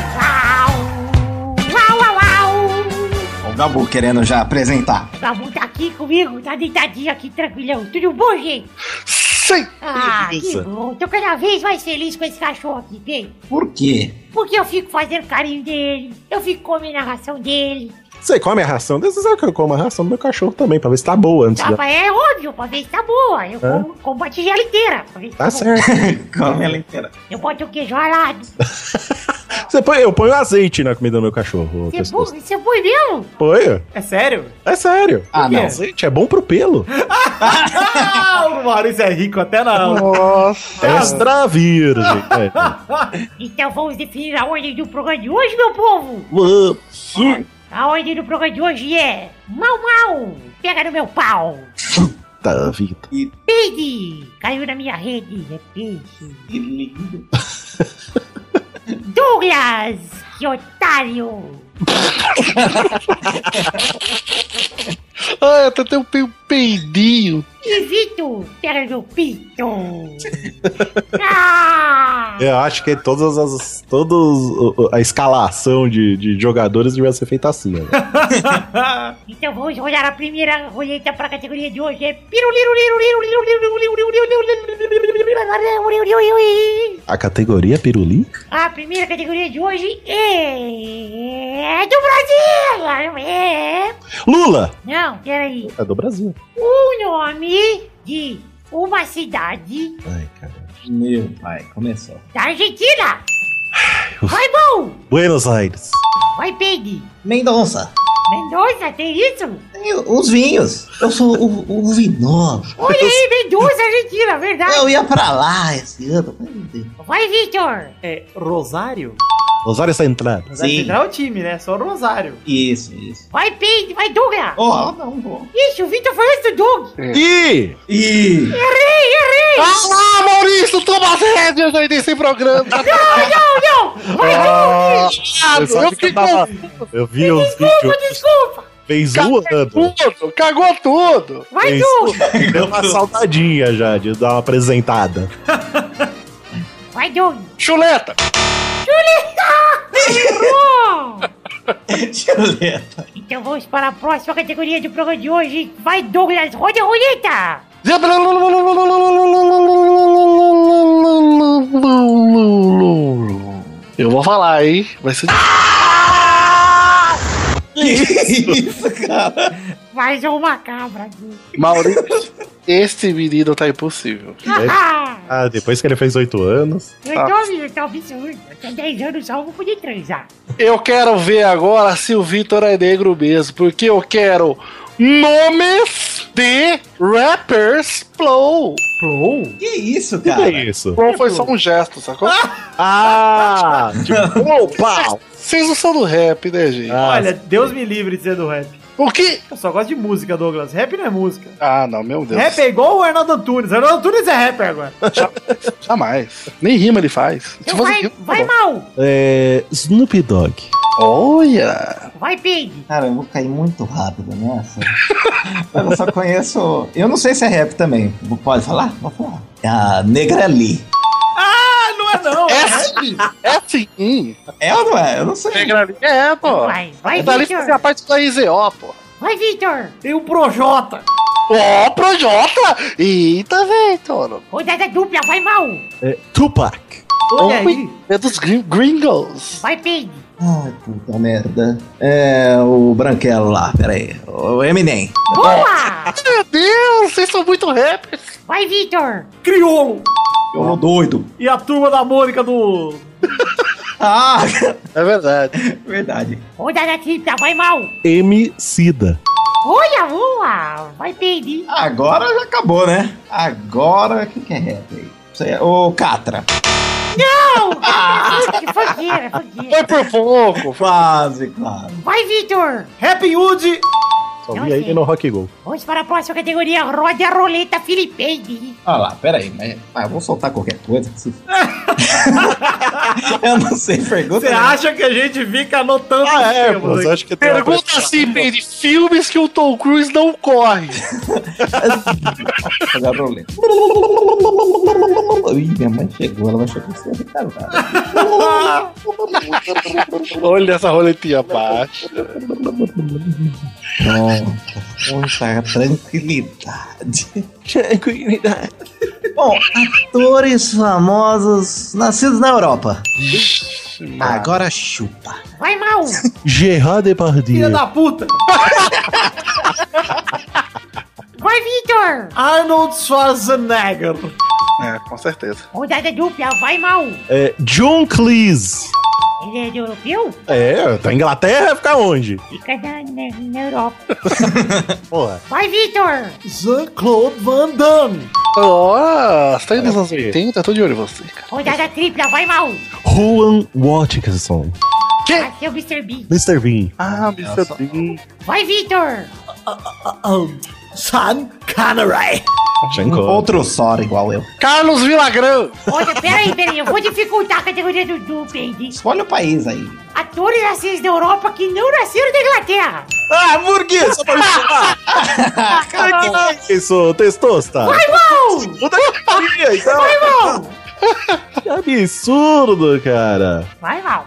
[SPEAKER 3] O Gabu querendo já apresentar.
[SPEAKER 8] O Gabu tá aqui comigo, tá deitadinho aqui, tranquilão. Tudo bom, gente?
[SPEAKER 6] Sim.
[SPEAKER 8] Ah, que bom. Tô cada vez mais feliz com esse cachorro aqui, bem.
[SPEAKER 3] Por quê?
[SPEAKER 8] Porque eu fico fazendo carinho dele, eu fico comendo a ração dele.
[SPEAKER 5] Você come a ração dele? Você sabe que eu como a ração do meu cachorro também, pra ver se tá boa antes.
[SPEAKER 8] É óbvio, pra ver se tá boa. Eu como a tigela inteira, pra ver se
[SPEAKER 5] Tá
[SPEAKER 8] tá
[SPEAKER 5] certo.
[SPEAKER 3] Come ela inteira.
[SPEAKER 8] Eu boto o queijo ralado.
[SPEAKER 5] Eu ponho azeite na comida do meu cachorro.
[SPEAKER 8] Você põe mesmo?
[SPEAKER 5] Põe?
[SPEAKER 4] É sério?
[SPEAKER 5] É sério.
[SPEAKER 3] Ah, não.
[SPEAKER 5] Azeite é bom pro pelo.
[SPEAKER 4] O Maurício é rico até não.
[SPEAKER 6] Nossa.
[SPEAKER 5] Extra virgem.
[SPEAKER 8] Então vamos definir a ordem do programa de hoje, meu povo. A ordem do programa de hoje é Mau, pega no meu pau.
[SPEAKER 5] Tá, vida.
[SPEAKER 8] Peide, caiu na minha rede, é peixe. Que lindo. Douglas, que otário.
[SPEAKER 6] Ah, eu até tenho um peidinho.
[SPEAKER 8] E Vitor, pega no meu pito.
[SPEAKER 5] Eu acho que toda a escalação de jogadores devia ser feita assim. Né?
[SPEAKER 8] Então vamos rodar a primeira roleta para a categoria de hoje. É
[SPEAKER 5] A categoria piruli?
[SPEAKER 8] a primeira categoria de hoje é do Brasil. É...
[SPEAKER 5] Lula!
[SPEAKER 8] Não, peraí.
[SPEAKER 5] É do Brasil.
[SPEAKER 8] O nome de uma cidade
[SPEAKER 5] Ai, caramba.
[SPEAKER 3] Meu pai, começou.
[SPEAKER 8] da Argentina. Vai, bom.
[SPEAKER 5] Buenos Aires.
[SPEAKER 8] Vai, Peide.
[SPEAKER 3] Mendonça.
[SPEAKER 8] Mendoza, tem isso?
[SPEAKER 3] Tem os vinhos. Eu sou o vinólogo.
[SPEAKER 8] Olha aí, Mendoza, Argentina, verdade.
[SPEAKER 3] Eu ia pra lá esse ano.
[SPEAKER 8] Vai, Victor.
[SPEAKER 4] É Rosário?
[SPEAKER 5] Rosário Central.
[SPEAKER 4] Rosário Central é o time, né? Só o Rosário.
[SPEAKER 3] Isso.
[SPEAKER 8] Vai, Peide. Vai, Douglas.
[SPEAKER 3] Não vou.
[SPEAKER 8] Ixi, o Victor foi antes do Doug.
[SPEAKER 5] Ih!
[SPEAKER 8] Errei.
[SPEAKER 6] Ah, Maurício, toma as rédeas aí desse programa.
[SPEAKER 8] Não. Vai,
[SPEAKER 5] Eu vi os vídeos.
[SPEAKER 8] Desculpa.
[SPEAKER 5] Fez um ano.
[SPEAKER 6] Cagou tudo.
[SPEAKER 8] Vai,
[SPEAKER 5] Fez-
[SPEAKER 8] Doug.
[SPEAKER 5] Deu uma saudadinha já de dar uma apresentada.
[SPEAKER 8] Vai, Doug.
[SPEAKER 6] Chuleta.
[SPEAKER 8] Errou.
[SPEAKER 3] Chuleta.
[SPEAKER 8] Então vamos para a próxima categoria do programa de hoje. Vai, Douglas, roda a roleta.
[SPEAKER 6] Eu vou falar, hein? Vai ser.
[SPEAKER 3] Isso, cara.
[SPEAKER 8] Mais uma cabra.
[SPEAKER 6] Maurício, esse menino tá impossível.
[SPEAKER 5] Ah, depois que ele fez 8 anos.
[SPEAKER 8] Eu tô absurdo. Eu tenho 10 anos só, eu vou poder transar.
[SPEAKER 6] Eu quero ver agora se o Vitor é negro mesmo, porque eu quero nomes de rappers Flow.
[SPEAKER 4] Flow?
[SPEAKER 3] Que isso,
[SPEAKER 5] O que
[SPEAKER 3] cara?
[SPEAKER 5] é isso?
[SPEAKER 6] Flow foi só um gesto, sacou?
[SPEAKER 5] Ah! Tipo, pau!
[SPEAKER 6] Vocês não são do rap, né, gente?
[SPEAKER 4] Olha, Deus me livre de ser do rap.
[SPEAKER 6] O quê?
[SPEAKER 4] Eu só gosto de música, Douglas. Rap não é música.
[SPEAKER 6] Ah, não, meu Deus.
[SPEAKER 4] Rap é igual o Arnaldo Antunes. O Arnaldo Antunes é rapper agora.
[SPEAKER 6] Jamais. Nem rima ele faz.
[SPEAKER 8] Então vai mal.
[SPEAKER 5] Snoop Dogg.
[SPEAKER 6] Olha!
[SPEAKER 8] Vai, Pig.
[SPEAKER 3] Cara, eu vou cair muito rápido nessa. Eu só conheço. Eu não sei se é rap também. Pode falar? Vou falar. É a Negrali.
[SPEAKER 4] Ah, não é não.
[SPEAKER 6] É sim.
[SPEAKER 3] É ou não é? Eu não sei.
[SPEAKER 6] É, pô.
[SPEAKER 8] Vai,
[SPEAKER 6] Dali
[SPEAKER 8] Victor.
[SPEAKER 6] fazia parte da IZO, pô.
[SPEAKER 8] Vai, Victor.
[SPEAKER 4] Tem o Projota.
[SPEAKER 6] Ó, Projota! Eita, Vitor.
[SPEAKER 8] Rodada dupla, vai mal.
[SPEAKER 5] Tupac.
[SPEAKER 4] Olha aí.
[SPEAKER 6] É dos gringos.
[SPEAKER 8] Vai, Pig.
[SPEAKER 3] Ai, puta merda. É o branquelo lá, peraí. O Eminem.
[SPEAKER 8] Boa.
[SPEAKER 6] Meu Deus, vocês são muito rappers.
[SPEAKER 8] Vai, Victor.
[SPEAKER 4] Criolo.
[SPEAKER 3] Eu doido.
[SPEAKER 4] E a turma da Mônica do...
[SPEAKER 3] Ah,
[SPEAKER 6] É verdade.
[SPEAKER 3] verdade.
[SPEAKER 8] Rodada tripla, vai mal.
[SPEAKER 5] Emicida.
[SPEAKER 8] Olha, boa. Vai, Pig.
[SPEAKER 3] Agora já acabou, né? Agora, o que é rap aí? Isso aí é o Catra.
[SPEAKER 8] Não. Fogueira.
[SPEAKER 6] Foi por pouco.
[SPEAKER 3] Quase, claro.
[SPEAKER 8] Vai, Victor.
[SPEAKER 4] Rap Hood.
[SPEAKER 5] Só vi ele no Rock Go.
[SPEAKER 8] Vamos para a próxima categoria. Roda a roleta, Felipe.
[SPEAKER 3] Olha lá, peraí. Mas eu vou soltar qualquer coisa. Eu não sei, pergunta.
[SPEAKER 4] Você acha que a gente fica anotando
[SPEAKER 5] Pô, acho que
[SPEAKER 6] Pergunta assim, Peide, filmes que o Tom Cruise não corre.
[SPEAKER 3] Ih, minha mãe chegou, ela vai chegar com você retardada.
[SPEAKER 6] Olha essa roletinha baixa.
[SPEAKER 3] Nossa, tranquilidade. Bom, atores famosos nascidos na Europa. Agora chupa.
[SPEAKER 8] Vai mal.
[SPEAKER 5] Gerard Depardieu.
[SPEAKER 4] Filha da puta.
[SPEAKER 8] Vai, Vitor.
[SPEAKER 4] Arnold Schwarzenegger.
[SPEAKER 6] É, com certeza.
[SPEAKER 8] Rodada dupla, vai mal.
[SPEAKER 5] John Cleese.
[SPEAKER 8] Ele é europeu?
[SPEAKER 5] Tá em Inglaterra, vai ficar onde?
[SPEAKER 8] Fica na Europa.
[SPEAKER 5] Porra.
[SPEAKER 8] Vai, Vitor.
[SPEAKER 2] Jean-Claude Van Damme.
[SPEAKER 6] Ó, você tá aí nos anos 80, tô de olho em você, cara.
[SPEAKER 8] Rodada tripla, vai mal.
[SPEAKER 5] Juan Watkinson.
[SPEAKER 8] Vai ser o Mr. Bean.
[SPEAKER 5] Mr. Bean.
[SPEAKER 6] Ah, Mr. Bean.
[SPEAKER 8] Vai, Vitor.
[SPEAKER 2] Sean Connery.
[SPEAKER 3] Outro Sora igual eu.
[SPEAKER 6] Carlos Villagrán.
[SPEAKER 8] Olha, peraí, eu vou dificultar a categoria do Peide.
[SPEAKER 3] Escolhe o país aí.
[SPEAKER 8] Atores nascidos da Europa que não nasceram da Inglaterra.
[SPEAKER 5] Ah, por quê? Só pra me falar. Cara, que é isso, Testosta?
[SPEAKER 8] Vai, mal.
[SPEAKER 5] Puta que pariu, então.
[SPEAKER 8] Vai, mal.
[SPEAKER 5] Que absurdo, cara.
[SPEAKER 8] Vai, mal.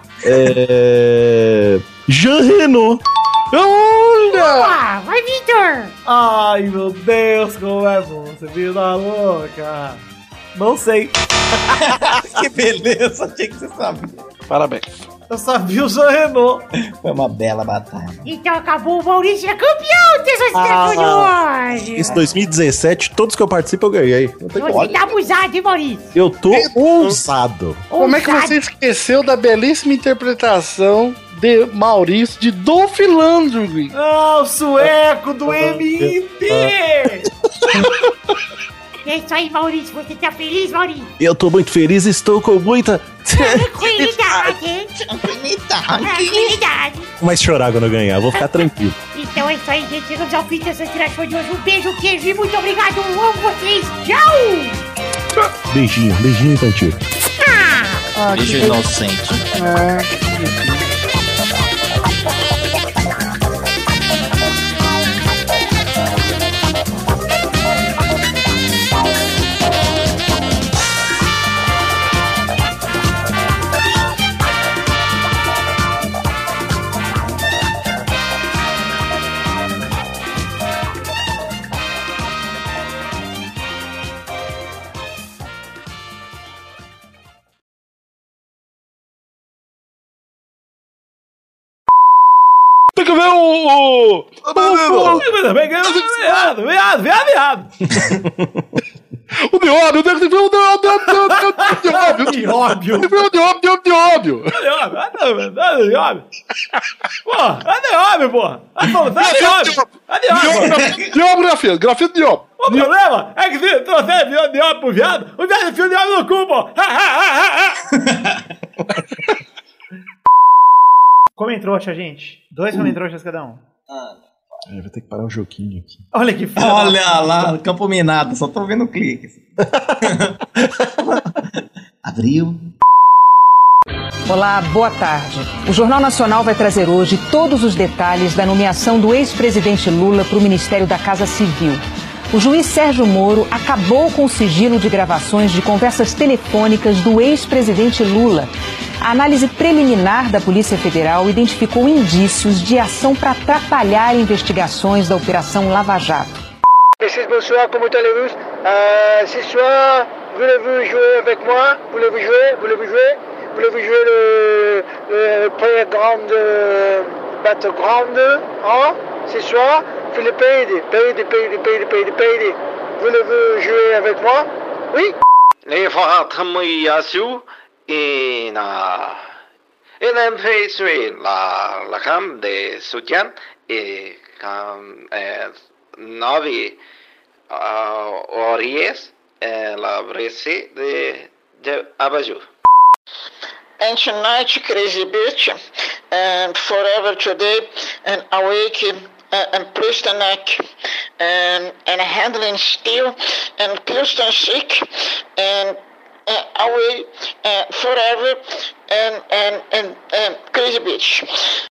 [SPEAKER 5] Jean Reno.
[SPEAKER 6] Olha!
[SPEAKER 8] Ah, vai, Vitor.
[SPEAKER 4] Ai, meu Deus, como é bom. Você viu da louca. Não sei.
[SPEAKER 3] Que beleza, achei que você sabia.
[SPEAKER 6] Parabéns.
[SPEAKER 4] Eu sabia o Jean Reno.
[SPEAKER 3] Foi uma bela batalha.
[SPEAKER 8] Então acabou, o Maurício é campeão dessas hoje.
[SPEAKER 5] Esse 2017, todos que eu participo eu ganhei. Não tem como.
[SPEAKER 8] Você tá abusado, hein, Maurício?
[SPEAKER 5] Eu tô ousado.
[SPEAKER 6] Como é que você esqueceu da belíssima interpretação de Maurício de Dolph Lundgren?
[SPEAKER 4] Ah, o sueco do MIB.
[SPEAKER 8] É isso aí, Maurício. Você tá feliz, Maurício?
[SPEAKER 5] Eu tô muito feliz, estou com muita
[SPEAKER 8] Tranquilidade. Tranquilidade.
[SPEAKER 5] Mas chorar quando eu ganhar, vou ficar tranquilo.
[SPEAKER 8] Então é isso aí, gente. Chegamos ao fim dessa tiração de hoje. Um beijo, queijo e muito obrigado. Eu amo vocês. Tchau.
[SPEAKER 5] Beijinho infantil.
[SPEAKER 3] Beijo inocente.
[SPEAKER 6] Tem que ver o...
[SPEAKER 4] Viado.
[SPEAKER 6] O Dióbio, tem que ver o Dióbio.
[SPEAKER 4] Porra, cadê homem, porra? Cadê homem?
[SPEAKER 6] Dióbio, grafite Dióbio.
[SPEAKER 4] O problema é que se trouxer Dióbio pro viado, o viado enfia o Dióbio no cu, pô. Comentrouxa, gente. 2 comentrouxas cada um.
[SPEAKER 5] Vou ter que parar o joguinho aqui.
[SPEAKER 4] Olha que foda.
[SPEAKER 3] Olha lá, campo minado, só tô vendo cliques. Abriu.
[SPEAKER 11] Olá, boa tarde. O Jornal Nacional vai trazer hoje todos os detalhes da nomeação do ex-presidente Lula para o Ministério da Casa Civil. O juiz Sérgio Moro acabou com o sigilo de gravações de conversas telefônicas do ex-presidente Lula. A análise preliminar da Polícia Federal identificou indícios de ação para atrapalhar investigações da Operação Lava Jato.
[SPEAKER 12] Bonsoir, comment allez-vous? Ce soir, voulez-vous jouer avec moi? Voulez-vous jouer? Voulez-vous jouer le playground battleground? Hein? Ce soir, Philippe, Peide. Voulez-vous jouer avec moi? Oui? Les informations et la cam de soutien et comme 9 horas la bresse de abajur. Ancient night, crazy bitch, and forever today, and awake and Preston neck, and handling steel, and Houston sick, and away forever and Crazy Bitch.